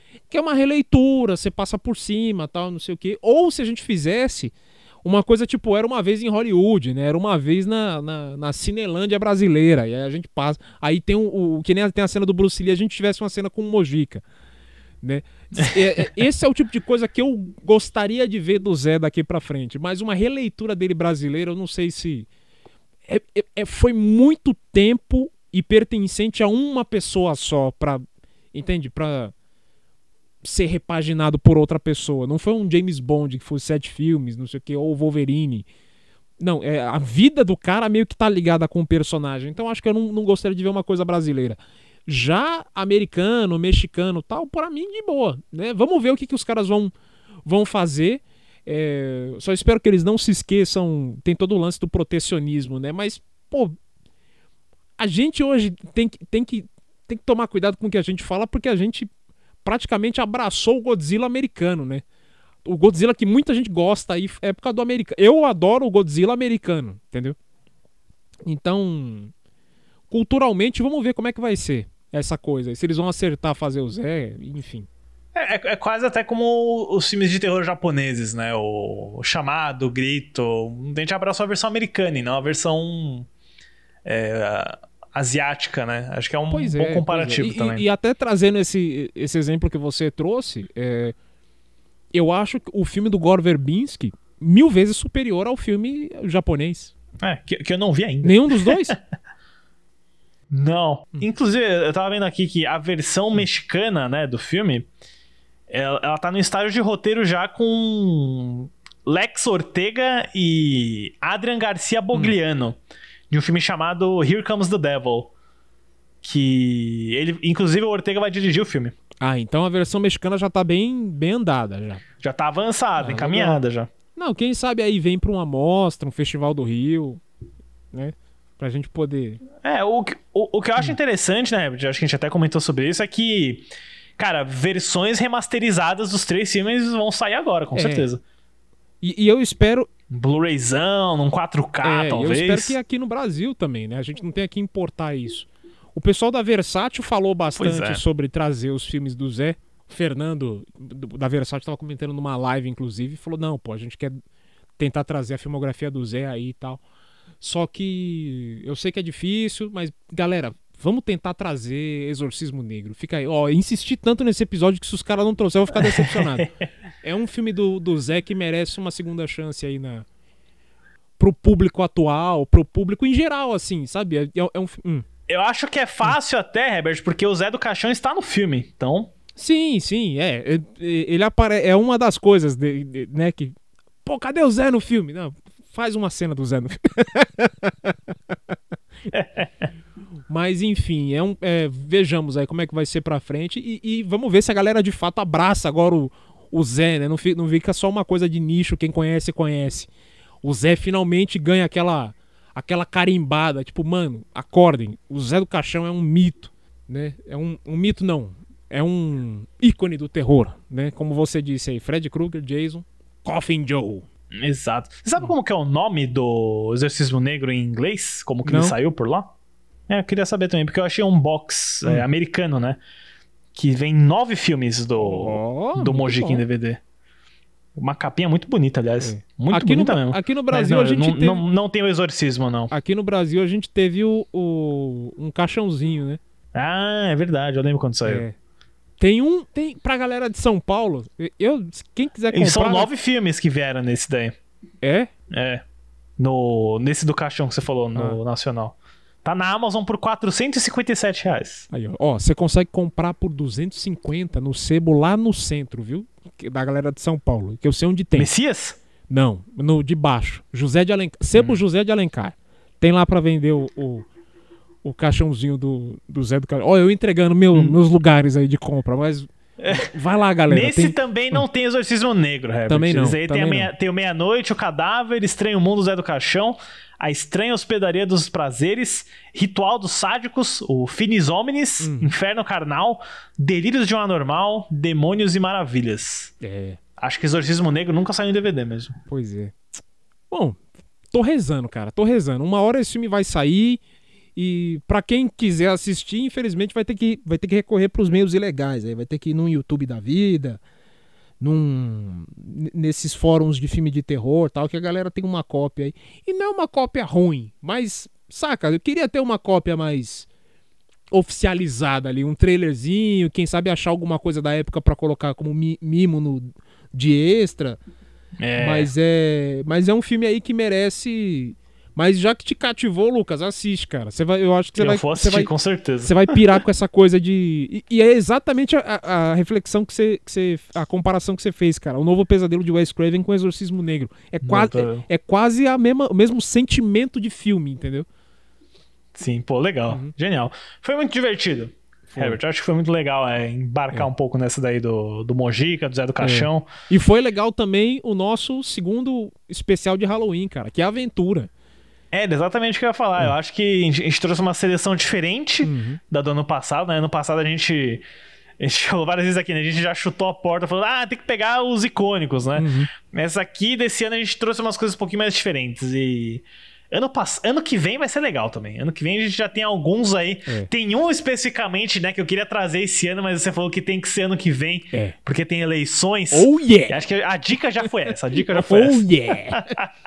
que é uma releitura, você passa por cima, tal, não sei o quê. Ou se a gente fizesse uma coisa tipo, era uma vez em Hollywood, né? Era uma vez na, na, na Cinelândia brasileira. E aí a gente passa. Aí tem o, o que nem tem a cena do Bruce Lee, a gente tivesse uma cena com o Mojica, né? Esse é o tipo de coisa que eu gostaria de ver do Zé daqui pra frente. Mas uma releitura dele brasileira, eu não sei se... É, é, foi muito tempo e pertencente a uma pessoa só pra... Entende? Pra ser repaginado por outra pessoa. Não foi um James Bond que foi sete filmes, não sei o que, ou Wolverine. Não, é, a vida do cara meio que tá ligada com o personagem. Então acho que eu não, não gostaria de ver uma coisa brasileira. Já americano, mexicano, tal, para mim de boa, né? Vamos ver o que, que os caras vão, vão fazer. É, só espero que eles não se esqueçam. Tem todo o lance do protecionismo, né? Mas, pô, a gente hoje tem que, tem que, tem que tomar cuidado com o que a gente fala, porque a gente praticamente abraçou o Godzilla americano, né? O Godzilla que muita gente gosta aí é por causa do americano. Eu adoro o Godzilla americano, entendeu? Então, culturalmente, vamos ver como é que vai ser essa coisa. Se eles vão acertar fazer o Zé, enfim. É, é, é quase até como os filmes de terror japoneses, né? O, o Chamado, o Grito. A gente abraçou a versão americana e não a versão é, asiática, né? Acho que é um pois bom é, comparativo é. E, também. E, e até trazendo esse, esse exemplo que você trouxe, é, eu acho que o filme do Gore Verbinski mil vezes superior ao filme japonês. É, que, que eu não vi ainda. Nenhum dos dois? Não. Hum. Inclusive, eu tava vendo aqui que a versão mexicana, né, do filme, ela, ela tá no estágio de roteiro já com Lex Ortega e Adrian Garcia Bogliano, hum. de um filme chamado Here Comes the Devil. Que ele, inclusive, o Ortega vai dirigir o filme. Ah, então a versão mexicana já tá bem, bem andada já. Já tá avançada, ah, encaminhada legal. já. Não, quem sabe aí vem pra uma mostra, um festival do Rio, né? Pra gente poder... É, o, o, o que eu acho interessante, né, acho que a gente até comentou sobre isso, é que, cara, versões remasterizadas dos três filmes vão sair agora, com é. certeza. E, e eu espero... Blu-rayzão, num quatro K, é, talvez. Eu espero que aqui no Brasil também, né? A gente não tenha que importar isso. O pessoal da Versátil falou bastante é. sobre trazer os filmes do Zé. O Fernando, da Versátil, estava comentando numa live, inclusive, e falou, não, pô, a gente quer tentar trazer a filmografia do Zé aí e tal. Só que eu sei que é difícil, mas, galera, vamos tentar trazer Exorcismo Negro. Fica aí. Ó, insisti tanto nesse episódio que se os caras não trouxerem, eu vou ficar decepcionado. É um filme do, do Zé que merece uma segunda chance aí na... pro público atual, pro público em geral, assim, sabe? É, é um... Hum. Eu acho que é fácil hum. até, Herbert, porque o Zé do Caixão está no filme, então... Sim, sim, é. Ele apare... É uma das coisas, de, de, né, que... Pô, cadê o Zé no filme? Não, faz uma cena do Zé no filme. Mas, enfim, é um, é, vejamos aí como é que vai ser pra frente e, e vamos ver se a galera de fato abraça agora o, o Zé, né? Não fica, não fica só uma coisa de nicho, quem conhece, conhece. O Zé finalmente ganha aquela, aquela carimbada, tipo, mano, acordem, o Zé do Caixão é um mito, né? É um, um mito não, é um ícone do terror, né? Como você disse aí, Fred Krueger, Jason, Coffin Joe. Exato. Você sabe como que é o nome do Exorcismo Negro em inglês? Como que não. ele saiu por lá? É, eu queria saber também, porque eu achei um box hum. é, americano, né? Que vem nove filmes do, oh, do Mojica em D V D. Uma capinha muito bonita, aliás. É. Muito aqui bonita no, mesmo. Aqui no Brasil não, a gente não, teve... não, não tem o Exorcismo, não. Aqui no Brasil a gente teve o, o, um caixãozinho, né? Ah, é verdade. Eu lembro quando saiu. É. Tem um... Tem, pra galera de São Paulo, eu, quem quiser comprar... E são nove filmes que vieram nesse daí. É? É. No, nesse do caixão que você falou, no ah. Nacional. Tá na Amazon por quatrocentos e cinquenta e sete reais. Aí, ó. Ó, você consegue comprar por duzentos e cinquenta no sebo lá no centro, viu? Da galera de São Paulo, que eu sei onde tem. Messias? Não, no de baixo. José de Alencar. Sebo hum. José de Alencar. Tem lá pra vender o, o, o caixãozinho do, do Zé do Caixão. Ó, eu entregando meu, hum. meus lugares aí de compra, mas... Vai lá, galera. Nesse tem... também não tem Exorcismo Negro, Herbert. Também não. Aí também tem, a meia, não. tem o Meia-Noite, o Cadáver, Estranho Mundo, Zé do Caixão, A Estranha Hospedaria dos Prazeres, Ritual dos Sádicos, o Finis Homines, hum. Inferno Carnal, Delírios de um Anormal, Demônios e Maravilhas. É. Acho que Exorcismo Negro nunca saiu em D V D mesmo. Pois é. Bom, tô rezando, cara. Tô rezando. Uma hora esse filme vai sair E pra quem quiser assistir, infelizmente vai ter que, vai ter que recorrer pros meios ilegais. Aí vai ter que ir no YouTube da vida, num, nesses fóruns de filme de terror, tal, que a galera tem uma cópia aí. E não é uma cópia ruim, mas, saca, eu queria ter uma cópia mais oficializada ali, um trailerzinho, quem sabe achar alguma coisa da época pra colocar como mi- mimo no, de extra. É. Mas é, mas é um filme aí que merece. Mas já que te cativou, Lucas, assiste, cara. Você vai, eu acho que você eu vai, vou você assistir, vai, com certeza. você vai pirar com essa coisa de. E, e é exatamente a, a reflexão que você, que você, a comparação que você fez, cara. O Novo Pesadelo de Wes Craven com o Exorcismo Negro. É quase, é, é quase a mesma, o mesmo sentimento de filme, entendeu? Sim, pô, legal, uhum. Genial. Foi muito divertido. Foi. Herbert, eu acho que foi muito legal é, embarcar é. um pouco nessa daí do, do Mojica, do Zé do Caixão. É. E foi legal também o nosso segundo especial de Halloween, cara, que é a Aventura. É, exatamente o que eu ia falar. Uhum. Eu acho que a gente trouxe uma seleção diferente uhum. da do ano passado, né? Ano passado a gente, a gente falou várias vezes aqui, né? A gente já chutou a porta falando, ah, tem que pegar os icônicos, né? Uhum. Essa aqui, desse ano, a gente trouxe umas coisas um pouquinho mais diferentes. E ano, pass... ano que vem vai ser legal também. Ano que vem a gente já tem alguns aí. É. Tem um especificamente, né, que eu queria trazer esse ano, mas você falou que tem que ser ano que vem, é. porque tem eleições. Oh, yeah! E acho que a dica já foi essa. A dica já foi oh, essa. Oh, yeah!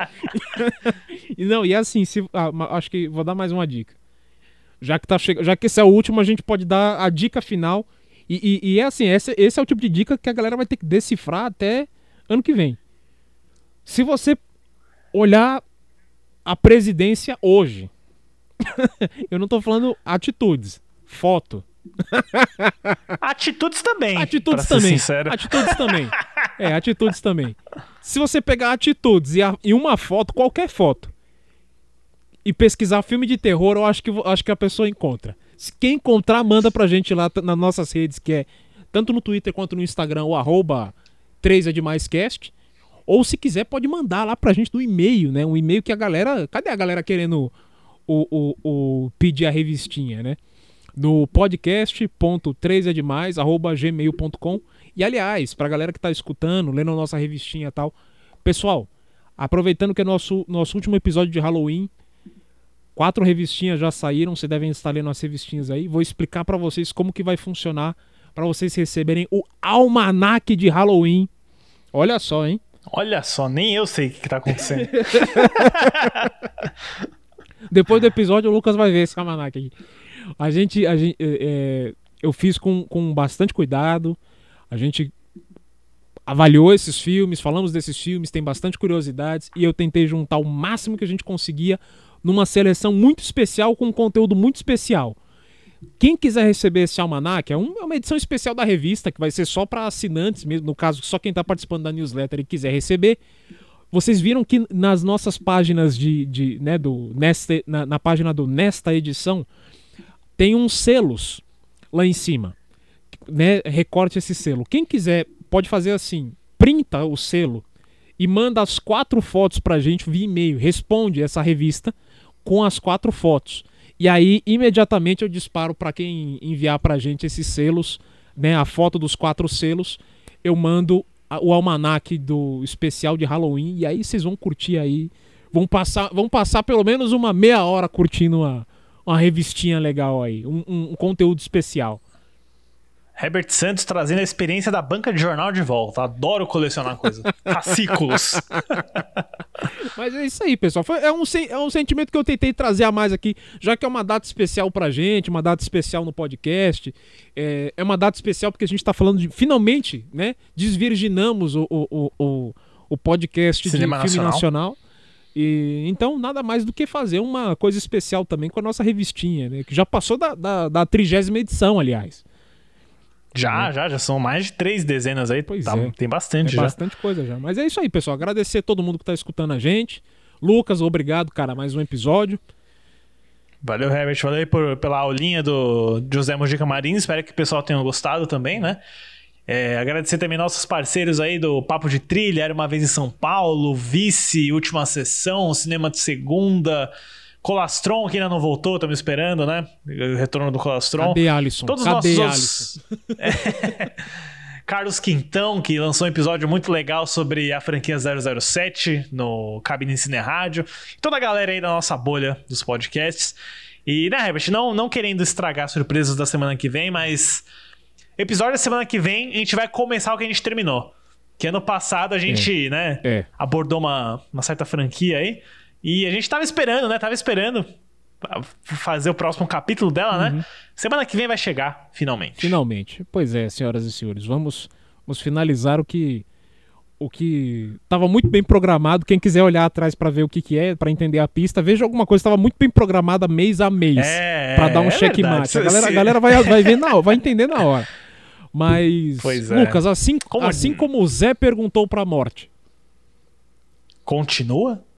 E não, e assim, se, ah, acho que vou dar mais uma dica. Já que, tá che... Já que esse é o último, a gente pode dar a dica final. E, e, e é assim, esse, esse é o tipo de dica que a galera vai ter que decifrar até ano que vem. Se você olhar a presidência hoje, eu não tô falando atitudes, foto. Atitudes também. Atitudes também. Atitudes também. É, atitudes também. Se você pegar atitudes e, a, e uma foto, qualquer foto, e pesquisar filme de terror, eu acho que, acho que a pessoa encontra. Se quem encontrar, manda pra gente lá nas nossas redes, que é tanto no Twitter quanto no Instagram, o arroba três é demais cast. Ou se quiser, pode mandar lá pra gente no e-mail, né? Um e-mail que a galera... Cadê a galera querendo o, o, o pedir a revistinha, né? No podcast ponto três é demais arroba gmail ponto com. E aliás, pra galera que tá escutando, lendo a nossa revistinha e tal, pessoal, aproveitando que é nosso, nosso último episódio de Halloween, quatro revistinhas já saíram, vocês devem estar lendo as revistinhas aí. Vou explicar pra vocês como que vai funcionar pra vocês receberem o almanaque de Halloween. Olha só, hein? Olha só, nem eu sei o que, que tá acontecendo. Depois do episódio, o Lucas vai ver esse almanaque aqui. A gente, a gente é, é, eu fiz com, com bastante cuidado. A gente avaliou esses filmes, falamos desses filmes, tem bastante curiosidades. E eu tentei juntar o máximo que a gente conseguia numa seleção muito especial, com um conteúdo muito especial. Quem quiser receber esse almanaque, é, um, é uma edição especial da revista, que vai ser só para assinantes mesmo, no caso, só quem está participando da newsletter e quiser receber. Vocês viram que nas nossas páginas de, de né, do nesta, na, na página do Nesta Edição, tem uns selos lá em cima, né? Recorte esse selo. Quem quiser pode fazer assim, printa o selo e manda as quatro fotos pra gente via e-mail, responde essa revista com as quatro fotos. E aí, imediatamente eu disparo para quem enviar pra gente esses selos, né, a foto dos quatro selos, eu mando a, o almanaque do especial de Halloween, e aí vocês vão curtir aí, vão passar, vão passar pelo menos uma meia hora curtindo uma, uma revistinha legal aí, um, um, um conteúdo especial. Herbert Santos trazendo a experiência da banca de jornal de volta. Adoro colecionar coisas. Fascículos. Mas é isso aí, pessoal. Foi, é, um, é um sentimento que eu tentei trazer a mais aqui, já que é uma data especial pra gente, uma data especial no podcast. É, é uma data especial porque a gente tá falando de... Finalmente, né? Desvirginamos o, o, o, o podcast Cinema de filme nacional. nacional. E, então, nada mais do que fazer uma coisa especial também com a nossa revistinha, né? Que já passou da, da, da trigésima edição, aliás. Já, é. já, já são mais de três dezenas aí. Pois tá, é. Tem bastante é já. bastante coisa já. Mas é isso aí, pessoal. Agradecer a todo mundo que tá escutando a gente. Lucas, obrigado, cara, mais um episódio. Valeu, Herbert. Valeu aí por, pela aulinha do José Mojica Marins. Espero que o pessoal tenha gostado também, né? É, agradecer também nossos parceiros aí do Papo de Trilha, Era Uma Vez em São Paulo, Vice, Última Sessão, Cinema de Segunda... Colastron, que ainda não voltou, estamos esperando, né? O retorno do Colastron. Cadê Alisson? Todos Cadê os nossos... Alisson? É. Carlos Quintão, que lançou um episódio muito legal sobre a franquia zero zero sete no Cabine Cine Rádio. Toda a galera aí da nossa bolha dos podcasts. E, né, Herbert, não, não querendo estragar surpresas da semana que vem, mas episódio da semana que vem a gente vai começar o que a gente terminou. Que ano passado a gente, é. né, é. abordou uma, uma certa franquia aí. E a gente tava esperando, né? Tava esperando fazer o próximo capítulo dela, uhum. né? Semana que vem vai chegar, finalmente. Finalmente. Pois é, senhoras e senhores. Vamos, vamos finalizar o que o que estava muito bem programado. Quem quiser olhar atrás para ver o que, que é, para entender a pista, veja alguma coisa que estava muito bem programada mês a mês. É, para dar um é checkmate. A galera, a galera vai, vai ver na hora, vai entender na hora. Mas, pois é. Lucas, assim como... assim como o Zé perguntou pra morte. Continua?